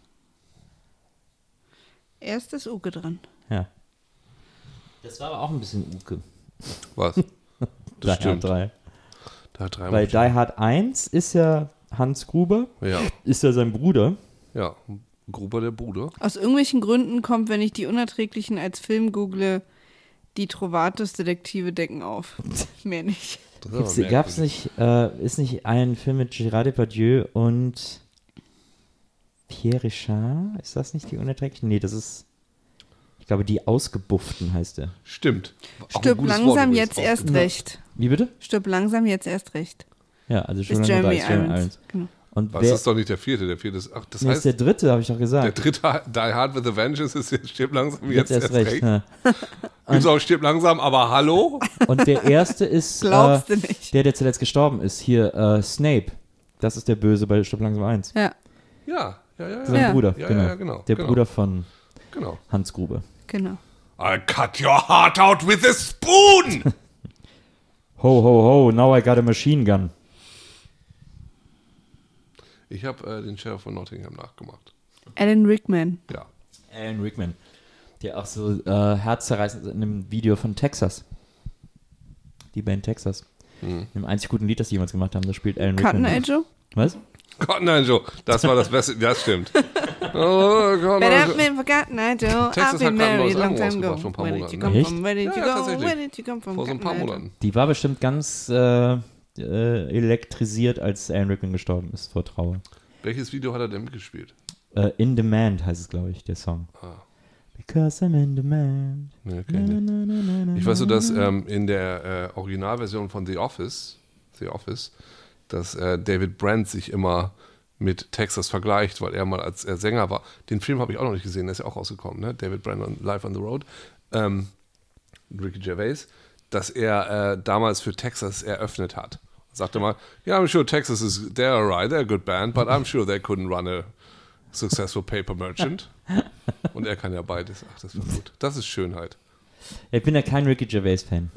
S4: erst ist Uke dran.
S1: Ja. Das war aber auch ein bisschen Uke.
S3: Was?
S1: Die
S3: Das
S1: Hard
S3: stimmt.
S1: drei.
S3: Da hat dreimal
S1: Weil Die Hard eins ist ja Hans Gruber,
S3: Ja,
S1: ist ja sein Bruder.
S3: ja. Gruber der Bruder.
S4: Aus irgendwelchen Gründen kommt, wenn ich die Unerträglichen als Film google, die Trovatos-Detektive decken auf. Mehr nicht.
S3: Das ist aber
S1: Gibt's, gab's
S3: merkwürdig.
S1: nicht, äh, ist nicht ein Film mit Gérard Depardieu und Pierre Richard? Ist das nicht die Unerträglichen? Nee, das ist, ich glaube, die Ausgebufften heißt der.
S3: Stimmt. Auch ein
S4: Stirb
S3: gutes Wort
S4: langsam
S3: übrigens,
S4: jetzt erst
S3: ausgebucht.
S4: recht.
S1: Wie bitte?
S4: Stirb langsam jetzt erst recht.
S1: Ja, also schon
S4: Ist
S1: lange da
S4: Jeremy
S1: ist Jeremy
S4: Irons.
S1: Irons.
S4: Genau.
S1: Und
S3: Was
S1: wer,
S3: ist doch nicht der vierte? Der vierte ist, ach, das
S1: nee, ist
S3: heißt,
S1: der dritte, habe ich doch
S3: der
S1: gesagt.
S3: dritte Die Hard with a Vengeance ist jetzt Stirb langsam, jetzt, erst recht.
S1: Ja.
S3: Gibt's auch Stirb langsam, aber hallo?
S1: Und der erste ist
S4: Glaubst
S1: äh,
S4: du nicht?
S1: der, der zuletzt gestorben ist. Hier, äh, Snape. Das ist der Böse bei Stirb langsam eins.
S4: Ja,
S3: Ja, ja, ja,
S1: Sein
S3: ja.
S4: Ja.
S1: Bruder,
S3: Ja,
S1: genau.
S3: ja, genau,
S1: Der
S3: genau.
S1: Bruder von
S3: Genau.
S1: Hans Gruber.
S4: genau.
S3: I'll cut your heart out with a spoon!
S1: Ho, ho, ho, now I got a machine gun.
S3: Ich habe äh, den Sheriff von Nottingham nachgemacht.
S4: Alan Rickman.
S3: Ja.
S1: Alan Rickman. Der auch so äh, herzzerreißend ist in einem Video von Texas. Die Band Texas.
S3: Mhm.
S1: Im einzig guten Lied, das sie jemals gemacht haben, da spielt Alan
S4: Cotton
S1: Rickman.
S4: Eye Joe?
S1: Was?
S3: Gott, nein, Joe. Das war das Beste. Das stimmt. Oh, Gott,
S4: But
S3: nein,
S4: I've been forgotten, I do.
S3: Texas
S4: I've been
S3: hat gerade ein
S4: married
S3: neues
S4: a long
S3: Album
S4: time ago.
S3: rausgebracht, vor ein paar
S4: Where did you
S3: Monaten,
S4: come
S1: ne?
S4: from? Where did you
S3: Ja,
S4: go?
S3: tatsächlich.
S4: Where did you come from?
S3: Vor so ein paar
S4: Forgotten, I do.
S3: Monaten.
S1: Die war bestimmt ganz äh, äh, elektrisiert, als Alan Rickman gestorben ist vor Trauer.
S3: Welches Video hat er denn mitgespielt?
S1: Äh, In Demand heißt es, glaube ich, der Song.
S3: Ah.
S1: Because I'm in demand.
S3: Nee, kenn ich nicht.
S1: Na, na, na, na,
S3: Ich weiß nur, dass
S1: na.
S3: ähm, in der äh, Originalversion von The Office, The Office, dass äh, David Brent sich immer mit Texas vergleicht, weil er mal als er Sänger war. Den Film habe ich auch noch nicht gesehen, der ist ja auch rausgekommen, ne? David Brent on Live on the Road. Ähm, Ricky Gervais, dass er äh, damals für Texas eröffnet hat. Sagte mal, yeah, I'm sure Texas is, they're alright, they're a good band, but I'm sure they couldn't run a successful paper merchant. Und er kann ja beides. Ach, das war gut. Das ist Schönheit.
S1: Ich bin ja kein Ricky Gervais-Fan.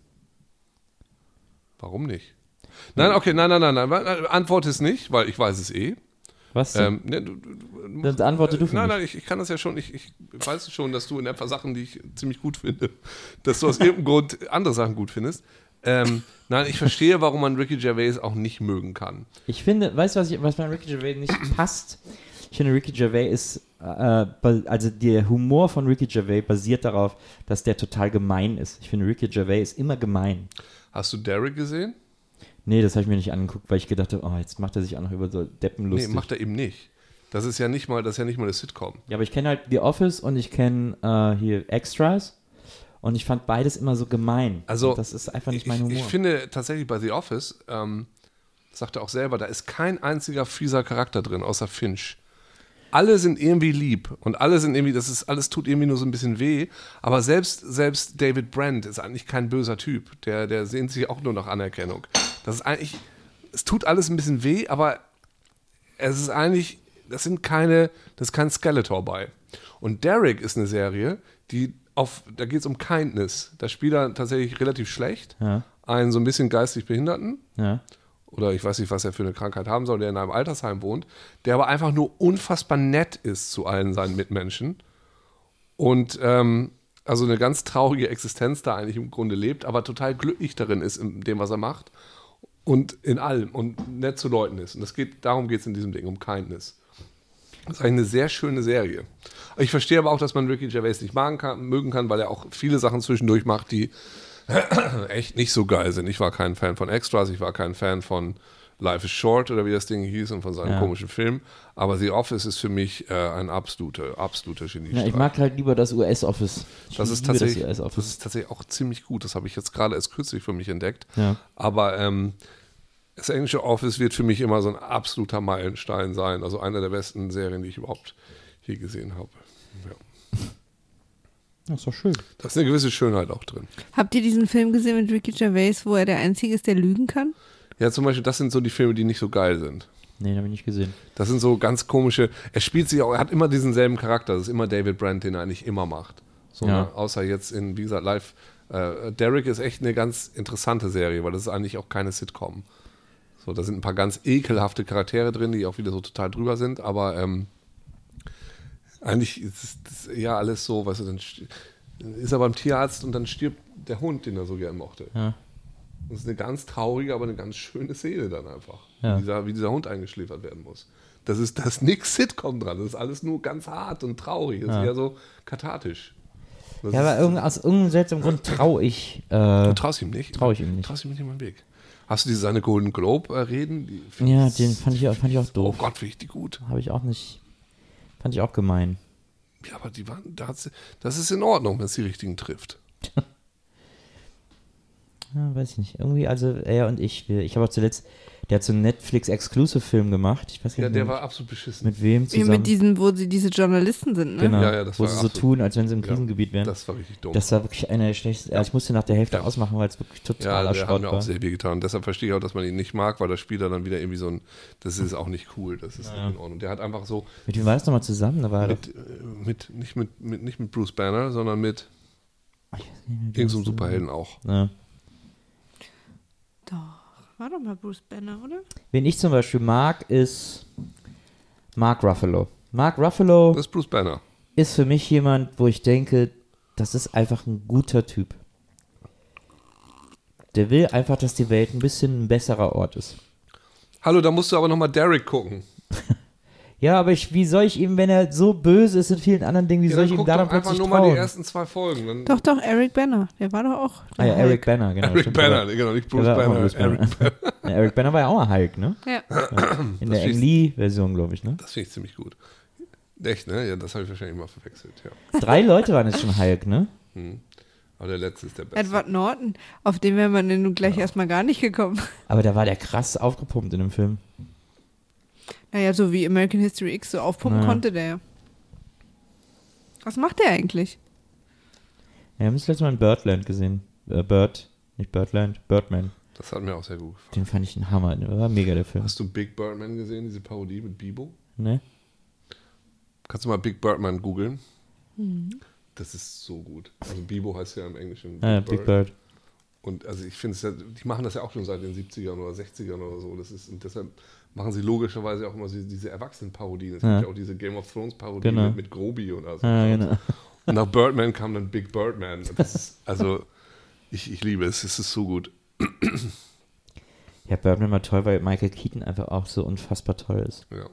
S3: Warum nicht? Nein, okay, nein, nein, nein, nein. Antwort ist nicht, weil ich weiß es eh.
S1: Was denn?
S3: Ähm, ne, du, du,
S1: Dann antworte du für
S3: Nein,
S1: mich.
S3: nein, ich, ich kann das ja schon. Ich, ich weiß schon, dass du in etwa Sachen, die ich ziemlich gut finde, dass du aus irgendeinem Grund andere Sachen gut findest. Ähm, nein, ich verstehe, warum man Ricky Gervais auch nicht mögen kann.
S1: Ich finde, weißt du, was, ich, was bei Ricky Gervais nicht passt? Ich finde, Ricky Gervais ist, äh, ba- also der Humor von Ricky Gervais basiert darauf, dass der total gemein ist. Ich finde, Ricky Gervais ist immer gemein.
S3: Hast du Derek gesehen?
S1: Nee, das habe ich mir nicht angeguckt, weil ich gedacht habe, oh, jetzt macht er sich auch noch über so Deppen lustig.
S3: Nee, macht er eben nicht. Das ist ja nicht mal, das ist ja nicht mal eine Sitcom.
S1: Ja, aber ich kenne halt The Office und ich kenne äh, hier Extras und ich fand beides immer so gemein.
S3: Also,
S1: und das ist einfach nicht
S3: ich,
S1: mein Humor.
S3: Ich finde tatsächlich bei The Office, ähm, sagt er auch selber, da ist kein einziger fieser Charakter drin, außer Finch. Alle sind irgendwie lieb und alle sind irgendwie, das ist, alles tut irgendwie nur so ein bisschen weh, aber selbst, selbst David Brent ist eigentlich kein böser Typ, der, der sehnt sich auch nur nach Anerkennung. Das ist eigentlich, es tut alles ein bisschen weh, aber es ist eigentlich, das sind keine, das ist kein Skeletor bei. Und Derek ist eine Serie, die auf, da geht es um Kindness. Da spielt er tatsächlich relativ schlecht,
S1: Ja.
S3: einen so ein bisschen geistig Behinderten,
S1: Ja.
S3: oder ich weiß nicht, was er für eine Krankheit haben soll, der in einem Altersheim wohnt, der aber einfach nur unfassbar nett ist zu allen seinen Mitmenschen und ähm, also eine ganz traurige Existenz da eigentlich im Grunde lebt, aber total glücklich darin ist in dem, was er macht und in allem und nett zu Leuten ist. Und das geht, darum geht es in diesem Ding, um Kindness. Das ist eigentlich eine sehr schöne Serie. Ich verstehe aber auch, dass man Ricky Gervais nicht mögen kann, mögen kann, weil er auch viele Sachen zwischendurch macht, die echt nicht so geil sind. Ich war kein Fan von Extras, ich war kein Fan von Life is Short oder wie das Ding hieß und von seinen
S1: Ja.
S3: komischen Filmen. Aber The Office ist für mich äh, ein absoluter, absoluter Geniestreich.
S1: Ja, ich mag halt lieber das U S-Office. Ich
S3: das ist,
S1: liebe
S3: tatsächlich,
S1: das
S3: das
S1: U S-Office.
S3: ist tatsächlich auch ziemlich gut. Das habe ich jetzt gerade erst kürzlich für mich entdeckt.
S1: Ja.
S3: Aber ähm, das englische Office wird für mich immer so ein absoluter Meilenstein sein. Also eine der besten Serien, die ich überhaupt je gesehen habe. Ja.
S1: Das ist doch schön.
S3: Da ist eine gewisse Schönheit auch drin.
S4: Habt ihr diesen Film gesehen mit Ricky Gervais, wo er der Einzige ist, der lügen kann?
S3: Ja, zum Beispiel, das sind so die Filme, die nicht so geil sind.
S1: Nee, den habe ich nicht gesehen.
S3: Das sind so ganz komische. Er spielt sich auch, er hat immer diesen selben Charakter. Das ist immer David Brent, den er eigentlich immer macht. So,
S1: Ja.
S3: ne? Außer jetzt in, wie gesagt, Live. Äh, Derek ist echt eine ganz interessante Serie, weil das ist eigentlich auch keine Sitcom. So, da sind ein paar ganz ekelhafte Charaktere drin, die auch wieder so total drüber sind, aber ähm, eigentlich ist das ja alles so, weißt du, dann st- ist er beim Tierarzt und dann stirbt der Hund, den er so gern mochte.
S1: Ja.
S3: Das ist eine ganz traurige, aber eine ganz schöne Szene dann einfach.
S1: Ja.
S3: Wie, dieser, wie dieser Hund eingeschläfert werden muss. Das ist, da ist nix Sitcom dran. Das ist alles nur ganz hart und traurig. Das
S1: Ja.
S3: ist eher so kathartisch. Das
S1: Ja, aber
S3: ist,
S1: irgend, aus irgendeinem seltsamen Grund traue ich. Äh,
S3: du traust ihm nicht.
S1: trau ich ihm nicht.
S3: Traust ihm nicht in meinen Weg. Hast du diese seine Golden Globe-Reden? Die-
S1: ja, den fand ich, auch- fand ich auch
S3: Oh
S1: doof.
S3: Gott, finde ich die gut.
S1: Habe ich auch nicht. Fand ich auch gemein.
S3: Ja, aber die waren, da hat's, das ist in Ordnung, wenn es die richtigen trifft.
S1: Ja, weiß ich nicht. Irgendwie, also er und ich, wir, ich habe auch zuletzt, der hat so einen Netflix-Exclusive-Film gemacht. Ich weiß gar
S3: Ja,
S1: nicht
S3: der
S1: mehr,
S3: war absolut beschissen.
S1: mit wem
S4: Wie
S1: zusammen.
S4: mit diesen, wo sie diese Journalisten sind, ne?
S1: Genau,
S3: Ja, ja, das
S1: wo
S3: war
S1: sie so
S3: absolut-
S1: tun, als wenn sie im
S3: Ja,
S1: Krisengebiet wären.
S3: Das war richtig dumm.
S1: Das war wirklich einer der schlechtesten. Also ich musste nach der Hälfte
S3: Ja.
S1: ausmachen, weil es wirklich
S3: Ja,
S1: totaler
S3: der hat
S1: Schrott
S3: mir
S1: war.
S3: auch sehr weh getan. Deshalb verstehe ich auch, dass man ihn nicht mag, weil der Spieler dann wieder irgendwie so ein, das ist auch nicht cool, das ist
S1: Ja.
S3: nicht in Ordnung. Der hat einfach so,
S1: Mit wem war das nochmal zusammen? Da war er
S3: mit, äh, mit, nicht, mit, mit, nicht mit Bruce Banner, sondern mit
S1: doch. Ich weiß nicht mehr, wie
S3: irgendeinem
S1: das-
S3: Superhelden auch.
S1: Ja.
S4: Doch. War doch mal Bruce Banner, oder?
S1: Wen ich zum Beispiel mag, ist Mark Ruffalo. Mark Ruffalo
S3: Das ist Bruce Banner.
S1: ist für mich jemand, wo ich denke, das ist einfach ein guter Typ. Der will einfach, dass die Welt ein bisschen ein besserer Ort ist.
S3: Hallo, da musst du aber nochmal Derek gucken.
S1: Ja, aber ich, wie soll ich ihm, wenn er so böse ist in vielen anderen Dingen, wie
S3: Ja,
S1: soll ich
S3: dann
S1: ihm
S3: guck
S1: da
S3: doch
S1: dann plötzlich
S3: einfach nur
S1: trauen?
S3: mal die ersten zwei Folgen. Dann
S4: Doch, doch, Eric Banner. Der war doch auch.
S1: Ah ja,
S4: der
S1: Eric
S4: Hulk.
S1: Banner, genau.
S3: Eric
S1: stimmt,
S3: Banner,
S1: aber-
S3: genau, nicht Bruce
S1: Der war auch
S3: Banner.
S1: Bruce Banner.
S3: Eric Banner.
S1: Ja, Eric Banner war ja auch mal Hulk, ne?
S4: Ja.
S1: In
S3: Das
S1: der Ang
S3: ist-
S1: Lee-Version, glaube ich, ne?
S3: Das finde ich ziemlich gut. Echt, ne? Ja, das habe ich wahrscheinlich mal verwechselt, ja.
S1: Drei Leute waren jetzt schon Hulk, ne?
S3: Aber der letzte ist der beste.
S4: Edward Norton. Auf den wäre man denn nun gleich erstmal gar nicht gekommen.
S1: Aber da war der krass aufgepumpt in dem Film.
S4: Naja, so wie American History X so aufpumpen
S1: Ja.
S4: konnte der. Was macht der eigentlich?
S1: Ja, wir haben das letzte Mal in Birdland gesehen. Äh, Bird, nicht Birdland, Birdman.
S3: Das hat mir auch sehr gut gefallen.
S1: Den fand ich ein Hammer. Der war mega, der Film.
S3: Hast du Big Birdman gesehen, diese Parodie mit Bibo?
S1: Ne?
S3: Kannst du mal Big Birdman googeln? Das ist so gut. Also Bibo heißt ja im Englischen Big,
S1: Ah, ja,
S3: Bird.
S1: Big Bird.
S3: Und also ich finde es ja, die machen das ja auch schon seit den siebzigern oder sechzigern oder so. Das ist, und deshalb machen sie logischerweise auch immer so diese Erwachsenen-Parodien. Es
S1: Ja.
S3: gibt ja auch diese Game of Thrones-Parodie
S1: Genau.
S3: mit, mit Grobi oder so.
S1: Ah, genau.
S3: Und nach Birdman kam dann Big Birdman. Das ist, also ich, ich liebe es, es ist so gut.
S1: Ja, Birdman war toll, weil Michael Keaton einfach auch so unfassbar toll ist.
S3: Ja.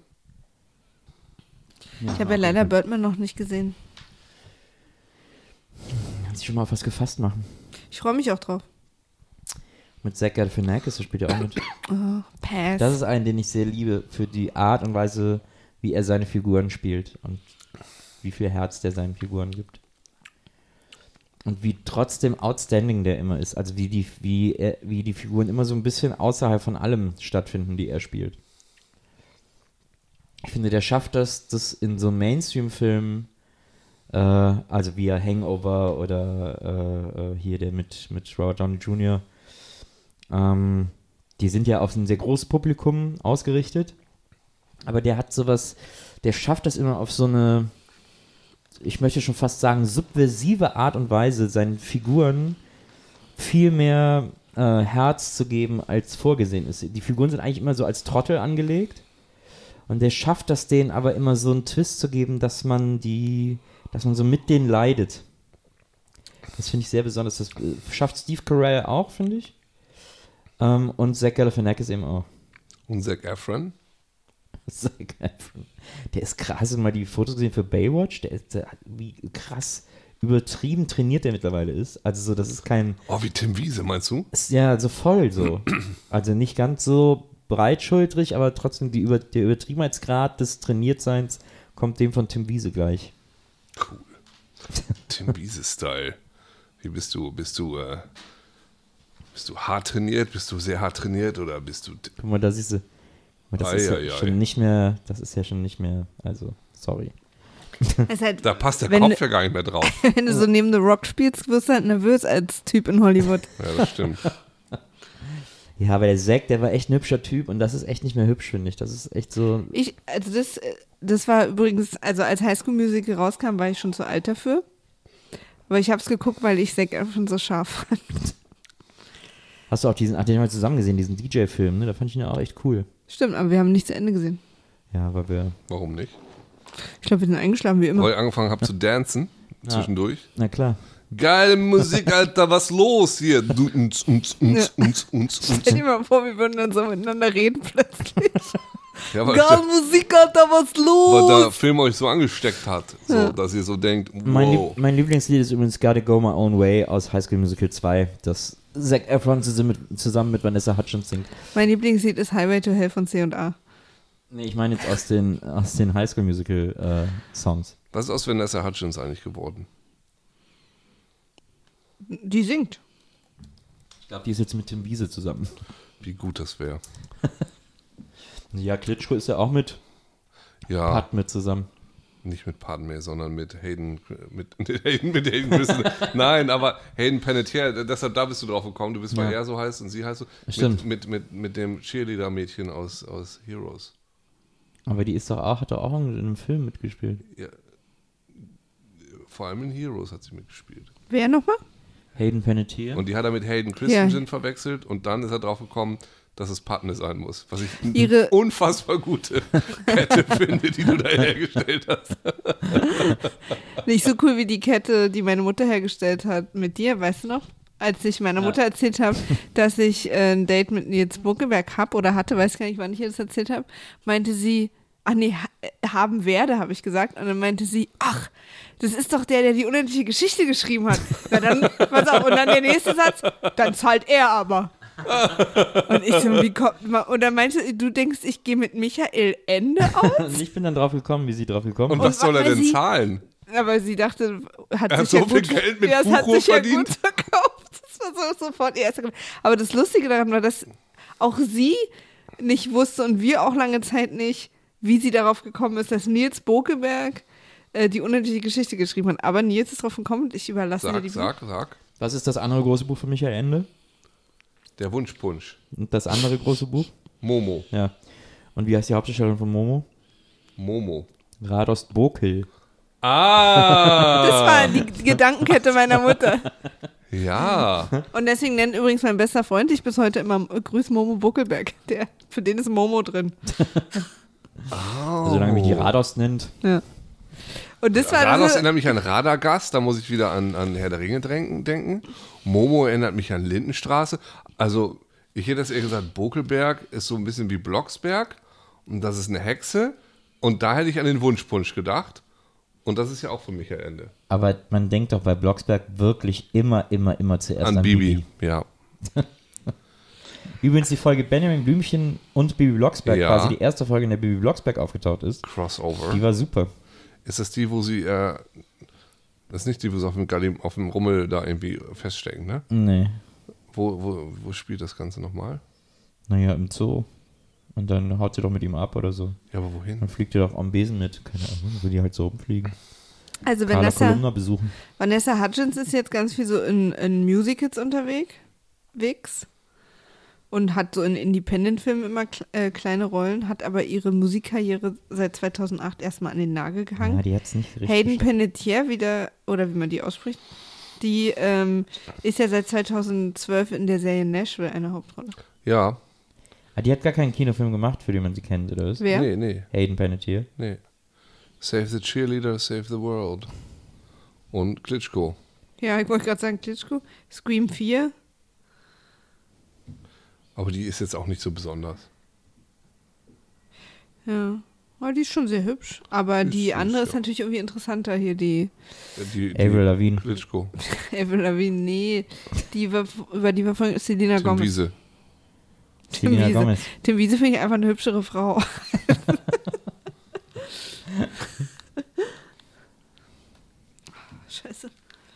S4: Ich habe ja leider Birdman noch nicht gesehen.
S1: Kannst du schon mal auf was gefasst machen?
S4: Ich freue mich auch drauf.
S1: Mit Zach Galifianakis, der spielt ja auch mit.
S4: Oh, Pass.
S1: Das ist einen, den ich sehr liebe, für die Art und Weise, wie er seine Figuren spielt und wie viel Herz der seinen Figuren gibt. Und wie trotzdem outstanding der immer ist. Also wie die, wie, er, wie die Figuren immer so ein bisschen außerhalb von allem stattfinden, die er spielt. Ich finde, der schafft das, das in so Mainstream-Filmen, äh, also wie Hangover oder äh, äh, hier der mit, mit Robert Downey Junior, ähm, die sind ja auf ein sehr großes Publikum ausgerichtet, aber der hat sowas, der schafft das immer auf so eine, ich möchte schon fast sagen, subversive Art und Weise, seinen Figuren viel mehr äh, Herz zu geben, als vorgesehen ist. Die Figuren sind eigentlich immer so als Trottel angelegt und der schafft das denen aber immer so einen Twist zu geben, dass man die, dass man so mit denen leidet. Das finde ich sehr besonders. Das äh, schafft Steve Carell auch, finde ich. Ähm, und Zach Galifianakis eben auch.
S3: Und Zac Efron?
S1: Zac Efron. Der ist krass. Hast du mal die Fotos gesehen für Baywatch? Der ist, der, wie krass übertrieben trainiert der mittlerweile ist. Also so, das ist kein...
S3: Oh, wie Tim Wiese, meinst du?
S1: Ist ja so voll so. Also nicht ganz so breitschultrig, aber trotzdem die über, der Übertriebenheitsgrad des Trainiertseins kommt dem von Tim Wiese gleich.
S3: Cool. Tim Wiese-Style. Wie bist du? Bist du, äh, bist du hart trainiert? Bist du sehr hart trainiert oder bist du...
S1: Guck mal, da siehst du... Das
S3: Ei,
S1: ist ja
S3: ei, ei.
S1: schon nicht mehr... Das ist ja schon nicht mehr... Also, sorry.
S4: Das ist halt,
S3: Da passt der
S4: Wenn-
S3: Kopf ja gar nicht mehr drauf.
S4: wenn du so neben The Rock spielst, wirst du halt nervös als Typ in Hollywood.
S3: Ja, das stimmt.
S1: Ja, aber der Zack, der war echt ein hübscher Typ und das ist echt nicht mehr hübsch, finde ich. Das ist echt so...
S4: Ich, also das, äh, das war übrigens, also als Highschool-Musical rauskam, war ich schon zu alt dafür. Aber ich habe es geguckt, weil ich Zac Efron so scharf fand.
S1: Hast du auch diesen... Ach, den haben wir zusammen gesehen, diesen D J-Film, ne? Da fand ich ihn auch echt cool.
S4: Stimmt, aber wir haben nicht zu Ende gesehen.
S1: Ja, weil wir...
S3: Warum nicht?
S4: Ich glaube, wir sind eingeschlafen wie immer.
S3: Weil ich angefangen habe zu dancen zwischendurch.
S1: Na klar.
S3: Geile Musik, Alter, was los hier? Du, uns, uns, uns, uns, uns, uns.
S4: Stell dir mal vor, wir würden dann so miteinander reden plötzlich.
S3: Ja, weil,
S4: Geil, Musik, Alter, was los?
S3: weil der Film euch so angesteckt hat, so, dass ihr so denkt,
S1: Mein,
S3: wow.
S1: Lieb mein Lieblingslied ist übrigens Gotta Go My Own Way aus High School Musical zwei, das Zac Efron zusammen mit, zusammen mit Vanessa Hudgens singt.
S4: Mein Lieblingslied ist Highway to Hell von C und A.
S1: Nee, ich meine jetzt aus den, aus den High School Musical äh, Songs.
S3: Was ist aus Vanessa Hudgens eigentlich geworden?
S4: Die singt.
S1: Ich glaube, die ist jetzt mit Tim Wiese zusammen.
S3: Wie gut das wäre.
S1: Ja, Klitschko ist ja auch mit
S3: Ja,
S1: Pat mit zusammen.
S3: nicht mit Padme, sondern mit Hayden, mit, mit Hayden, mit Hayden Christen. Nein, aber Hayden Panettiere, deshalb da bist du drauf gekommen. Du bist, weil
S1: Ja.
S3: er so heißt und sie heißt so.
S1: Stimmt.
S3: Mit, mit, mit, mit dem Cheerleader-Mädchen aus, aus Heroes.
S1: Aber die ist doch auch, hat doch auch in einem Film mitgespielt.
S3: Ja. Vor allem in Heroes hat sie mitgespielt.
S4: Wer nochmal?
S1: Hayden Panettiere.
S3: Und die hat er mit Hayden Christensen verwechselt und dann ist er drauf gekommen, dass es Padme sein muss. Was ich
S4: Ihre-
S3: eine unfassbar gute Kette finde, die du da hergestellt hast.
S4: Nicht so cool wie die Kette, die meine Mutter hergestellt hat mit dir, weißt du noch? als ich meiner Mutter erzählt habe, dass ich äh, ein Date mit Nils Bokelberg habe oder hatte, weiß gar nicht, wann ich ihr das erzählt habe, meinte sie, ach nee, ha- haben werde, habe ich gesagt. Und dann meinte sie, ach, das ist doch der, der die unendliche Geschichte geschrieben hat. Na dann, pass auf, und dann der nächste Satz, dann zahlt er aber. Und ich so, wie kommt man? Und dann meinte sie, du denkst, ich gehe mit Michael Ende aus?
S1: Und ich bin dann drauf gekommen, wie sie drauf gekommen
S3: Und
S1: ist.
S3: was soll er
S4: weil
S3: denn
S4: sie-
S3: zahlen?
S4: Aber sie dachte, hat
S3: Er hat
S4: sich ja
S3: so viel
S4: gut,
S3: Geld mit
S4: ja, es hat
S3: Buchrohr
S4: sich ja
S3: verdient.
S4: gut verkauft. Das war so, sofort ihr erster Grund. Aber das Lustige daran war, dass auch sie nicht wusste und wir auch lange Zeit nicht, wie sie darauf gekommen ist, dass Nils Bokelberg äh, die unendliche Geschichte geschrieben hat. Aber Nils ist drauf gekommen und ich überlasse dir
S3: Sag,
S4: die
S3: sag, sag.
S1: Was ist das andere große Buch von Michael Ende?
S3: Der Wunschpunsch.
S1: Und das andere große Buch?
S3: Momo.
S1: Ja. Und wie heißt die Hauptdarstellerin von Momo?
S3: Momo.
S1: Radost Bokel.
S3: Ah!
S4: Das war die Gedankenkette meiner Mutter.
S3: Ja.
S4: Und deswegen nennt übrigens mein bester Freund dich bis heute immer äh, Grüß Momo Buckelberg. Der, für den ist Momo drin.
S1: Also, solange mich die Radost nennt.
S4: Ja. Und das war
S3: Rados
S4: so,
S3: erinnert mich an Radagast, da muss ich wieder an, an Herr der Ringe denken, denken. Momo erinnert mich an Lindenstraße. Also, ich hätte das eher gesagt, Bokelberg ist so ein bisschen wie Blocksberg und das ist eine Hexe. Und da hätte ich an den Wunschpunsch gedacht. Und das ist ja auch für Michael Ende.
S1: Aber man denkt doch bei Blocksberg wirklich immer, immer, immer zuerst an,
S3: An Bibi,
S1: Bibi.
S3: ja.
S1: Übrigens die Folge Benjamin Blümchen und Bibi Blocksberg,
S3: Ja.
S1: quasi die erste Folge, in der Bibi Blocksberg aufgetaucht ist.
S3: Crossover.
S1: Die war super.
S3: Ist das die, wo sie, äh, das ist nicht die, wo sie auf dem, Galli- auf dem Rummel da irgendwie feststecken, ne?
S1: Nee.
S3: Wo, wo, wo spielt das Ganze nochmal?
S1: Naja, im Zoo. Und dann haut sie doch mit ihm ab oder so.
S3: Ja, aber wohin?
S1: Dann fliegt ihr doch am Besen mit. Keine Ahnung, will die halt so rumfliegen.
S4: also
S1: Carla
S4: Vanessa,
S1: Kolumna besuchen.
S4: Vanessa Hudgens ist jetzt ganz viel so in, in Musicals unterwegs und hat so in Independent-Filmen immer kle- äh, kleine Rollen, hat aber ihre Musikkarriere seit zweitausendacht erstmal an den Nagel gehangen.
S1: Ja, die hat's nicht richtig
S4: Hayden
S1: geschafft.
S4: Panettiere wieder, oder wie man die ausspricht, die ähm, ist ja seit zweitausendzwölf in der Serie Nashville eine Hauptrolle.
S3: Ja.
S1: Ah, die hat gar keinen Kinofilm gemacht, für den man sie kennt, oder was?
S4: Wer?
S3: Nee, nee,
S1: Hayden Panettiere.
S3: nee. Save the Cheerleader, Save the World. Und Klitschko.
S4: Ja, ich wollte gerade sagen, Klitschko. Scream vier.
S3: Aber die ist jetzt auch nicht so besonders.
S4: Ja. Aber die ist schon sehr hübsch. Aber
S3: Ist
S4: die
S3: süß,
S4: andere ist
S3: ja.
S4: natürlich irgendwie interessanter hier, die
S3: Die, die
S1: Avril Lavigne.
S3: Klitschko.
S4: Avril Lavigne. Nee, die war, über die war von Selena
S3: Tim
S4: Gomez.
S3: Wiese.
S4: Tim
S1: Selena
S4: Wiese.
S1: Gomez.
S4: Tim Wiese finde ich einfach eine hübschere Frau. Scheiße.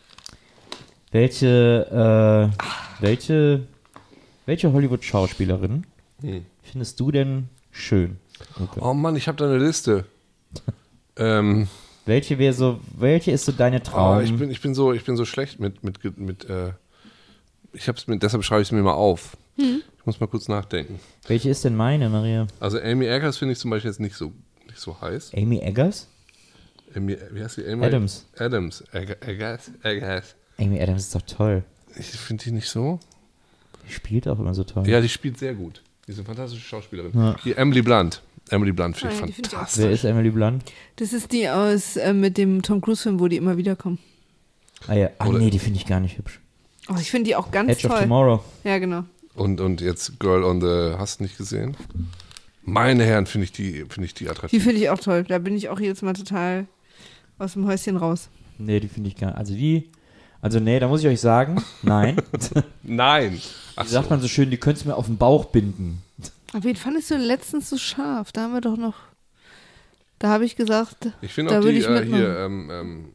S1: Welche, äh, welche, welche Hollywood-Schauspielerin
S3: Hm.
S1: findest du denn schön? Okay.
S3: Oh Mann, ich habe da eine Liste. ähm,
S1: Welche wäre so, welche ist so deine Traum?
S3: oh, ich, bin, ich, bin so, ich bin so schlecht mit, mit, mit äh, ich hab's mit, deshalb schreibe ich es mir mal auf.
S4: Hm.
S3: Ich muss mal kurz nachdenken.
S1: welche ist denn meine, Maria?
S3: Also Amy Eggers finde ich zum Beispiel jetzt nicht so, nicht so heiß.
S1: Amy Eggers?
S3: Amy, wie heißt die? Amy
S1: Adams.
S3: Adams. Egg- Eggers. Eggers.
S1: Amy Adams ist doch toll.
S3: Ich finde die nicht so.
S1: Die spielt auch immer so toll.
S3: Ja, die spielt sehr gut. Die ist eine fantastische Schauspielerin.
S1: Ja.
S3: Die Emily Blunt. Emily Blunt finde ich
S4: Ah, ja, die find ich auch
S3: fantastisch.
S1: Wer ist Emily Blunt?
S4: Das ist die aus äh, mit dem Tom Cruise-Film, wo die immer wiederkommen.
S1: Ah ja, ach
S3: Oder-
S1: nee, die finde ich gar nicht hübsch.
S4: Oh, ich finde die auch ganz
S1: Edge of
S4: toll.
S1: Tomorrow.
S4: Ja, genau.
S3: Und, und jetzt Girl on the, hast du nicht gesehen? Meine Herren, finde ich die, finde ich die
S4: Die
S3: attraktiv.
S4: finde ich auch toll. Da bin ich auch jedes Mal total aus dem Häuschen raus.
S1: Nee, die finde ich gar nicht. Also die, also nee, da muss ich euch sagen, nein.
S3: Nein. Ach
S1: Wie sagt
S3: so.
S1: man so schön, die könntest du mir auf den Bauch binden.
S4: Auf wen fandest du letztens so scharf? Da haben wir doch noch. Da habe ich gesagt,
S3: Ich finde
S4: da
S3: auch
S4: würde
S3: die
S4: ich
S3: äh,
S4: mitmachen.
S3: hier, ähm, ähm,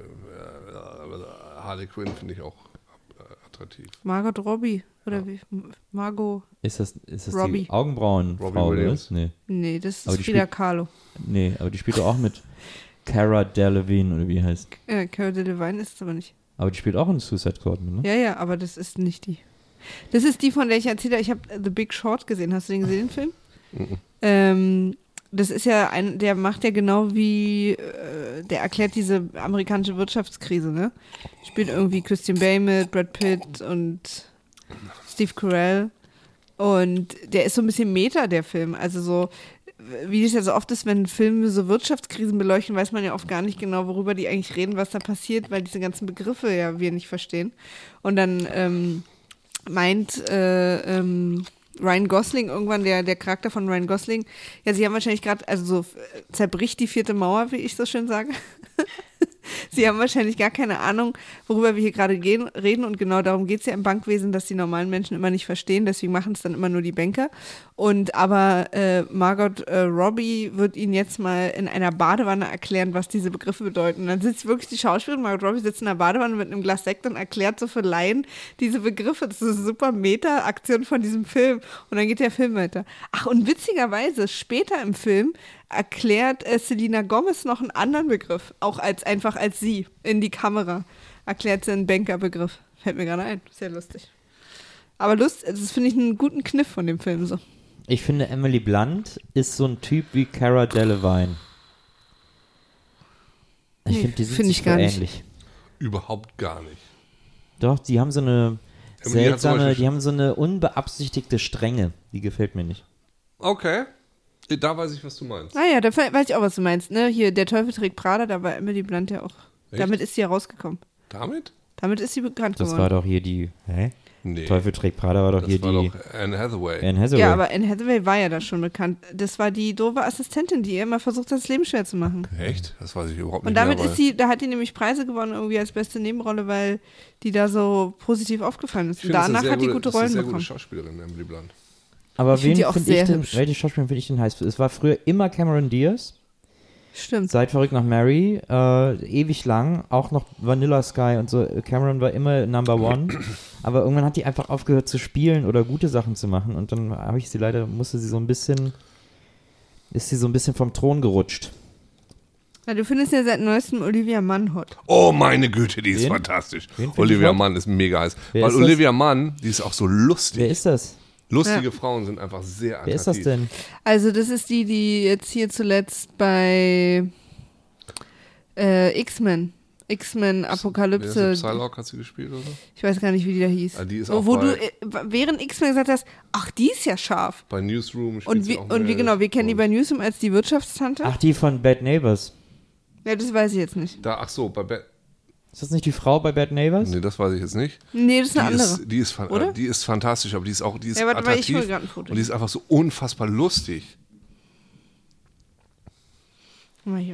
S3: äh, Harley Quinn finde ich auch äh, attraktiv.
S4: Margot Robbie. Oder wie? Margot.
S1: Ist das, ist das
S4: Robbie.
S1: die Augenbrauenfrau,
S3: Robbie
S1: oder
S3: Williams.
S1: was? Nee.
S4: Nee, das
S1: Aber
S4: ist
S1: die
S4: Frida
S1: spielt-
S4: Kahlo.
S1: Nee, aber die spielt doch auch mit Cara Delevingne, oder wie die heißt.
S4: Äh, Cara Delevingne ist es aber nicht.
S1: Aber die spielt auch in Suicide Squad mit, ne?
S4: Ja, ja, aber das ist nicht die. Das ist die, von der ich erzählt habe. Ich habe The Big Short gesehen. Hast du den gesehen, den Film?
S3: Mhm.
S4: Ähm, das ist ja ein, der macht ja genau wie, äh, der erklärt diese amerikanische Wirtschaftskrise, ne? Spielt irgendwie Christian Bale mit, Brad Pitt und Steve Carell. Und der ist so ein bisschen Meta, der Film. Also so, wie es ja so oft ist, wenn Filme so Wirtschaftskrisen beleuchten, weiß man ja oft gar nicht genau, worüber die eigentlich reden, was da passiert, weil diese ganzen Begriffe ja wir nicht verstehen. Und dann ähm, meint äh, ähm, Ryan Gosling irgendwann, der, der Charakter von Ryan Gosling, ja, sie haben wahrscheinlich gerade, also so zerbricht die vierte Mauer, wie ich so schön sage. Sie haben wahrscheinlich gar keine Ahnung, worüber wir hier gerade gehen, reden und genau darum geht es ja im Bankwesen, dass die normalen Menschen immer nicht verstehen, deswegen machen es dann immer nur die Banker. Und aber äh, Margot äh, Robbie wird ihnen jetzt mal in einer Badewanne erklären, was diese Begriffe bedeuten. Und dann sitzt wirklich die Schauspielerin, Margot Robbie sitzt in der Badewanne mit einem Glas Sekt und erklärt so für Laien diese Begriffe. Das ist eine super Meta-Aktion von diesem Film. Und dann geht der Film weiter. Ach, und witzigerweise, später im Film erklärt äh, Selena Gomez noch einen anderen Begriff, auch als einfach als sie in die Kamera erklärt sie einen Bankerbegriff. Fällt mir gerade ein, sehr lustig. Aber Lust, das finde ich einen guten Kniff von dem Film so.
S1: Ich finde, Emily Blunt ist so ein Typ wie Cara Delevingne. Ich
S4: Nee,
S1: finde, die sind
S4: find
S1: sich
S4: ich gar
S1: so
S4: nicht.
S1: ähnlich.
S3: Überhaupt gar nicht.
S1: Doch, die haben so eine
S3: Emily hat zum
S1: seltsame,
S3: Beispiel-
S1: die haben so eine unbeabsichtigte Strenge. Die gefällt mir nicht.
S3: Okay. Da weiß ich, was du meinst.
S4: Naja, da fe- weiß ich auch, was du meinst. Ne? Hier, der Teufel trägt Prada, da war Emily Blunt ja auch.
S3: Echt?
S4: Damit ist sie ja rausgekommen.
S3: Damit?
S4: Damit ist sie bekannt
S1: Das
S4: geworden.
S1: war doch hier die, hä?
S3: Nee.
S1: Teufel trägt Prada war doch
S3: das
S1: hier
S3: war
S1: die
S3: doch Anne Hathaway.
S1: Anne Hathaway.
S4: Ja, aber Anne Hathaway war ja da schon bekannt. Das war die doofe Assistentin, die ihr immer versucht hat, das Leben schwer zu machen.
S3: Echt? Das weiß ich überhaupt
S4: Und
S3: nicht
S4: damit
S3: mehr.
S4: ist sie, da hat die nämlich Preise gewonnen, irgendwie als beste Nebenrolle, weil die da so positiv aufgefallen ist.
S3: Ich
S4: Und
S3: finde, das ist eine
S4: danach
S3: sehr
S4: hat die
S3: gute,
S4: gute
S3: das ist eine
S4: Rollen
S3: sehr
S4: bekommen.
S3: gute Schauspielerin, Emily Blunt.
S1: aber
S4: ich find
S1: wen
S4: die auch
S1: finde ich
S4: sehr
S1: denn,
S4: hübsch.
S1: welche Schauspielerin finde ich denn heiß? Es war früher immer Cameron Diaz.
S4: Stimmt.
S1: Seit Verrückt nach Mary, äh, ewig lang, auch noch Vanilla Sky und so. Cameron war immer Number One, aber irgendwann hat die einfach aufgehört zu spielen oder gute Sachen zu machen und dann habe ich sie leider, musste sie so ein bisschen, ist sie so ein bisschen vom Thron gerutscht.
S4: Ja, du findest ja seit neuestem Olivia Munn hot.
S3: Oh, meine Güte, die ist
S1: Wen?
S3: fantastisch.
S1: Wen find
S3: Olivia
S1: ich hot?
S3: Munn ist mega heiß.
S1: Wer
S3: Weil
S1: ist das?
S3: Olivia Munn, die ist auch so lustig.
S1: Wer ist das?
S3: Lustige
S4: Ja.
S3: Frauen sind einfach sehr attraktiv.
S1: Wer ist das denn?
S4: Also das ist die, die jetzt hier zuletzt bei äh, X-Men, X-Men Apokalypse,
S3: Wer ist Psylocke hat sie gespielt oder so?
S4: ich weiß gar nicht, wie die da hieß.
S3: Ah, die ist
S4: wo
S3: auch
S4: wo
S3: bei-
S4: du äh, während X-Men gesagt hast, ach, die ist ja scharf.
S3: Bei Newsroom spielt
S4: Und
S3: sie
S4: wie,
S3: auch
S4: und wie
S3: mit.
S4: genau, wir kennen die
S3: Und
S4: bei Newsroom als die Wirtschaftstante.
S1: Ach, die von Bad Neighbors.
S4: Ja, das weiß ich jetzt nicht.
S3: Da, ach so, bei Bad...
S1: Ist das nicht die Frau bei Bad Neighbors?
S3: Nee, das weiß ich jetzt nicht.
S4: Nee, das ist eine
S3: die
S4: andere.
S3: Ist, die, ist fan-
S4: Oder?
S3: äh, die ist fantastisch, aber die ist auch die ist
S4: Ja, warte mal, ich
S3: attraktiv
S4: hol grad ein Foto.
S3: und die ist einfach so unfassbar lustig.
S4: Guck mal hier.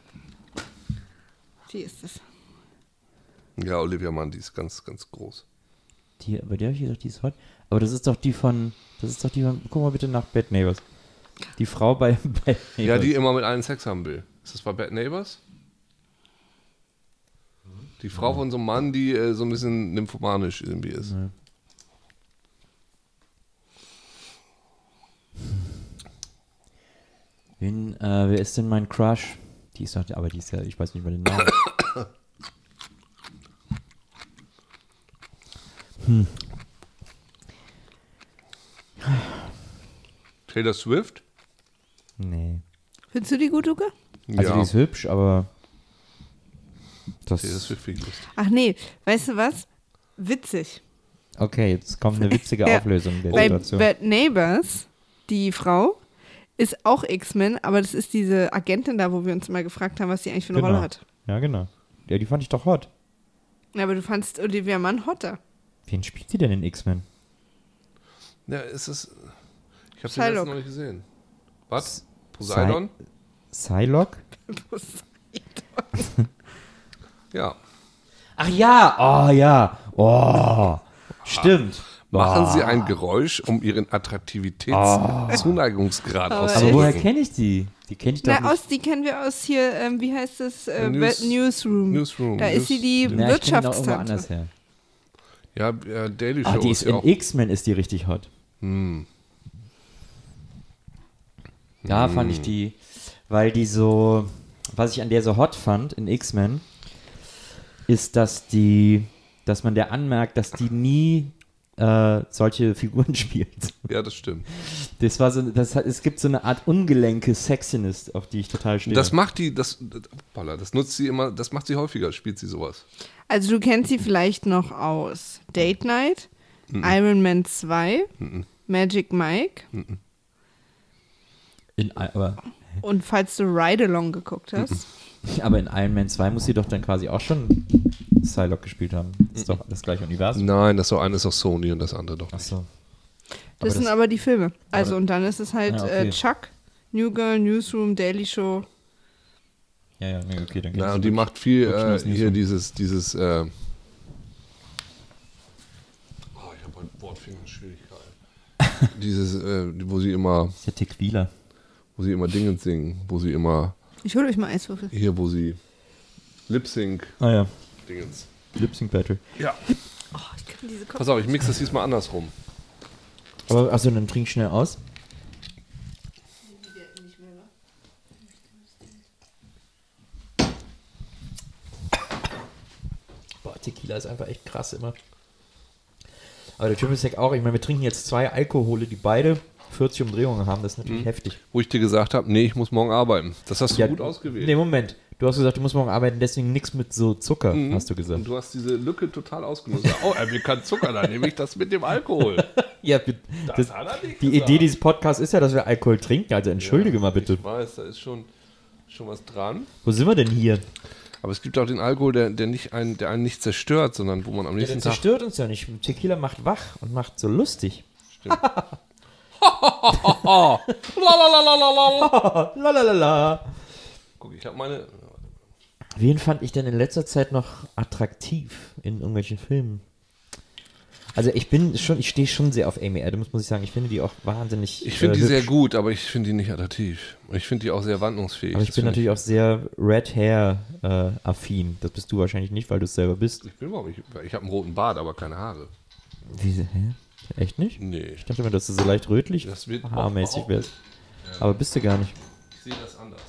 S4: Die ist es.
S3: Ja, Olivia Munn, die ist ganz, ganz groß.
S1: Die, bei der habe ich gedacht, die ist hot. Aber das ist doch die von, das ist doch die von, guck mal bitte nach Bad Neighbors. Die Frau bei Bad Neighbors.
S3: Ja, die immer mit allen Sex haben will. Ist das bei Bad Neighbors? Die Frau von so einem Mann, die äh, so ein bisschen nymphomanisch irgendwie ist.
S1: Ja. Wen, äh, wer ist denn mein Crush? Die ist doch, aber die ist ja, ich weiß nicht mehr den Namen. hm.
S3: Taylor Swift?
S1: Nee.
S4: Findest du die gut, Uke?
S1: Also
S3: ja.
S1: die ist hübsch, aber das,
S3: Taylor Swift finde ich lustig.
S4: Ach nee, weißt du was? Witzig.
S1: okay, jetzt kommt eine witzige
S4: Ja.
S1: Auflösung der
S4: Bei
S1: Situation.
S4: Bad Neighbors, die Frau, ist auch X-Men, aber das ist diese Agentin da, wo wir uns mal gefragt haben, was sie eigentlich für eine
S1: Genau.
S4: Rolle hat.
S1: Ja, genau. Ja, die fand ich doch hot.
S4: Ja, aber du fandst Olivia Munn hotter.
S1: Wen spielt die denn in X-Men?
S3: Ja, ist es. Ich habe sie
S4: Psylocke.
S3: letztens noch nicht gesehen. Was? Poseidon?
S1: Psylocke?
S3: Ja.
S1: Ach ja, oh ja, oh, stimmt.
S3: Machen
S1: Oh.
S3: Sie ein Geräusch, um Ihren Attraktivitäts-Zuneigungsgrad
S4: Aber
S1: Aber
S3: auszudrücken.
S1: woher kenne ich die? Die kenne ich doch
S4: Na,
S1: nicht.
S4: aus, die kennen wir aus hier, ähm, wie heißt das? Äh,
S3: News-
S4: Newsroom.
S3: Newsroom.
S4: Da ist sie die
S1: Na, ich kenne die doch irgendwo
S4: Wirtschaftstante.
S1: anders her.
S3: Ja, ja, Daily Show
S1: Ah, die
S3: ist
S1: ist
S3: ja
S1: in
S3: auch.
S1: X-Men ist die richtig hot.
S3: Hm.
S1: Da fand ich die, weil die so, was ich an der so hot fand in X-Men, ist, dass die, dass man der anmerkt, dass die nie äh, solche Figuren spielt.
S3: Ja, das stimmt.
S1: Das war so, das hat, es gibt so eine Art ungelenke Sexiness, auf die ich total stehe.
S3: Das macht die, das, hoppala, das nutzt sie immer, das macht sie häufiger, spielt sie sowas.
S4: Also du kennst sie vielleicht noch aus Date Night, Iron Man zwei, Magic Mike.
S1: In, aber,
S4: Und falls du Ride-Along geguckt hast.
S1: aber in Iron Man zwei muss sie doch dann quasi auch schon Psylocke gespielt haben. Das ist doch das gleiche Universum.
S3: Nein, das so eine ist doch Sony und das andere doch nicht.
S1: Achso.
S4: Das sind aber die Filme. Also
S1: aber-
S4: und dann ist es halt
S1: Ja, okay.
S4: äh, Chuck, New Girl, Newsroom, Daily Show.
S1: Ja, ja, nee, okay, dann
S3: Na, und die macht viel
S1: Wirklich
S3: äh,
S1: das nicht
S3: hier
S1: so.
S3: dieses, dieses, äh, oh, ich habe heute Wortfingerschwierigkeiten. dieses, äh, wo sie immer,
S1: Das ist ja Tequila.
S3: wo sie immer Dingens singen, wo sie immer,
S4: Ich hole euch mal Eiswürfel.
S3: hier, wo sie Lip-Sync
S1: Ah ja,
S3: Dingens.
S1: Lip Sync Battle.
S3: Ja.
S4: Oh, ich kann diese Kopf.
S3: Pass auf, ich mix das diesmal andersrum.
S1: Aber achso, dann trink schnell aus. Boah, Tequila ist einfach echt krass immer. Aber der Triple Sec auch. Ich meine, wir trinken jetzt zwei Alkohole, die beide vierzig Umdrehungen haben. Das ist natürlich heftig.
S3: Wo ich dir gesagt habe, nee, ich muss morgen arbeiten. Das hast du gut ausgewählt.
S1: Nee, Moment. Du hast gesagt, du musst morgen arbeiten, deswegen nichts mit so Zucker, hast du gesagt.
S3: Und du hast diese Lücke total ausgenutzt. Oh, er will keinen Zucker, dann nehme ich das mit dem Alkohol.
S1: Ja, das,
S3: Das hat er nicht
S1: die
S3: gesagt.
S1: Idee dieses Podcasts ist ja, dass wir Alkohol trinken. Also entschuldige mal bitte.
S3: Ich weiß, da ist schon, schon was dran.
S1: Wo sind wir denn hier?
S3: Aber es gibt auch den Alkohol, der, der, nicht einen, der einen nicht zerstört, sondern wo man am
S1: Ja,
S3: nächsten
S1: der
S3: Tag...
S1: zerstört uns ja nicht. Tequila macht wach und macht so lustig. Lalalala.
S3: Guck, ich habe meine...
S1: Wen fand ich denn in letzter Zeit noch attraktiv in irgendwelchen Filmen? Also ich bin schon, ich stehe schon sehr auf Amy Adams, muss ich sagen. Ich finde die auch wahnsinnig
S3: Ich finde
S1: äh,
S3: die sehr
S1: hübsch.
S3: gut, aber ich finde die nicht attraktiv. Und ich finde die auch sehr wandlungsfähig.
S1: Aber ich
S3: Das
S1: bin
S3: finde
S1: natürlich auch sehr Red Hair äh, affin. Das bist du wahrscheinlich nicht, weil du es selber bist.
S3: Ich bin überhaupt nicht... Ich habe einen roten Bart, aber keine Haare.
S1: Wie, hä? Echt nicht?
S3: Nee.
S1: Ich dachte immer, dass du so leicht rötlich
S3: Das wird
S1: haarmäßig
S3: auch-
S1: wärst. Aber bist du gar nicht.
S3: Ich sehe das anders.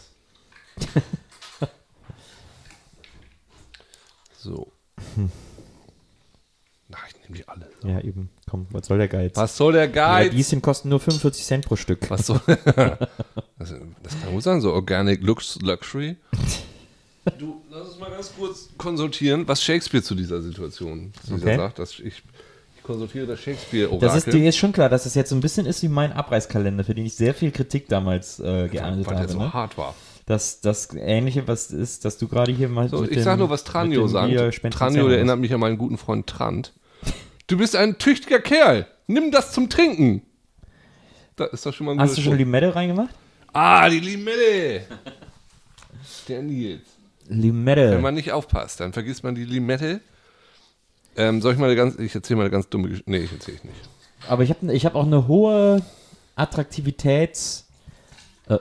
S3: so. Nein, ich nehme die alle.
S1: Ja, eben. Komm, was soll der Geiz?
S3: Was soll der
S1: Ja,
S3: Geiz?
S1: Lieschen kosten nur fünfundvierzig Cent pro Stück.
S3: Was soll... das, das kann gut sein, so Organic Lux Luxury. Du, lass uns mal ganz kurz konsultieren, was Shakespeare zu dieser Situation zu dieser
S1: Okay.
S3: sagt. Dass ich, ich konsultiere das Shakespeare-Orakel.
S1: Das ist, dir ist schon klar, dass das jetzt so ein bisschen ist wie mein Abreißkalender, für den ich sehr viel Kritik damals äh, geerntet
S3: weil der
S1: habe.
S3: so
S1: Ne?
S3: hart war.
S1: Dass das Ähnliche, was ist, dass du gerade hier mal.
S3: So,
S1: mit
S3: ich
S1: dem-
S3: sag nur, was
S1: mit
S3: Tranio
S1: dem
S3: sagt.
S1: Bier-Spenden-
S3: Tranio, der erinnert mich an meinen guten Freund Trant. Du bist ein tüchtiger Kerl. Nimm das zum Trinken. Da ist doch schon mal ein
S1: Hast
S3: guter
S1: du schon
S3: Spruch.
S1: Limette reingemacht?
S3: Ah, die Limette. Der Nils. Wenn
S1: Limette.
S3: man nicht aufpasst, dann vergisst man die Limette. Ähm, soll ich mal eine ganz, ich erzähle mal eine ganz dumme Geschichte. Nee, ich erzähle ich nicht.
S1: Aber ich habe ich hab auch eine hohe Attraktivitäts. Äh,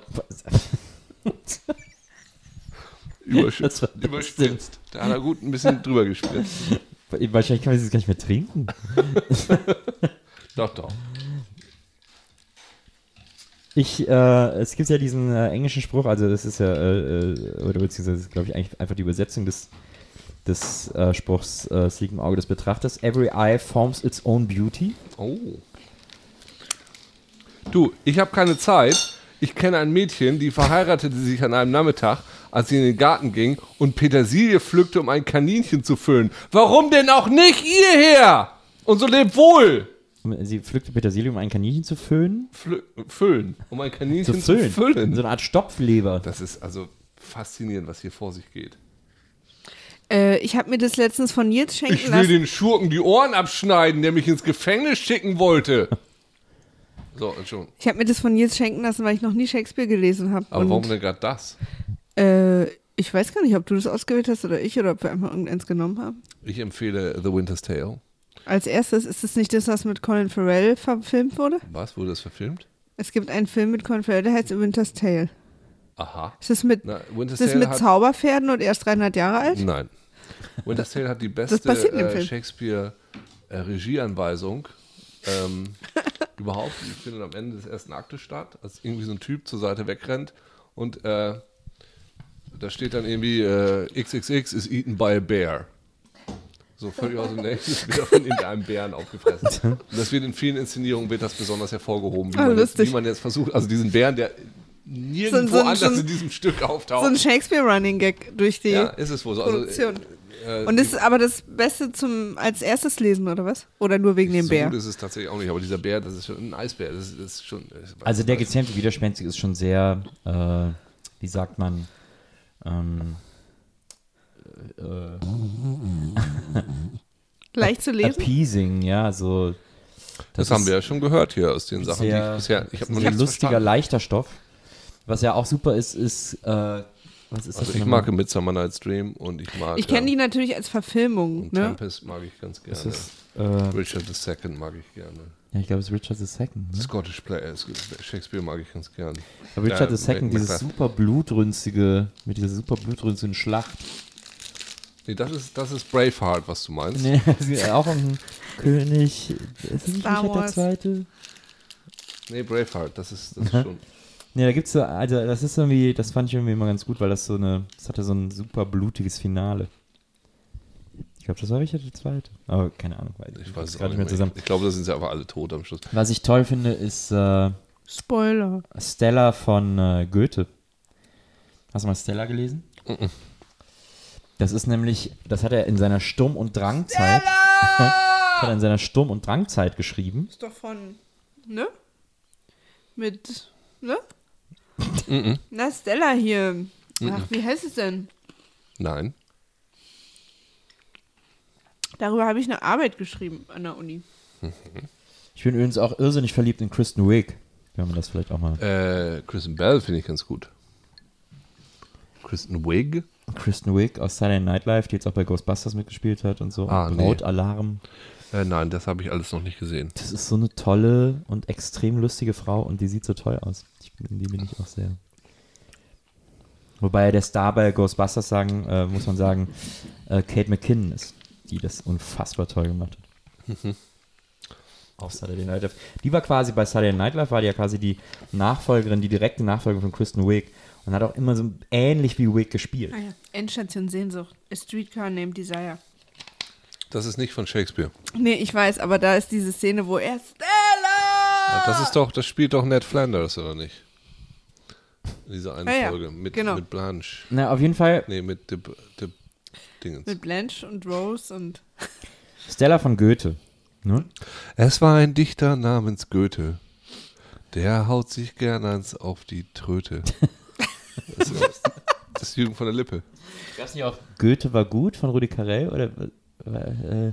S3: Überschützt.
S1: Was war das
S3: Überspitzt. Da hat er gut ein bisschen drüber gespritzt.
S1: wahrscheinlich kann man das gar nicht mehr trinken.
S3: Doch, doch.
S1: Ich, äh, es gibt ja diesen äh, englischen Spruch, also das ist ja, äh, äh, oder beziehungsweise das ist, glaube ich, eigentlich einfach die Übersetzung des, des äh, Spruchs, äh, es liegt im Auge des Betrachters. Every eye forms its own beauty.
S3: Oh. Du, ich habe keine Zeit. Ich kenne ein Mädchen, die verheiratete sich an einem Nachmittag, als sie in den Garten ging und Petersilie pflückte, um ein Kaninchen zu füllen. Warum denn auch nicht ihr her? Und so lebt wohl.
S1: Sie pflückte Petersilie, um ein Kaninchen zu föhnen.
S3: Flü füllen. Um ein
S1: Zu
S3: Kaninchen zu
S1: füllen.
S3: füllen.
S1: So eine Art Stopfleber.
S3: Das ist also faszinierend, was hier vor sich geht.
S4: Äh, ich habe mir das letztens von Nils schenken
S3: Ich will
S4: lassen.
S3: den Schurken die Ohren abschneiden, der mich ins Gefängnis schicken wollte. So, Entschuldigung.
S4: Ich habe mir das von Nils schenken lassen, weil ich noch nie Shakespeare gelesen habe.
S3: Aber warum denn gerade das?
S4: Äh, ich weiß gar nicht, ob du das ausgewählt hast oder ich oder ob wir einfach irgendeins genommen haben.
S3: Ich empfehle The Winter's Tale.
S4: Als erstes, ist es nicht das, was mit Colin Farrell verfilmt wurde?
S3: Was, wurde das verfilmt?
S4: Es gibt einen Film mit Colin Farrell, der heißt The Winter's Tale.
S3: Aha.
S4: Ist das mit,
S3: Na, Winter's
S4: ist das
S3: Tale
S4: mit
S3: hat,
S4: Zauberpferden und erst dreihundert Jahre alt?
S3: Nein. Winter's Tale hat die
S4: passiert
S3: beste
S4: in dem
S3: äh,
S4: Film.
S3: Shakespeare-Regieanweisung ähm, überhaupt. Die findet am Ende des ersten Aktes statt, als irgendwie so ein Typ zur Seite wegrennt und äh, da steht dann irgendwie äh, X X X is eaten by a bear. So völlig aus dem Nächsten wird von irgendeinem Bären aufgefressen. Und das wird in vielen Inszenierungen wird das besonders hervorgehoben, wie,
S4: Ah,
S3: man, jetzt,
S4: lustig.
S3: wie man jetzt versucht, also diesen Bären, der nirgendwo
S4: So ein- so ein-
S3: anders
S4: so ein-
S3: in diesem Stück auftaucht.
S4: So ein Shakespeare-Running-Gag durch die
S3: Ja, ist es wohl so. Also,
S4: Produktion.
S3: äh, Äh,
S4: Und ist aber das Beste zum als erstes lesen, oder was? Oder nur wegen dem
S3: so
S4: Bär?
S3: gut ist es tatsächlich auch nicht, aber dieser Bär, das ist schon ein Eisbär. Das ist, das ist schon.
S1: Also der gezähmte Widerspenstig ist schon sehr, äh, wie sagt man, ähm, äh,
S4: Leicht zu lesen?
S1: appeasing, ja, so.
S3: Das, das haben wir ja schon gehört hier aus den Sachen,
S1: sehr,
S3: die ich bisher. Ich habe noch
S1: sehr
S3: nichts
S1: lustiger,
S3: verstanden.
S1: leichter Stoff. Was ja auch super ist, ist, äh, was ist das
S3: Also
S1: denn
S3: ich
S1: nochmal?
S3: mag Midsummer Night's Dream und ich mag.
S4: Ich kenne die
S3: ähm,
S4: natürlich als Verfilmung,
S3: und
S4: ne?
S3: Tempest mag ich ganz gerne.
S1: Das ist, äh,
S3: Richard the Second mag ich gerne.
S1: ja, ich glaube, es ist Richard the Second. Ne?
S3: Scottish Play, äh, Shakespeare mag ich ganz gerne.
S1: Aber Richard
S3: Ja,
S1: the Second,
S3: Mac-
S1: dieses
S3: Macbeth.
S1: super blutrünstige, mit dieser super blutrünstigen Schlacht.
S3: Nee, das ist, das ist Braveheart, was du meinst.
S1: Nee, das ist auch ein König. Ist es nicht
S4: Star
S1: Richard der
S4: Wars.
S1: Zweite?
S3: Nee, Braveheart, das ist, das ist schon.
S1: Nee, da gibt's so, also das ist irgendwie, das fand ich irgendwie immer ganz gut, weil das so eine, das hatte so ein super blutiges Finale. Ich glaube, das war Richard der Zweite. Aber keine Ahnung, weiß
S3: Ich weiß es
S1: gar
S3: auch
S1: nicht
S3: nicht
S1: mehr
S3: mehr.
S1: zusammen.
S3: Ich glaube, da sind sie aber alle tot am Schluss.
S1: Was ich toll finde, ist äh,
S4: Spoiler.
S1: Stella von äh, Goethe. Hast du mal Stella gelesen?
S3: Mhm.
S1: Das ist nämlich, das hat er in seiner Sturm- und Drangzeit, hat er in seiner Sturm- und Drangzeit geschrieben.
S4: Ist doch von, ne? Mit, ne?
S3: Mhm.
S4: Na, Stella hier. Ach, wie heißt es denn?
S3: Nein.
S4: Darüber habe ich eine Arbeit geschrieben an der Uni.
S1: Ich bin übrigens auch irrsinnig verliebt in Kristen Wiig. Wenn man das vielleicht auch mal.
S3: Äh, Kristen Bell finde ich ganz gut. Kristen Wiig?
S1: Kristen Wiig aus Saturday Night Live, die jetzt auch bei Ghostbusters mitgespielt hat und so.
S3: Ah,
S1: und
S3: nee.
S1: Brautalarm.
S3: Äh, nein, das habe ich alles noch nicht gesehen.
S1: Das ist so eine tolle und extrem lustige Frau und die sieht so toll aus. Ich, in die bin ich auch sehr. Wobei der Star bei Ghostbusters sagen, äh, muss man sagen, äh, Kate McKinnon ist, die das unfassbar toll gemacht hat.
S3: Mhm.
S1: Auf Saturday Night Live. Die war quasi bei Saturday Night Live, war die ja quasi die Nachfolgerin, die direkte Nachfolgerin von Kristen Wiig und hat auch immer so ähnlich wie Wiig gespielt.
S4: Ah ja. Endstation Sehnsucht. A Streetcar Named Desire.
S3: Das ist nicht von Shakespeare.
S4: Nee, ich weiß, aber da ist diese Szene, wo er Stella!
S3: Ja, das ist doch, das spielt doch Ned Flanders, oder nicht? In dieser einen
S4: Ah ja,
S3: Folge. Mit,
S4: genau.
S3: mit Blanche.
S1: Na, auf jeden Fall
S3: Nee, mit Dip, Dip Dingens.
S4: Mit Blanche und Rose und
S1: Stella von Goethe. Ne?
S3: Es war ein Dichter namens Goethe. Der haut sich gern eins auf die Tröte. Das ist, das ist Jürgen von der Lippe.
S1: Gab es nicht auch Goethe war gut von Rudi Carrell? Oder äh,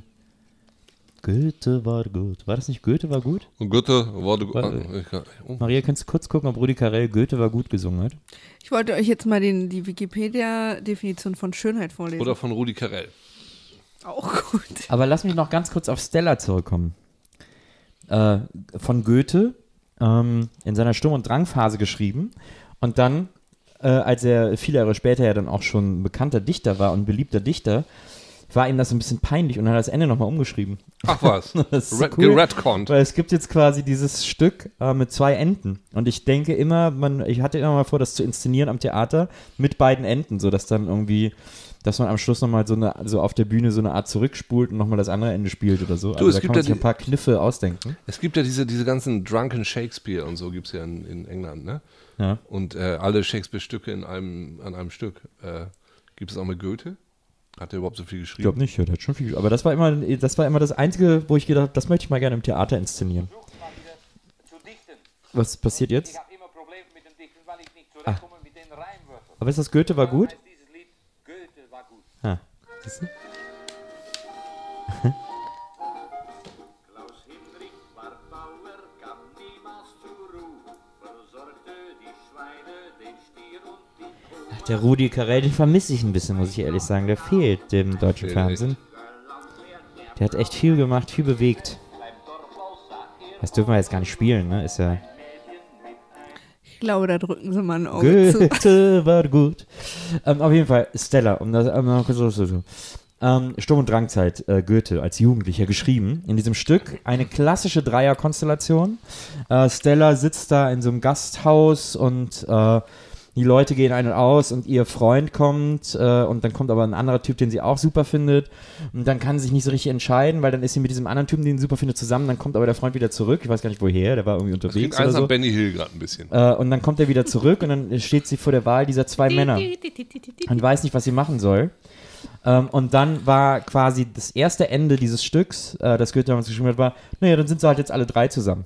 S1: Goethe war gut. War das nicht Goethe war gut?
S3: Und Goethe war du.
S1: War-
S3: Ah, ich kann- oh.
S1: Maria, kannst du kurz gucken, ob Rudi Carrell Goethe war gut gesungen hat?
S4: ich wollte euch jetzt mal den, die Wikipedia-Definition von Schönheit vorlesen.
S3: Oder von Rudi Carrell.
S4: Auch gut.
S1: Aber lass mich noch ganz kurz auf Stella zurückkommen. Äh, von Goethe ähm, in seiner Sturm- und Drangphase geschrieben und dann, äh, als er viele Jahre später ja dann auch schon ein bekannter Dichter war und ein beliebter Dichter, war ihm das ein bisschen peinlich und hat das Ende nochmal umgeschrieben.
S3: Ach was.
S1: Das ist so
S3: Red,
S1: cool.
S3: Geredconnt.
S1: Weil es gibt jetzt quasi dieses Stück äh, mit zwei Enden. Und ich denke immer, man, ich hatte immer mal vor, das zu inszenieren am Theater mit beiden Enden, sodass dann irgendwie, dass man am Schluss nochmal so eine, so auf der Bühne so eine Art zurückspult und nochmal das andere Ende spielt oder so. Also
S3: es
S1: da
S3: gibt
S1: kann man
S3: ja
S1: sich
S3: die-
S1: ein paar Kniffe ausdenken.
S3: Es gibt ja diese, diese ganzen Drunken Shakespeare und so gibt es ja in, in England, ne?
S1: Ja.
S3: Und äh, alle Shakespeare-Stücke in einem, an einem Stück. Äh, gibt es auch mit Goethe? Hat er überhaupt so viel
S1: Ich
S3: geschrieben?
S1: glaube nicht, er hat schon viel. Aber das war immer, das war immer das Einzige, wo ich gedacht habe, das möchte ich mal gerne im Theater inszenieren. Was passiert jetzt?
S6: Ich habe immer Probleme mit dem Dichten, weil ich nicht zurechtkomme mit den Reimwörtern.
S1: Aber ist das Goethe war gut?
S6: Darum heißt dieses Lied Goethe war gut.
S1: Ah, siehst du?
S7: Klaus Hinrich war Bauer, kam niemals zur Ruhe, versorgte die Schweine, den Stier und die Kuh.
S1: Der Rudi Carrell, den vermisse ich ein bisschen, muss ich ehrlich sagen. Der fehlt dem deutschen
S3: Fehlt
S1: Fernsehen. Der hat echt viel gemacht, viel bewegt. Das dürfen wir jetzt gar nicht spielen, ne? Ist ja.
S4: Ich glaube, da drücken sie mal ein Auge zu.
S1: Goethe war gut. Ähm, auf jeden Fall, Stella, um das um noch kurz so, ähm, Sturm- und Drangzeit, äh, Goethe als Jugendlicher geschrieben. In diesem Stück eine klassische Dreierkonstellation. Äh, Stella sitzt da in so einem Gasthaus und äh,
S8: die Leute gehen ein und aus und ihr Freund kommt äh, und dann kommt aber ein anderer Typ, den sie auch super findet und dann kann sie sich nicht so richtig entscheiden, weil dann ist sie mit diesem anderen Typen, den sie super findet, zusammen, dann kommt aber der Freund wieder zurück, ich weiß gar nicht woher, der war irgendwie unterwegs oder
S3: Eins
S8: so.
S3: an Benny Hill gerade ein bisschen.
S8: Äh, und dann kommt er wieder zurück und dann steht sie vor der Wahl dieser zwei Männer und weiß nicht, was sie machen soll. Ähm, und dann war quasi das erste Ende dieses Stücks, äh, das Goethe damals geschrieben hat, war, naja, dann sind sie halt jetzt alle drei zusammen.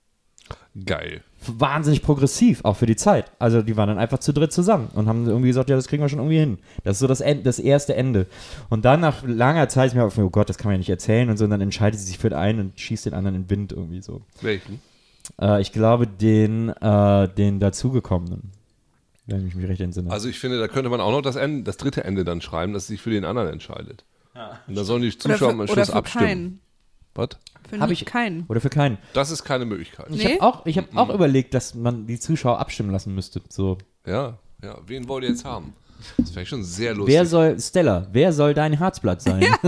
S3: Geil.
S8: Wahnsinnig progressiv, auch für die Zeit. Also die waren dann einfach zu dritt zusammen und haben irgendwie gesagt, ja, das kriegen wir schon irgendwie hin. Das ist so das, End, das erste Ende. Und dann nach langer Zeit ist mir auf, oh Gott, das kann man ja nicht erzählen und so, und dann entscheidet sie sich für den einen und schießt den anderen in den Wind irgendwie so.
S3: Welchen?
S8: Äh, ich glaube, den, äh, den dazugekommenen. Wenn ich mich recht entsinne.
S3: Also ich finde, da könnte man auch noch das, Ende, das dritte Ende dann schreiben, dass sie sich für den anderen entscheidet. Ja. Und da sollen die Zuschauer am
S4: oder für,
S3: Schluss
S4: oder für
S3: abstimmen.
S4: Keinen.
S3: Was?
S4: Für
S8: Hab ich
S4: keinen.
S8: Oder für keinen.
S3: Das ist keine Möglichkeit.
S8: Ich
S4: Nee?
S8: habe auch, ich hab auch überlegt, dass man die Zuschauer abstimmen lassen müsste. So.
S3: Ja, ja. Wen wollt ihr jetzt haben? Das wäre schon sehr lustig.
S8: Wer soll, Stella, wer soll dein Herzblatt sein? Ja.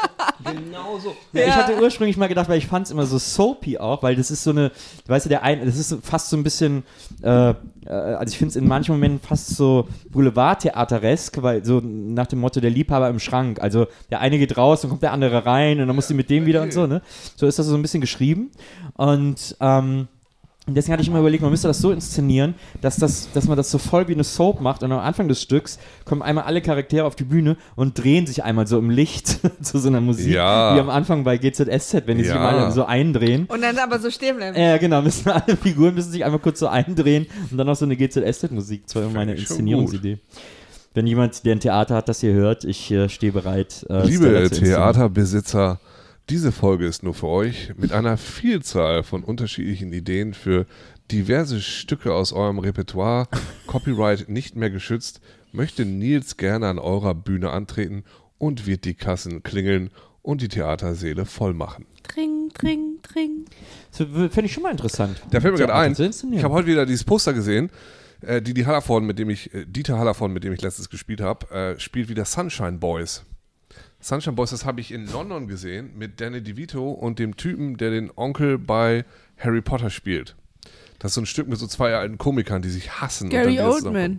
S3: Genau so.
S8: Ja, ich hatte ursprünglich mal gedacht, weil ich fand es immer so soapy auch, weil das ist so eine, weißt du, der ein, das ist so fast so ein bisschen, äh, äh, also ich finde es in manchen Momenten fast so Boulevardtheateresk, weil so nach dem Motto der Liebhaber im Schrank, also der eine geht raus, dann kommt der andere rein und dann musst du mit dem wieder und so, ne? So ist das so ein bisschen geschrieben und, ähm, und deswegen hatte ich immer überlegt, man müsste das so inszenieren, dass, das, dass man das so voll wie eine Soap macht und am Anfang des Stücks kommen einmal alle Charaktere auf die Bühne und drehen sich einmal so im Licht zu so einer Musik,
S3: Ja.
S8: wie am Anfang bei G Z S Z, wenn die sich
S3: Ja.
S8: immer alle so eindrehen.
S4: Und dann aber so stehen bleiben.
S8: Ja, genau, müssen alle Figuren müssen sich einmal kurz so eindrehen und dann noch so eine G Z S Z-Musik. Das war immer meine
S3: ich schon
S8: Inszenierungsidee. Wenn jemand, der ein Theater hat, das hier hört, ich äh, stehe bereit. Äh,
S3: Liebe
S8: Stella zu inszenieren.
S3: Theaterbesitzer, diese Folge ist nur für euch mit einer Vielzahl von unterschiedlichen Ideen für diverse Stücke aus eurem Repertoire, Copyright nicht mehr geschützt, möchte Nils gerne an eurer Bühne antreten und wird die Kassen klingeln und die Theaterseele voll machen.
S4: Tring, tring, tring.
S8: Das fände ich schon mal interessant.
S3: Da fällt mir gerade ein,
S8: Theater zu inszenieren.
S3: ich habe heute wieder dieses Poster gesehen, äh, Didi Hallervorden, mit dem ich, äh, Dieter Hallervorden, mit dem ich letztens gespielt habe, äh, spielt wieder Sunshine Boys. Sunshine Boys, das habe ich in London gesehen mit Danny DeVito und dem Typen, der den Onkel bei Harry Potter spielt. Das ist so ein Stück mit so zwei alten Komikern, die sich hassen.
S4: Gary
S3: und dann wieder
S4: Oldman.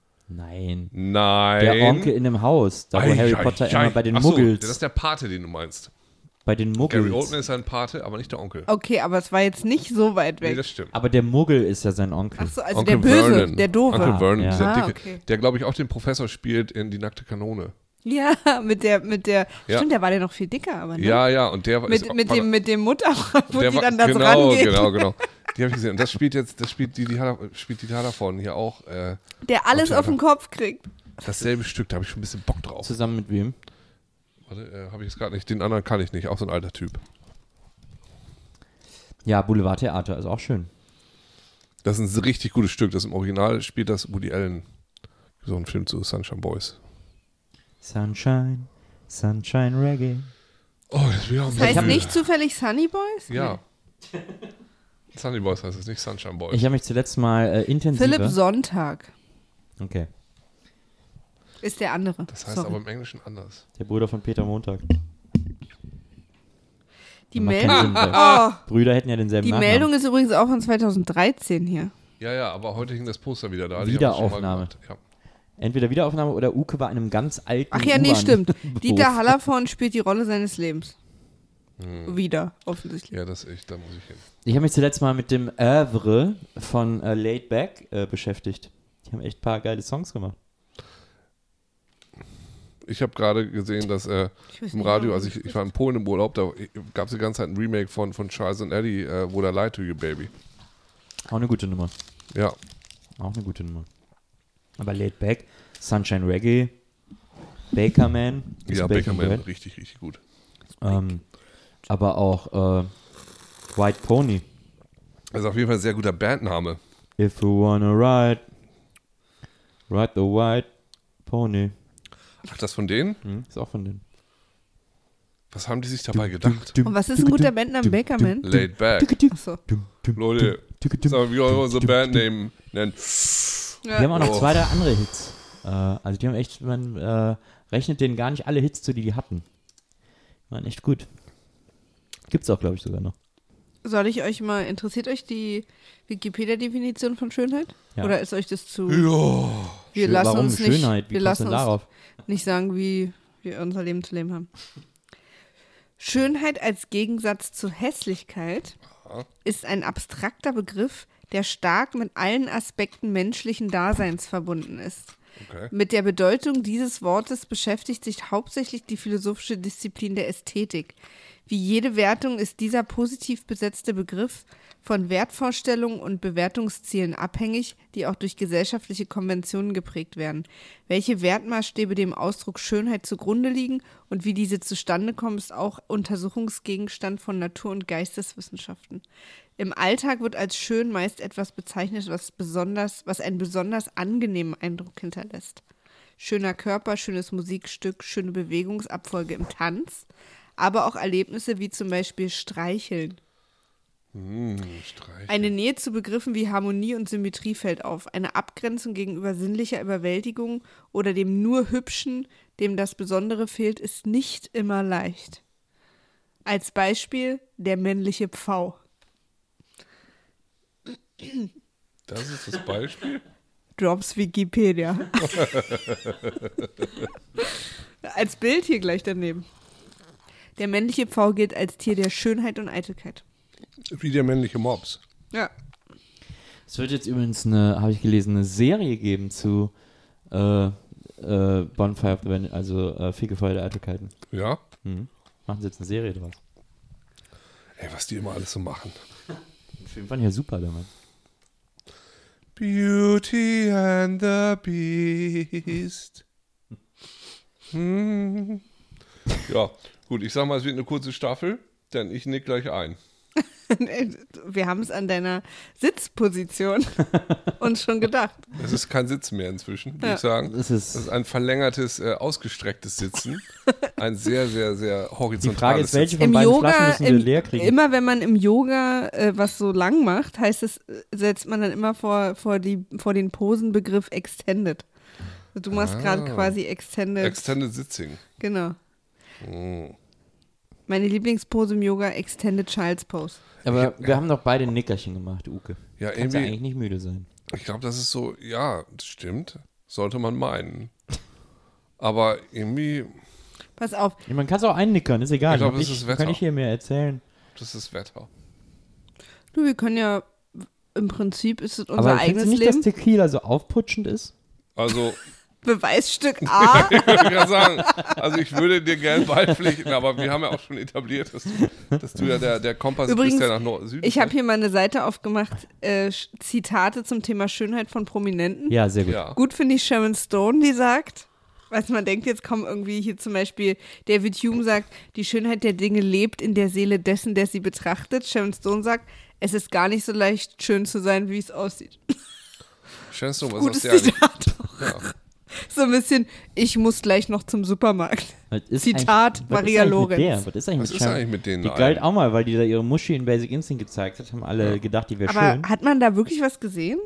S8: Nein.
S3: Nein.
S8: Der Onkel in dem Haus, da wo
S3: Ei,
S8: Harry
S3: ei,
S8: Potter
S3: ei.
S8: immer bei den
S3: Ach so,
S8: Muggels.
S3: das ist der Pate, den du meinst.
S8: Bei den Muggels.
S3: Gary Oldman ist ein Pate, aber nicht der Onkel.
S4: Okay, aber es war jetzt nicht so weit weg.
S3: Nee, das stimmt.
S8: Aber der Muggel ist ja sein Onkel.
S4: Ach so, also
S3: Onkel
S4: der Böse,
S3: Vernon.
S4: der Doofe.
S3: Onkel Vernon,
S8: Ja.
S3: dieser
S4: Ah,
S3: Dicke,
S4: okay.
S3: der, glaube ich, auch den Professor spielt in Die nackte Kanone.
S4: Ja, mit der, mit der,
S3: Ja.
S4: stimmt, der war ja noch viel dicker, aber ne?
S3: Ja, ja, und der
S4: Mit,
S3: ist
S4: mit
S3: war-
S4: dem, mit dem Mutter, wo
S3: der
S4: die
S3: war-
S4: dann da so
S3: genau,
S4: rangeht.
S3: Genau, genau. Die habe ich gesehen. Und das spielt jetzt, das spielt die, die, Haller- spielt die Hallervorden hier auch. Äh,
S4: Der alles
S3: am
S4: auf den
S3: Theater.
S4: Kopf kriegt.
S3: Dasselbe Stück, da habe ich schon ein bisschen Bock drauf.
S8: Zusammen mit wem?
S3: Warte, äh, habe ich jetzt gerade nicht. Den anderen kann ich nicht. Auch so ein alter Typ.
S8: Ja, Boulevardtheater ist auch schön.
S3: Das ist ein richtig gutes Stück. Das im Original spielt das Woody Allen. So ein Film zu Sunshine Boys.
S8: Sunshine, Sunshine Reggae.
S3: Oh, jetzt bin ich auch ein
S4: Das heißt
S3: bisschen
S4: nicht zufällig Sunny Boys?
S3: müde. Ja. Sunny Boys heißt es, nicht Sunshine Boys.
S8: Ich habe mich zuletzt mal äh, intensiver...
S4: Philipp Sonntag
S8: Okay,
S4: ist der andere.
S3: das heißt
S4: Sorry.
S3: aber im Englischen anders.
S8: der Bruder von Peter Montag.
S4: Die
S8: Macht keinen
S4: Meldung,
S8: Sinn, weil
S4: oh,
S8: Brüder hätten ja denselben
S4: die
S8: Nachnamen.
S4: Meldung ist übrigens auch von zweitausenddreizehn hier.
S3: Ja, ja, aber heute hing das Poster wieder da. Die haben das schon mal
S8: Wiederaufnahme.
S3: gemacht. Ja.
S8: Entweder Wiederaufnahme oder Uke war in einem ganz alten
S4: Ach ja, nee,
S8: U-Bahn-
S4: stimmt.
S8: Beruf.
S4: Dieter Hallervorden spielt die Rolle seines Lebens.
S3: Hm.
S4: Wieder, offensichtlich.
S3: ja, das ist echt, da muss ich hin.
S8: Ich habe mich zuletzt mal mit dem Oeuvre von äh, Laid Back äh, beschäftigt. Die haben echt ein paar geile Songs gemacht.
S3: Ich habe gerade gesehen, dass äh,
S4: Ich weiß
S3: im
S4: nicht,
S3: Radio,
S4: warum
S3: also ich, ich war in Polen im Urlaub, da gab es die ganze Zeit ein Remake von, von Charles and Eddie, äh, Would I Lie to You, Baby.
S8: Auch eine gute Nummer.
S3: Ja,
S8: Auch eine gute Nummer. Aber Laid Back, Sunshine Reggae, Baker Man. Ist
S3: ja,
S8: Baker
S3: Bakerman,
S8: Man.
S3: richtig, richtig gut.
S8: Ähm, aber auch äh, White Pony.
S3: Das ist auf jeden Fall ein sehr guter Bandname.
S8: If you wanna ride, ride the White Pony.
S3: Ach, das von denen?
S8: Hm, ist auch von denen.
S3: Was haben die sich dabei gedacht?
S4: Und was ist ein guter Bandname? Bakerman?
S3: Laid Back.
S4: Achso.
S3: Leute, sagen wir, wie wollen wir unsere Band nennen? nennen?
S8: Die haben auch noch
S3: Oh.
S8: zwei, drei andere Hits. Äh, also die haben echt, man äh, rechnet denen gar nicht alle Hits zu, die die hatten. Die waren echt gut. Gibt's auch, glaube ich, sogar noch.
S4: Soll ich euch mal, interessiert euch die Wikipedia-Definition von Schönheit?
S8: Ja.
S4: Oder ist euch das zu...
S3: Ja.
S4: Wir
S8: Schön-
S4: lassen
S8: warum
S4: uns nicht,
S8: Schönheit? Wie
S4: wir
S8: kommst du
S4: lassen
S8: denn
S4: uns
S8: darauf?
S4: nicht sagen, wie wir unser Leben zu leben haben. Schönheit als Gegensatz zu Hässlichkeit ist ein abstrakter Begriff, der stark mit allen Aspekten menschlichen Daseins verbunden ist.
S3: Okay.
S4: Mit der Bedeutung dieses Wortes beschäftigt sich hauptsächlich die philosophische Disziplin der Ästhetik. Wie jede Wertung ist dieser positiv besetzte Begriff von Wertvorstellungen und Bewertungszielen abhängig, die auch durch gesellschaftliche Konventionen geprägt werden. Welche Wertmaßstäbe dem Ausdruck Schönheit zugrunde liegen und wie diese zustande kommen, ist auch Untersuchungsgegenstand von Natur- und Geisteswissenschaften. Im Alltag wird als schön meist etwas bezeichnet, was besonders, was einen besonders angenehmen Eindruck hinterlässt. Schöner Körper, schönes Musikstück, schöne Bewegungsabfolge im Tanz, aber auch Erlebnisse wie zum Beispiel Streicheln.
S3: Hm, Streich.
S4: Eine Nähe zu Begriffen wie Harmonie und Symmetrie fällt auf. Eine Abgrenzung gegenüber sinnlicher Überwältigung oder dem nur Hübschen, dem das Besondere fehlt, ist nicht immer leicht. Als Beispiel der männliche Pfau.
S3: Das ist das Beispiel?
S4: Drops Wikipedia. Als Bild hier gleich daneben. Der männliche Pfau gilt als Tier der Schönheit und Eitelkeit.
S3: Wie der männliche Mops.
S4: Ja.
S8: Es wird jetzt übrigens eine, habe ich gelesen, eine Serie geben zu äh, äh, Bonfire of the Vanities, also äh, Fegefeuer der Eitelkeiten.
S3: Ja?
S8: Mhm. Machen sie jetzt eine Serie draus.
S3: Ey, was die immer alles so machen.
S8: Den Film fand ich ja super damals.
S3: Beauty and the Beast. Hm. Ja, gut, ich sag mal, es wird eine kurze Staffel, denn ich nick gleich ein.
S4: Wir haben es an deiner Sitzposition uns schon gedacht.
S3: Es ist kein Sitzen mehr inzwischen, würde
S4: Ja.
S3: ich sagen.
S8: Es ist-
S3: das ist ein verlängertes, äh, ausgestrecktes Sitzen. Ein sehr, sehr, sehr
S8: Die
S3: horizontales
S8: Frage ist, welche
S3: Sitzen.
S8: von
S4: Im
S8: beiden
S4: Yoga,
S8: Flaschen müssen wir
S4: im,
S8: leer kriegen?
S4: immer wenn man im Yoga äh, was so lang macht, heißt es, äh, setzt man dann immer vor, vor, die, vor den Posenbegriff Extended. Also du machst
S3: Ah.
S4: gerade quasi Extended.
S3: Extended Sitzing.
S4: Genau.
S3: Hm.
S4: Meine Lieblingspose im Yoga, Extended Child's Pose.
S8: Aber wir haben doch beide ein Nickerchen gemacht, Uke.
S3: Ja,
S8: Kannst ja
S3: irgendwie,
S8: eigentlich nicht müde sein.
S3: ich glaube, das ist so, ja, das stimmt. Sollte man meinen. Aber irgendwie,
S4: Pass auf,
S8: Ja, man kann es auch einnickern, ist egal.
S3: Ich glaub,
S8: Hab
S3: das ist
S8: ich,
S3: Wetter.
S8: kann ich hier mehr erzählen.
S3: das ist Wetter.
S4: du, wir können ja, im Prinzip ist es unser
S8: Aber findest
S4: eigenes
S8: du nicht,
S4: Leben.
S8: dass Tequila so aufputschend ist?
S3: Also,
S4: Beweisstück A.
S3: ich würde gerade sagen, also ich würde dir gerne beipflichten, aber wir haben ja auch schon etabliert, dass du, dass du ja der, der Kompass
S4: Übrigens,
S3: bist, der nach Nord Süden
S4: Ich habe
S3: zeigt.
S4: hier mal eine Seite aufgemacht, äh, Sch- Zitate zum Thema Schönheit von Prominenten.
S8: Ja, sehr gut.
S3: Ja.
S4: Gut finde ich Sharon Stone, die sagt, was man denkt, jetzt kommen irgendwie hier zum Beispiel, David Hume sagt, die Schönheit der Dinge lebt in der Seele dessen, der sie betrachtet. Sharon Stone sagt, es ist gar nicht so leicht, schön zu sein, wie es aussieht.
S3: Schätzt du, was
S4: Gutes
S3: hast du ja nicht-
S4: Zitat.
S3: Ja.
S4: So ein bisschen, ich muss gleich noch zum Supermarkt.
S8: Was ist
S4: Zitat
S8: eigentlich- was
S4: Maria
S8: ist eigentlich
S4: Lorenz.
S8: Mit der? Was ist eigentlich
S3: Was
S8: mit
S3: ist
S8: Sharon-
S3: eigentlich mit denen
S8: Die
S3: allen?
S8: galt auch mal, weil die da ihre Muschi in Basic Instinct gezeigt hat, haben alle gedacht, die wäre
S4: Aber
S8: schön.
S4: hat man da wirklich was gesehen?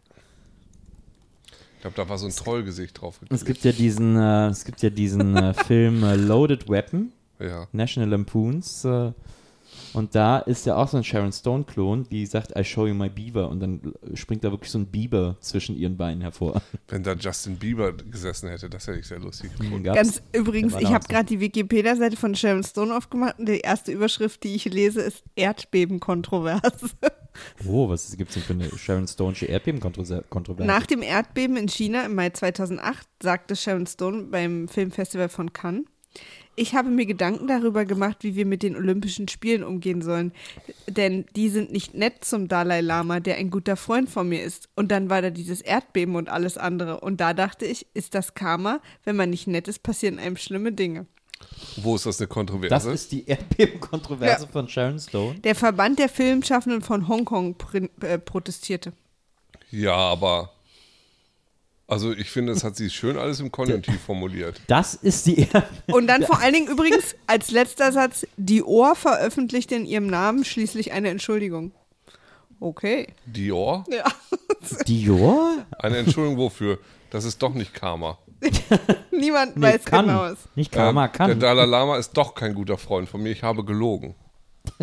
S3: Ich glaube, da war so ein Trollgesicht drauf.
S8: Es gibt ja diesen, äh, es gibt ja diesen äh, Film äh, Loaded Weapon,
S3: Ja.
S8: National Lampoons, äh, und da ist ja auch so ein Sharon Stone-Klon, die sagt, I show you my beaver, und dann springt da wirklich so ein Biber zwischen ihren Beinen hervor.
S3: Wenn da Justin Bieber gesessen hätte, das hätte ich sehr lustig gefunden.
S8: Gab's?
S4: Ganz übrigens,
S8: Der war
S4: ich
S8: da
S4: habe
S8: auch
S4: gerade die Wikipedia-Seite von Sharon Stone aufgemacht und die erste Überschrift, die ich lese, ist Erdbebenkontroverse.
S8: Oh, was gibt es denn für eine Sharon Stone-sche Erdbeben-Kontroverse?
S4: Nach dem Erdbeben in China im Mai zweitausendacht sagte Sharon Stone beim Filmfestival von Cannes, ich habe mir Gedanken darüber gemacht, wie wir mit den Olympischen Spielen umgehen sollen. Denn die sind nicht nett zum Dalai Lama, der ein guter Freund von mir ist. Und dann war da dieses Erdbeben und alles andere. Und da dachte ich, ist das Karma? Wenn man nicht nett ist, passieren einem schlimme Dinge.
S3: Wo ist das eine
S8: Das
S3: Kontroverse?
S8: ist die Erdbeben-Kontroverse
S4: Ja.
S8: von Sharon Stone.
S4: Der Verband der Filmschaffenden von Hongkong pr- äh, protestierte.
S3: Ja, aber also ich finde, das hat sie schön alles im Konjunktiv formuliert.
S8: Das ist die Erdbeben.
S4: Und dann vor allen Dingen übrigens als letzter Satz, Dior veröffentlichte in ihrem Namen schließlich eine Entschuldigung. Okay.
S3: Dior?
S4: Ja.
S8: Dior?
S3: Eine Entschuldigung wofür? Das ist doch nicht Karma.
S4: Niemand
S8: Nee,
S4: weiß
S8: kann.
S4: genau es.
S8: Nicht Karma,
S3: Ähm,
S8: kann.
S3: Der Dalai Lama ist doch kein guter Freund von mir. Ich habe gelogen.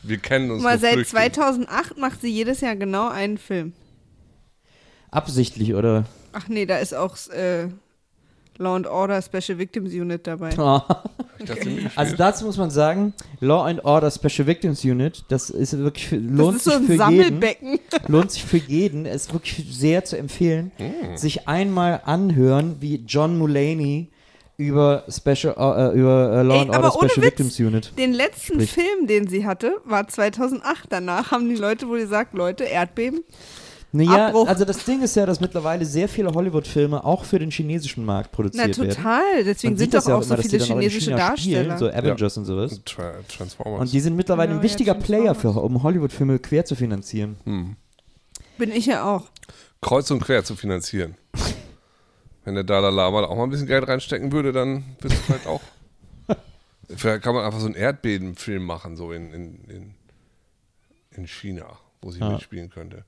S3: wir kennen uns
S4: Mal
S3: nur
S4: seit
S3: flüchtig.
S4: zweitausendacht macht sie jedes Jahr genau einen Film.
S8: Absichtlich, oder?
S4: Ach nee, da ist auch äh, Law and Order Special Victims Unit dabei.
S3: Ich dachte, sie
S8: Also dazu muss man sagen, Law and Order Special Victims Unit, das ist wirklich für,
S4: Das
S8: lohnt
S4: ist so
S8: sich
S4: ein
S8: für jeden.
S4: Sammelbecken.
S8: Lohnt sich für jeden, ist wirklich sehr zu empfehlen,
S3: Hm.
S8: sich einmal anhören, wie John Mulaney über Special äh, über äh, Law
S4: Ey,
S8: and Order
S4: aber ohne
S8: Special
S4: Witz,
S8: Victims Unit.
S4: Den letzten
S8: Spricht.
S4: Film, den sie hatte, war zweitausendacht. Danach haben die Leute wohl gesagt, Leute, Erdbeben.
S8: Naja,
S4: Abbruch.
S8: also das Ding ist ja, dass mittlerweile sehr viele Hollywood-Filme auch für den chinesischen Markt
S4: Na
S8: produziert werden.
S4: total, deswegen
S8: Man
S4: sind
S8: sieht das
S4: doch
S8: ja
S4: auch
S8: immer,
S4: so
S8: dass die
S4: viele
S8: dann auch in
S4: chinesische
S8: China
S4: Darsteller.
S8: spielen, so Avengers und sowas.
S3: Tra Transformers.
S8: Und die sind mittlerweile
S4: Genau,
S8: ein wichtiger
S4: ja,
S8: Player, für,
S4: Transformers.
S8: um Hollywood-Filme quer zu finanzieren.
S4: Bin ich ja auch.
S3: Kreuz und quer zu finanzieren. Wenn der Dalai Lama da auch mal ein bisschen Geld reinstecken würde, dann wird es vielleicht auch. Vielleicht kann man einfach so einen Erdbebenfilm machen, so in, in, in, in China, wo sie
S8: Ja.
S3: mitspielen könnte.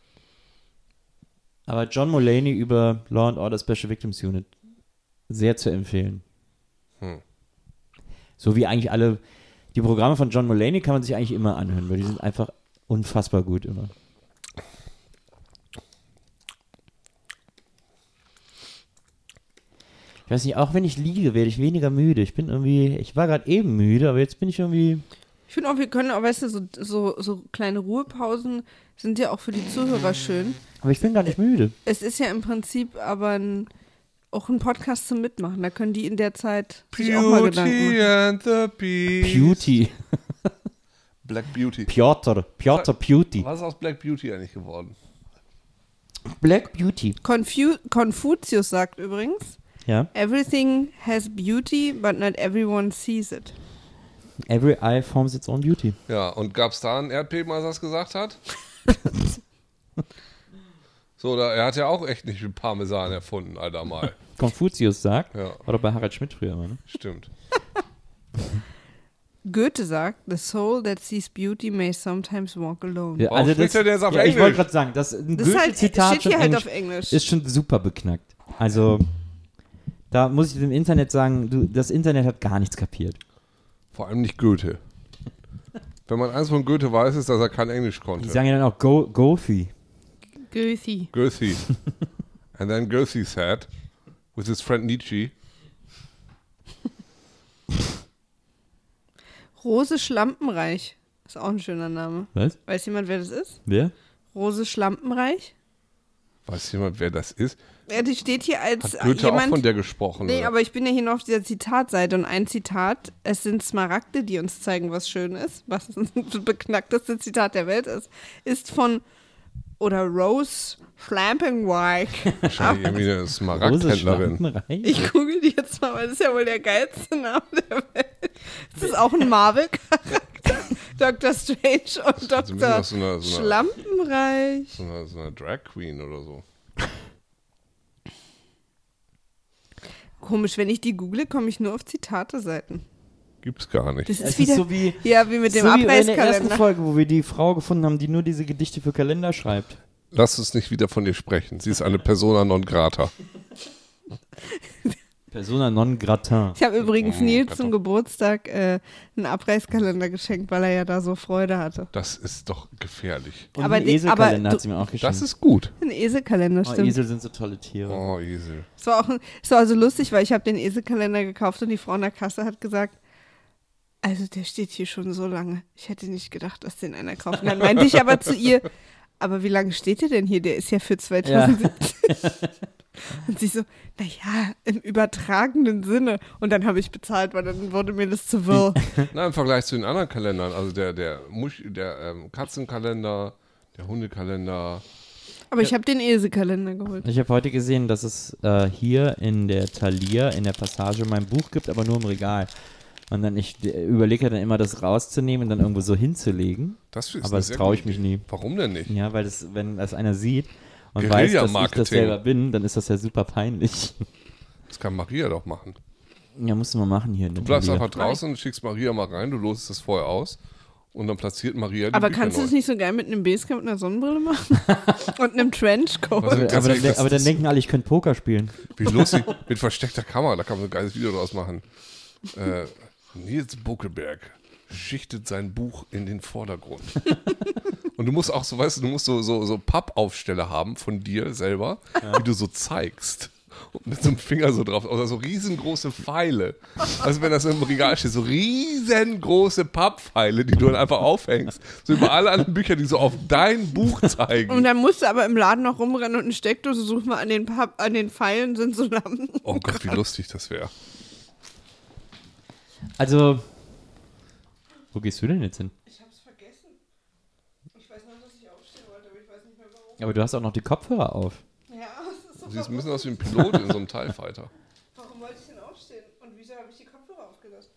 S8: Aber John Mulaney über Law and Order Special Victims Unit sehr zu empfehlen.
S3: Hm.
S8: So wie eigentlich alle, die Programme von John Mulaney kann man sich eigentlich immer anhören, weil die sind einfach unfassbar gut immer. Ich weiß nicht, auch wenn ich liege, werde ich weniger müde. Ich bin irgendwie, ich war gerade eben müde, aber jetzt bin ich irgendwie.
S4: Ich finde auch, wir können auch, weißt du, so, so, so kleine Ruhepausen sind ja auch für die Zuhörer schön.
S8: Aber ich bin gar nicht müde.
S4: Es ist ja im Prinzip aber ein, auch ein Podcast zum Mitmachen. Da können die in der Zeit sich auch mal Gedanken
S3: Beauty
S4: machen.
S3: and the Beast.
S8: Beauty.
S3: Black Beauty.
S8: Piotr. Piotr Beauty.
S3: Was ist aus Black Beauty eigentlich geworden?
S8: Black Beauty.
S4: Confu Konfuzius sagt übrigens,
S8: Ja.
S4: everything has beauty, but not everyone sees it.
S8: Every eye forms its own beauty.
S3: Ja, und gab es da ein Erdbeben, als er es gesagt hat? So, da, er hat ja auch echt nicht mit Parmesan erfunden, Alter, mal.
S8: Konfuzius sagt,
S3: Ja.
S8: war doch bei Harald Schmidt früher immer, ne?
S3: Stimmt.
S4: Goethe sagt, the soul that sees beauty may sometimes walk alone.
S8: Ja,
S3: Warum spricht er denn jetzt auf
S8: ja, ich
S3: Englisch?
S8: wollte gerade sagen, das, ein
S4: Das ist halt,
S8: Goethe-Zitat
S4: steht hier
S8: schon
S4: halt
S8: Englisch
S4: auf Englisch.
S8: ist schon super beknackt. Also, da muss ich dem Internet sagen, du, das Internet hat gar nichts kapiert.
S3: Vor allem nicht Goethe. Wenn man eins von Goethe weiß, ist, dass er kein Englisch
S8: Die
S3: konnte.
S8: sagen ja dann auch Go Goethe.
S4: Goethe.
S3: Goethe. And then Goethe said, with his friend Nietzsche,
S4: Rose Schlampenreich. Ist auch ein schöner Name.
S8: Was?
S4: Weiß jemand, wer das ist?
S8: Wer?
S4: Rose Schlampenreich?
S3: weiß jemand, wer das ist?
S4: Ja, die steht hier als
S3: Hat Goethe
S4: jemand.
S3: auch von der gesprochen?
S4: Nee,
S3: oder?
S4: aber ich bin ja hier noch auf dieser Zitatseite und ein Zitat, es sind Smaragde, die uns zeigen, was schön ist, was das beknackteste Zitat der Welt ist, ist von, oder Rose Schlampenreich.
S3: Wahrscheinlich irgendwie eine
S8: Rose
S3: Smaragdhändlerin.
S8: Schlampenreich?
S4: Ich google die jetzt mal, weil das ist ja wohl der geilste Name der Welt. Ist das auch ein Marvel-Charakter? Doktor Strange und
S3: Also ein bisschen
S4: Doktor
S3: aus so einer, so einer,
S4: Schlampenreich.
S3: so einer, so einer Drag Queen oder so.
S4: Komisch, wenn ich die google, komme ich nur auf Zitate-Seiten.
S3: Gibt's gar nicht.
S4: Das ist
S8: Es
S4: wieder,
S8: ist so wie,
S4: ja, wie mit dem
S8: so wie in der ersten
S4: Abreißkalender.
S8: Folge, wo wir die Frau gefunden haben, die nur diese Gedichte für Kalender schreibt.
S3: Lass uns nicht wieder von ihr sprechen. Sie ist eine Persona non grata.
S8: Persona non gratin.
S4: Ich habe übrigens
S3: Oh,
S4: Nils
S3: Gott.
S4: zum Geburtstag äh, einen Abreißkalender geschenkt, weil er ja da so Freude hatte.
S3: Das ist doch gefährlich.
S8: Und
S4: Aber
S8: einen
S4: die-
S8: Eselkalender
S4: aber
S8: hat sie mir auch geschenkt.
S3: Das ist gut.
S4: Ein Eselkalender,
S8: oh,
S4: stimmt.
S8: Esel sind so tolle Tiere.
S3: Oh, Esel.
S4: Es war auch ein, es war also lustig, weil ich habe den Eselkalender gekauft und die Frau an der Kasse hat gesagt, also der steht hier schon so lange. Ich hätte nicht gedacht, dass den einer kauft. Und dann meinte ich aber zu ihr, aber wie lange steht der denn hier? Der ist ja für zwanzig siebzehn. Und sie so, naja, im übertragenen Sinne. Und dann habe ich bezahlt, weil dann wurde mir das zu wirr.
S3: Na, im Vergleich zu den anderen Kalendern, also der, der, Musch, der ähm, Katzenkalender, der Hundekalender.
S4: Aber ich habe den Eselkalender geholt.
S8: Ich habe heute gesehen, dass es äh, hier in der Thalia, in der Passage, mein Buch gibt, aber nur im Regal. Und dann ich überlege dann immer, das rauszunehmen und dann irgendwo so hinzulegen.
S3: Das ist
S8: Aber
S3: eine
S8: das
S3: sehr
S8: traue ich
S3: gute
S8: mich
S3: Idee.
S8: nie.
S3: Warum denn nicht?
S8: Ja, weil das, wenn das einer sieht und weiß, dass ich das
S3: Guerilla-Marketing.
S8: selber bin, dann ist das ja super peinlich.
S3: Das kann Maria doch machen.
S8: Ja, musst du mal machen hier in der
S3: Du bleibst
S8: Thalia.
S3: einfach draußen und schickst Maria mal rein, du losest das vorher aus und dann platziert Maria die
S4: Aber
S3: Bücher
S4: kannst du
S3: neu.
S4: das nicht so geil mit einem Basecamp und einer Sonnenbrille machen? Und einem Trenchcoat?
S3: Also-
S8: aber,
S3: Ganz
S8: aber, dann,
S3: ehrlich, das-
S8: aber dann
S3: das-
S8: denken alle, ich könnte Poker spielen.
S3: Wie lustig, mit versteckter Kamera, da kann man so ein geiles Video draus machen. Äh, Nils Buckelberg schichtet sein Buch in den Vordergrund. Und du musst auch so, weißt du, du musst so, so, so Pappaufsteller haben von dir selber, ja. die du so zeigst. Und mit so einem Finger so drauf. Oder so riesengroße Pfeile. Also wenn das im Regal steht, so riesengroße Papppfeile, die du dann einfach aufhängst. So über alle anderen Bücher, die so auf dein Buch zeigen.
S4: Und dann musst du aber im Laden noch rumrennen und eine Steckdose suchen, mal an den, Papp, an den Pfeilen sind so Lampen.
S3: Oh Gott, wie lustig das wäre.
S8: Also, wo gehst du denn jetzt hin?
S4: Ich hab's vergessen. Ich weiß noch, dass ich aufstehen wollte, aber ich weiß nicht mehr warum.
S8: Aber du hast auch noch die Kopfhörer auf.
S4: Ja, das ist so.
S3: Du siehst ein bisschen aus wie ein Pilot in so einem TIE Fighter.
S4: Warum wollte ich denn aufstehen? Und wieso habe ich die Kopfhörer aufgelassen?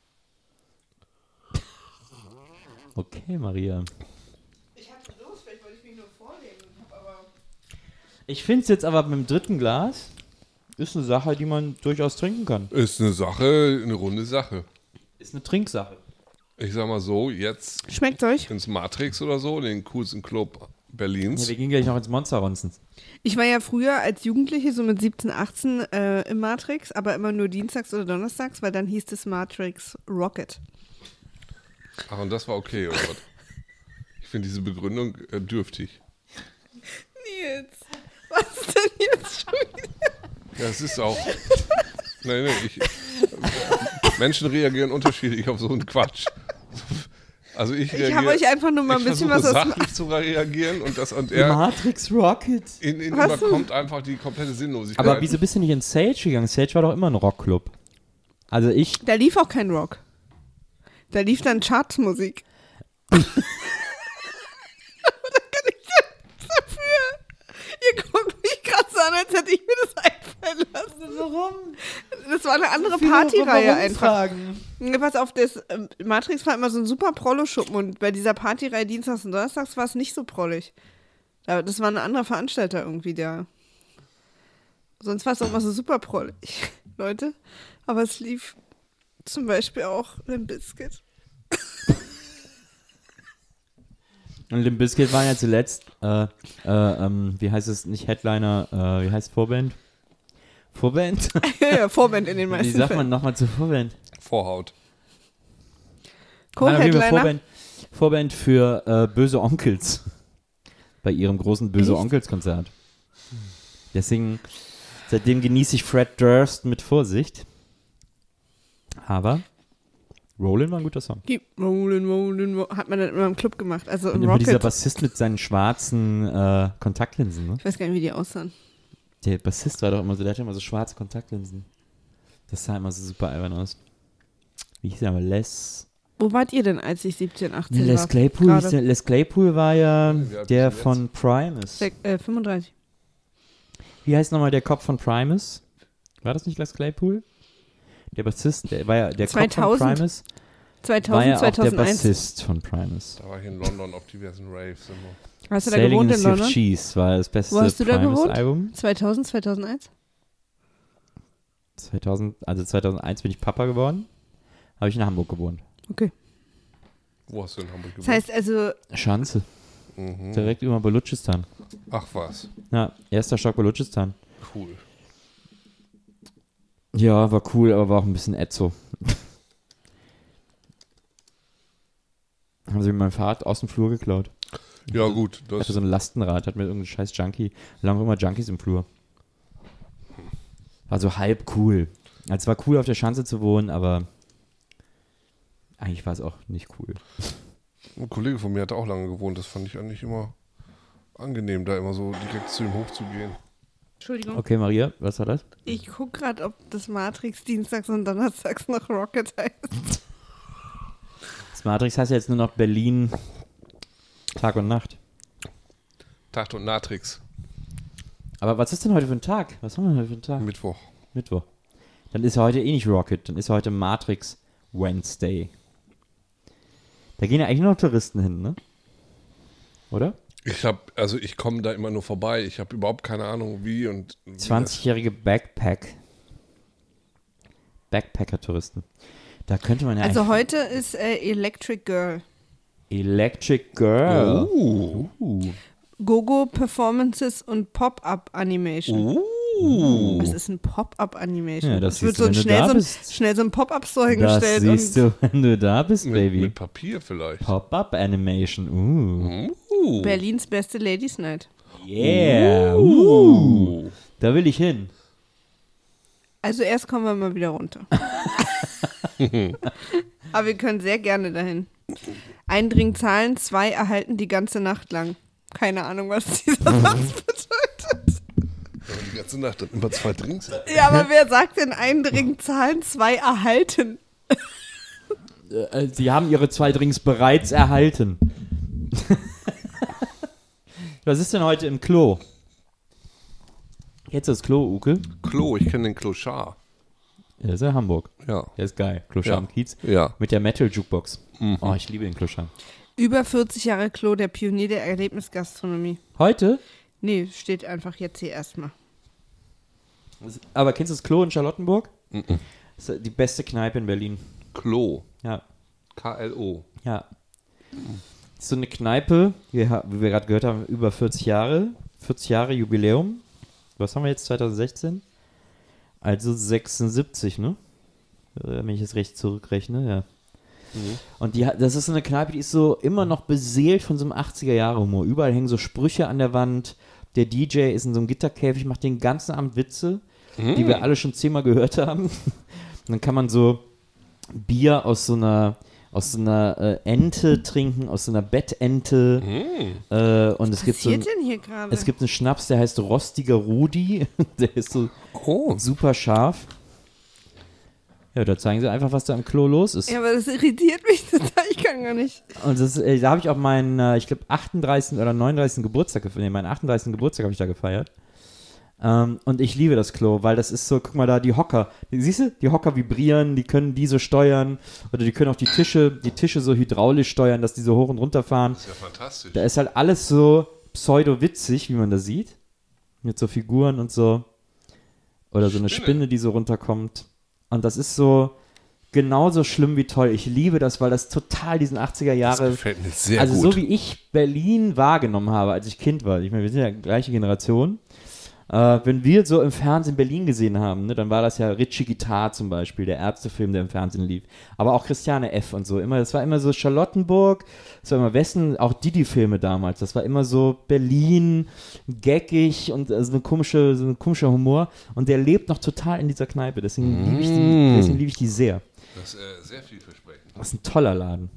S8: Okay, Maria.
S4: Ich hatte Lust, vielleicht wollte ich mich nur vorlegen, aber...
S8: Ich finde es jetzt aber mit dem dritten Glas ist eine Sache, die man durchaus trinken kann.
S3: Ist eine Sache, eine runde Sache.
S8: Ist eine Trinksache.
S3: Ich sag mal so, jetzt
S4: Schmeckt euch?
S3: ins Matrix oder so, den coolsten Club Berlins.
S8: Ja, wir gehen gleich noch ins Monster-Ronzen.
S4: Ich war ja früher als Jugendliche, so mit siebzehn, achtzehn, äh, im Matrix, aber immer nur dienstags oder donnerstags, weil dann hieß es Matrix Rocket.
S3: Ach, und das war okay, oder was? Ich finde diese Begründung äh, dürftig.
S4: Nils, was ist denn jetzt schon wieder?
S3: Ja, es ist auch... Nein, nein, ich... Menschen reagieren unterschiedlich auf so einen Quatsch. Also ich reagiere...
S4: Ich habe euch einfach nur mal ein bisschen was aus...
S3: sachlich zu reagieren und das und er...
S8: Matrix Rocket.
S3: In, in
S4: Was?
S3: überkommt einfach die komplette Sinnlosigkeit.
S8: Aber wieso bist du nicht in Sage gegangen? Sage war doch immer ein Rockclub. Also ich...
S4: Da lief auch kein Rock. Da lief dann Chartsmusik. Aber da kann ich ja dafür. Ihr guckt mich gerade so an, als hätte ich mir das einfallen lassen.
S8: Warum?
S4: Das war eine andere Partyreihe einfach.
S8: Fragen?
S4: Ja, pass auf, das ähm, Matrix war immer so ein super Prollo-Schuppen und bei dieser Partyreihe Dienstags und Donnerstags war es nicht so prollig. Da- Das war ein anderer Veranstalter irgendwie, der. Sonst war es auch immer so super prollig, Leute. Aber es lief zum Beispiel auch Limp Bizkit.
S8: Und Limp Bizkit waren ja zuletzt, äh, äh, ähm, wie heißt es, nicht Headliner, äh, wie heißt es, Vorband? Vorband?
S4: ja, ja, Vorband in den meisten
S8: Wie sagt
S4: Fällen.
S8: man nochmal zu Vorband?
S3: Vorhaut.
S8: Nein, auf jeden Fall
S4: Co-Headliner.
S8: Vorband, Vorband für äh, Böse Onkels. Bei ihrem großen Böse
S4: Echt?
S8: Onkels Konzert. Deswegen, seitdem genieße ich Fred Durst mit Vorsicht. Aber Rollin' war ein guter Song.
S4: Keep Rollin', rollin', rollin'. Hat man dann immer im Club gemacht. Also
S8: Und
S4: im
S8: immer dieser
S4: Rocket.
S8: Bassist mit seinen schwarzen äh, Kontaktlinsen. Ne?
S4: Ich weiß gar nicht, wie die aussahen.
S8: Der Bassist war doch immer so, der hatte immer so schwarze Kontaktlinsen. Das sah immer so super albern aus. Wie hieß der aber? Les...
S4: Wo wart ihr denn, als ich siebzehn, achtzehn
S8: Les
S4: war?
S8: Claypool,
S4: Gerade.
S8: hieß der, Les Claypool war ja
S3: Wie alt
S8: der
S3: bist du
S8: von Primus.
S4: Sek- äh, fünfunddreißig.
S8: Wie heißt nochmal der Kopf von Primus? War das nicht Les Claypool? Der Bassist, der war ja der Kopf von
S4: zweitausend.
S8: Primus. War
S4: zweitausend,
S8: ja auch der
S4: zweitausendeins.
S8: Bassist von Primus.
S3: Da war ich in London auf diversen Raves immer.
S4: Hast du da
S8: Sailing
S4: gewohnt
S8: the
S4: in
S8: Sea of
S4: London?
S8: Cheese war das beste
S4: Wo hast du da gewohnt?
S8: Primus-Album.
S4: zweitausend, zweitausendeins?
S8: zweitausend, also zweitausendeins bin ich Papa geworden. Habe ich in Hamburg gewohnt.
S4: Okay.
S3: Wo hast du in Hamburg
S4: Das
S3: gewohnt?
S4: heißt also,
S8: Schanze.
S3: Mhm.
S8: Direkt über Balutschistan.
S3: Ach was,
S8: Ja, erster Stock Balutschistan.
S3: cool.
S8: Ja, war cool, aber war auch ein bisschen ätzo. Haben sie mir mein Fahrrad aus dem Flur geklaut.
S3: Ja gut,
S8: Ich
S3: das
S8: hatte so ein Lastenrad, hat mir irgendein scheiß Junkie. Da lagen immer Junkies im Flur. War so halb cool. Also es war cool, auf der Schanze zu wohnen, aber eigentlich war es auch nicht cool.
S3: ein Kollege von mir hat auch lange gewohnt. Das fand ich eigentlich immer angenehm, da immer so direkt zu ihm hochzugehen.
S4: Entschuldigung,
S8: Okay, Maria, was war das?
S4: ich guck gerade, ob das Matrix dienstags und donnerstags noch Rocket heißt.
S8: Das Matrix heißt ja jetzt nur noch Berlin Tag und Nacht.
S3: Tag und Natrix,
S8: Aber was ist denn heute für ein Tag? Was haben wir heute für einen Tag?
S3: Mittwoch.
S8: Mittwoch. Dann ist ja heute eh nicht Rocket, dann ist heute Matrix Wednesday. Da gehen ja eigentlich nur noch Touristen hin, ne? Oder?
S3: Ich hab, also ich komme da immer nur vorbei. Ich habe überhaupt keine Ahnung wie und wie das-
S8: zwanzigjährige Backpack. Backpacker-Touristen. Da könnte man ja
S4: Also
S8: eigentlich-
S4: heute ist äh, Electric Girl.
S8: Electric Girl.
S3: Oh.
S8: Uh.
S4: Gogo Performances und Pop-Up Animation.
S3: Uh. Uh.
S4: Was ist ein Pop-Up-Animation?
S8: Ja, das
S4: Es wird
S8: siehst du,
S4: so ein
S8: wenn du
S4: schnell,
S8: da
S4: so ein,
S8: bist.
S4: schnell so ein Pop-Up-Store
S8: Das
S4: hingestellt.
S8: siehst
S4: und
S8: du, wenn du da bist,
S3: Mit,
S8: Baby.
S3: mit Papier vielleicht.
S8: Pop-Up Animation. Uh.
S3: Uh.
S4: Berlins beste Ladies Night.
S8: Yeah. Uh. Da will ich hin.
S4: Also erst kommen wir mal wieder runter. Aber wir können sehr gerne dahin. Ein Drink zahlen, zwei erhalten die ganze Nacht lang. Keine Ahnung, was dieser Satz bedeutet.
S3: Aber die ganze Nacht dann immer zwei Drinks.
S4: Ja, aber wer sagt denn ein Drink zahlen, zwei erhalten?
S8: Äh, Sie haben Ihre zwei Drinks bereits erhalten. Was ist denn heute im Klo? Jetzt das Klo, Uke?
S3: Klo, ich kenne den Clochard.
S8: Der ist ja Hamburg.
S3: Ja.
S8: Der ist geil. Clochard
S3: Ja.
S8: am Kiez.
S3: Ja.
S8: Mit der Metal-Jukebox. Oh, ich liebe den Clochard.
S4: Über vierzig Jahre Klo, der Pionier der Erlebnisgastronomie.
S8: Heute?
S4: Nee, steht einfach jetzt hier erstmal.
S8: Aber kennst du das Klo in Charlottenburg? Das ist die beste Kneipe in Berlin.
S3: Klo.
S8: Ja.
S3: K L O.
S8: Ja. Das ist so eine Kneipe, wie, ha- wie wir gerade gehört haben, über vierzig Jahre. vierzig Jahre Jubiläum. Was haben wir jetzt, zwanzig sechzehn? Also sechsundsiebzig, ne? Äh, Wenn ich jetzt recht zurückrechne, ja. Und die, hat- das ist so eine Kneipe, die ist so immer noch beseelt von so einem achtziger-Jahre-Humor. Überall hängen so Sprüche an der Wand. Der D J ist in so einem Gitterkäfig, macht den ganzen Abend Witze, die wir alle schon zehnmal gehört haben. Und dann kann man so Bier aus so einer, aus so einer äh, Ente trinken, aus so einer Bettente. Äh, und es
S4: Was
S8: gibt so ein,
S4: passiert denn hier gerade?
S8: es gibt einen Schnaps, der heißt Rostiger Rudi. Der ist so
S3: Oh.
S8: super scharf. Ja, da zeigen sie einfach, was da im Klo los ist.
S4: Ja, aber das irritiert mich total. Ich kann gar nicht.
S8: Und das, äh, da habe ich auch meinen, äh, ich glaube, achtunddreißigsten oder neununddreißigsten Geburtstag gefeiert. Nee, meinen achtunddreißigsten Geburtstag habe ich da gefeiert. Ähm, und ich liebe das Klo, weil das ist so, guck mal da, die Hocker. Siehst du, die Hocker vibrieren, die können die so steuern. Oder die können auch die Tische, die Tische so hydraulisch steuern, dass die so hoch und runter fahren.
S3: Das ist ja fantastisch.
S8: Da ist halt alles so pseudo-witzig, wie man da sieht. Mit so Figuren und so. Oder so eine
S3: Spinne.
S8: Spinne, die so runterkommt. Und das ist so genauso schlimm wie toll. Ich liebe das, weil das total diesen achtziger
S3: Das
S8: Jahre.
S3: gefällt mir sehr
S8: Also
S3: gut.
S8: so wie ich Berlin wahrgenommen habe, als ich Kind war. Ich meine, wir sind ja die gleiche Generation. Äh, wenn wir so im Fernsehen Berlin gesehen haben, ne, dann war das ja Ritchie Guitar zum Beispiel, der Ärztefilm, der im Fernsehen lief. Aber auch Christiane F. und so. Immer, das war immer so Charlottenburg, das war immer Westen, auch Didi-Filme damals. Das war immer so Berlin, gaggig und äh, so, eine komische, so ein komischer Humor. Und der lebt noch total in dieser Kneipe. Deswegen liebe ich, die- deswegen liebe ich die sehr.
S3: Das ist äh, sehr vielversprechend.
S8: Das ist ein toller Laden.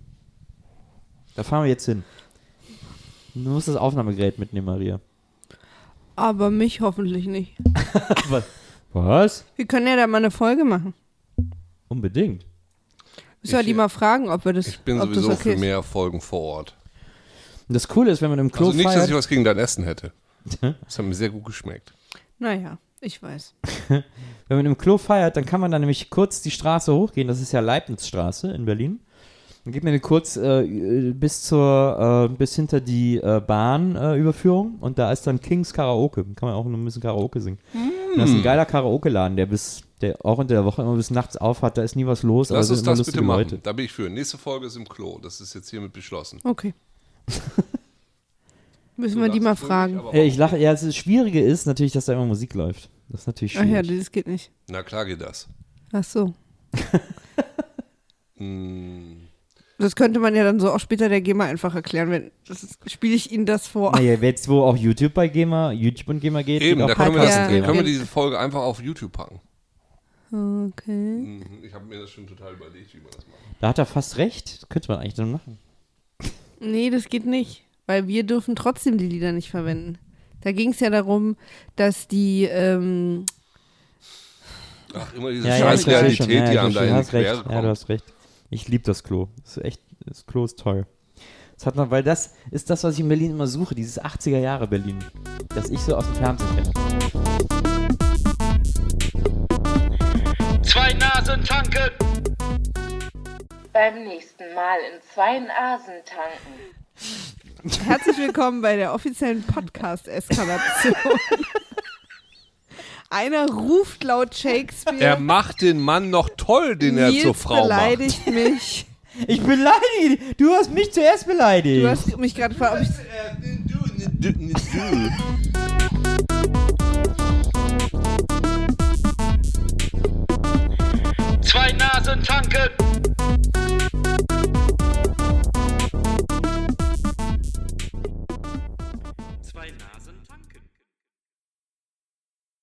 S8: Da fahren wir jetzt hin. Du musst das Aufnahmegerät mitnehmen, Maria.
S4: Aber mich hoffentlich nicht.
S8: Was?
S4: Wir können ja da mal eine Folge machen.
S8: Unbedingt.
S4: Müssen wir
S3: Ich-
S4: die mal fragen, ob wir das,
S3: Ich bin
S4: ob
S3: sowieso
S4: das okay
S3: für
S4: ist.
S3: mehr Folgen vor Ort.
S8: Und das Coole ist, wenn man im Klo
S3: Also nicht, dass
S8: feiert,
S3: ich was gegen dein Essen hätte. Das hat mir sehr gut geschmeckt.
S4: Naja, ich weiß.
S8: wenn man im Klo feiert, dann kann man dann nämlich kurz die Straße hochgehen. Das ist ja Leibnizstraße in Berlin. Dann geht man kurz äh, bis zur, äh, bis hinter die äh, Bahnüberführung äh, Überführung. Und da ist dann Kings Karaoke. Kann man auch noch ein bisschen Karaoke singen. Und das ist ein geiler Karaoke-Laden, der bis, der auch unter der Woche immer bis nachts auf hat. Da ist nie was los, aber
S3: Lass
S8: es
S3: uns
S8: sind immer
S3: das bitte
S8: lustige
S3: machen.
S8: Leute.
S3: Da bin ich für. Nächste Folge ist im Klo. Das ist jetzt hiermit beschlossen.
S4: Okay. Müssen
S3: Du
S4: wir die
S3: lachst
S4: mal
S3: für mich,
S4: fragen.
S3: aber
S8: Äh, ich lache, ja, das Schwierige ist natürlich, dass da immer Musik läuft. Das ist natürlich
S4: Ach ja,
S8: schwierig.
S4: das geht nicht.
S3: Na klar geht das.
S4: Ach so.
S3: Hm,
S4: Das könnte man ja dann so auch später der GEMA einfach erklären, wenn das ist- spiele ich Ihnen das vor.
S8: Naja, jetzt wo auch YouTube bei GEMA, YouTube und GEMA geht,
S3: eben,
S8: geht
S3: da
S8: auch
S3: können wir,
S8: Podcast
S3: das,
S8: und
S4: ja.
S8: GEMA.
S3: können wir diese Folge einfach auf YouTube packen.
S4: Okay.
S3: Mhm, Ich habe mir das schon total überlegt, wie man das macht.
S8: Da hat er fast recht. Das könnte man eigentlich dann machen.
S4: Nee, das geht nicht, weil wir dürfen trotzdem die Lieder nicht verwenden. Da ging es ja darum, dass die, ähm,
S3: Ach, immer diese
S8: Ja, ja,
S3: scheiß
S8: ich verstehe schon.
S3: Realität,
S8: Ja,
S3: die
S8: ich
S3: einem da
S8: verstehe.
S3: in
S8: Du
S3: die
S8: hast recht.
S3: Quere
S8: Ja, du
S3: kommt.
S8: hast recht. Ich liebe das Klo. Das ist echt, das Klo ist toll. Das hat noch, weil das ist das, was ich in Berlin immer suche, dieses achtziger Jahre Berlin, das ich so aus dem Fernsehen kenne.
S5: Zwei Nasen tanken.
S2: Beim nächsten Mal in zwei Nasen tanken.
S4: herzlich willkommen bei der offiziellen Podcast-Eskalation. Einer ruft laut Shakespeare,
S3: Er macht den Mann noch toll, den er
S4: Nils
S3: zur Frau
S4: beleidigt mich.
S8: Ich beleidige dich. Du hast mich zuerst beleidigt.
S4: Du hast mich gerade gefragt, ob ich
S3: macht.
S5: Nasen tanken.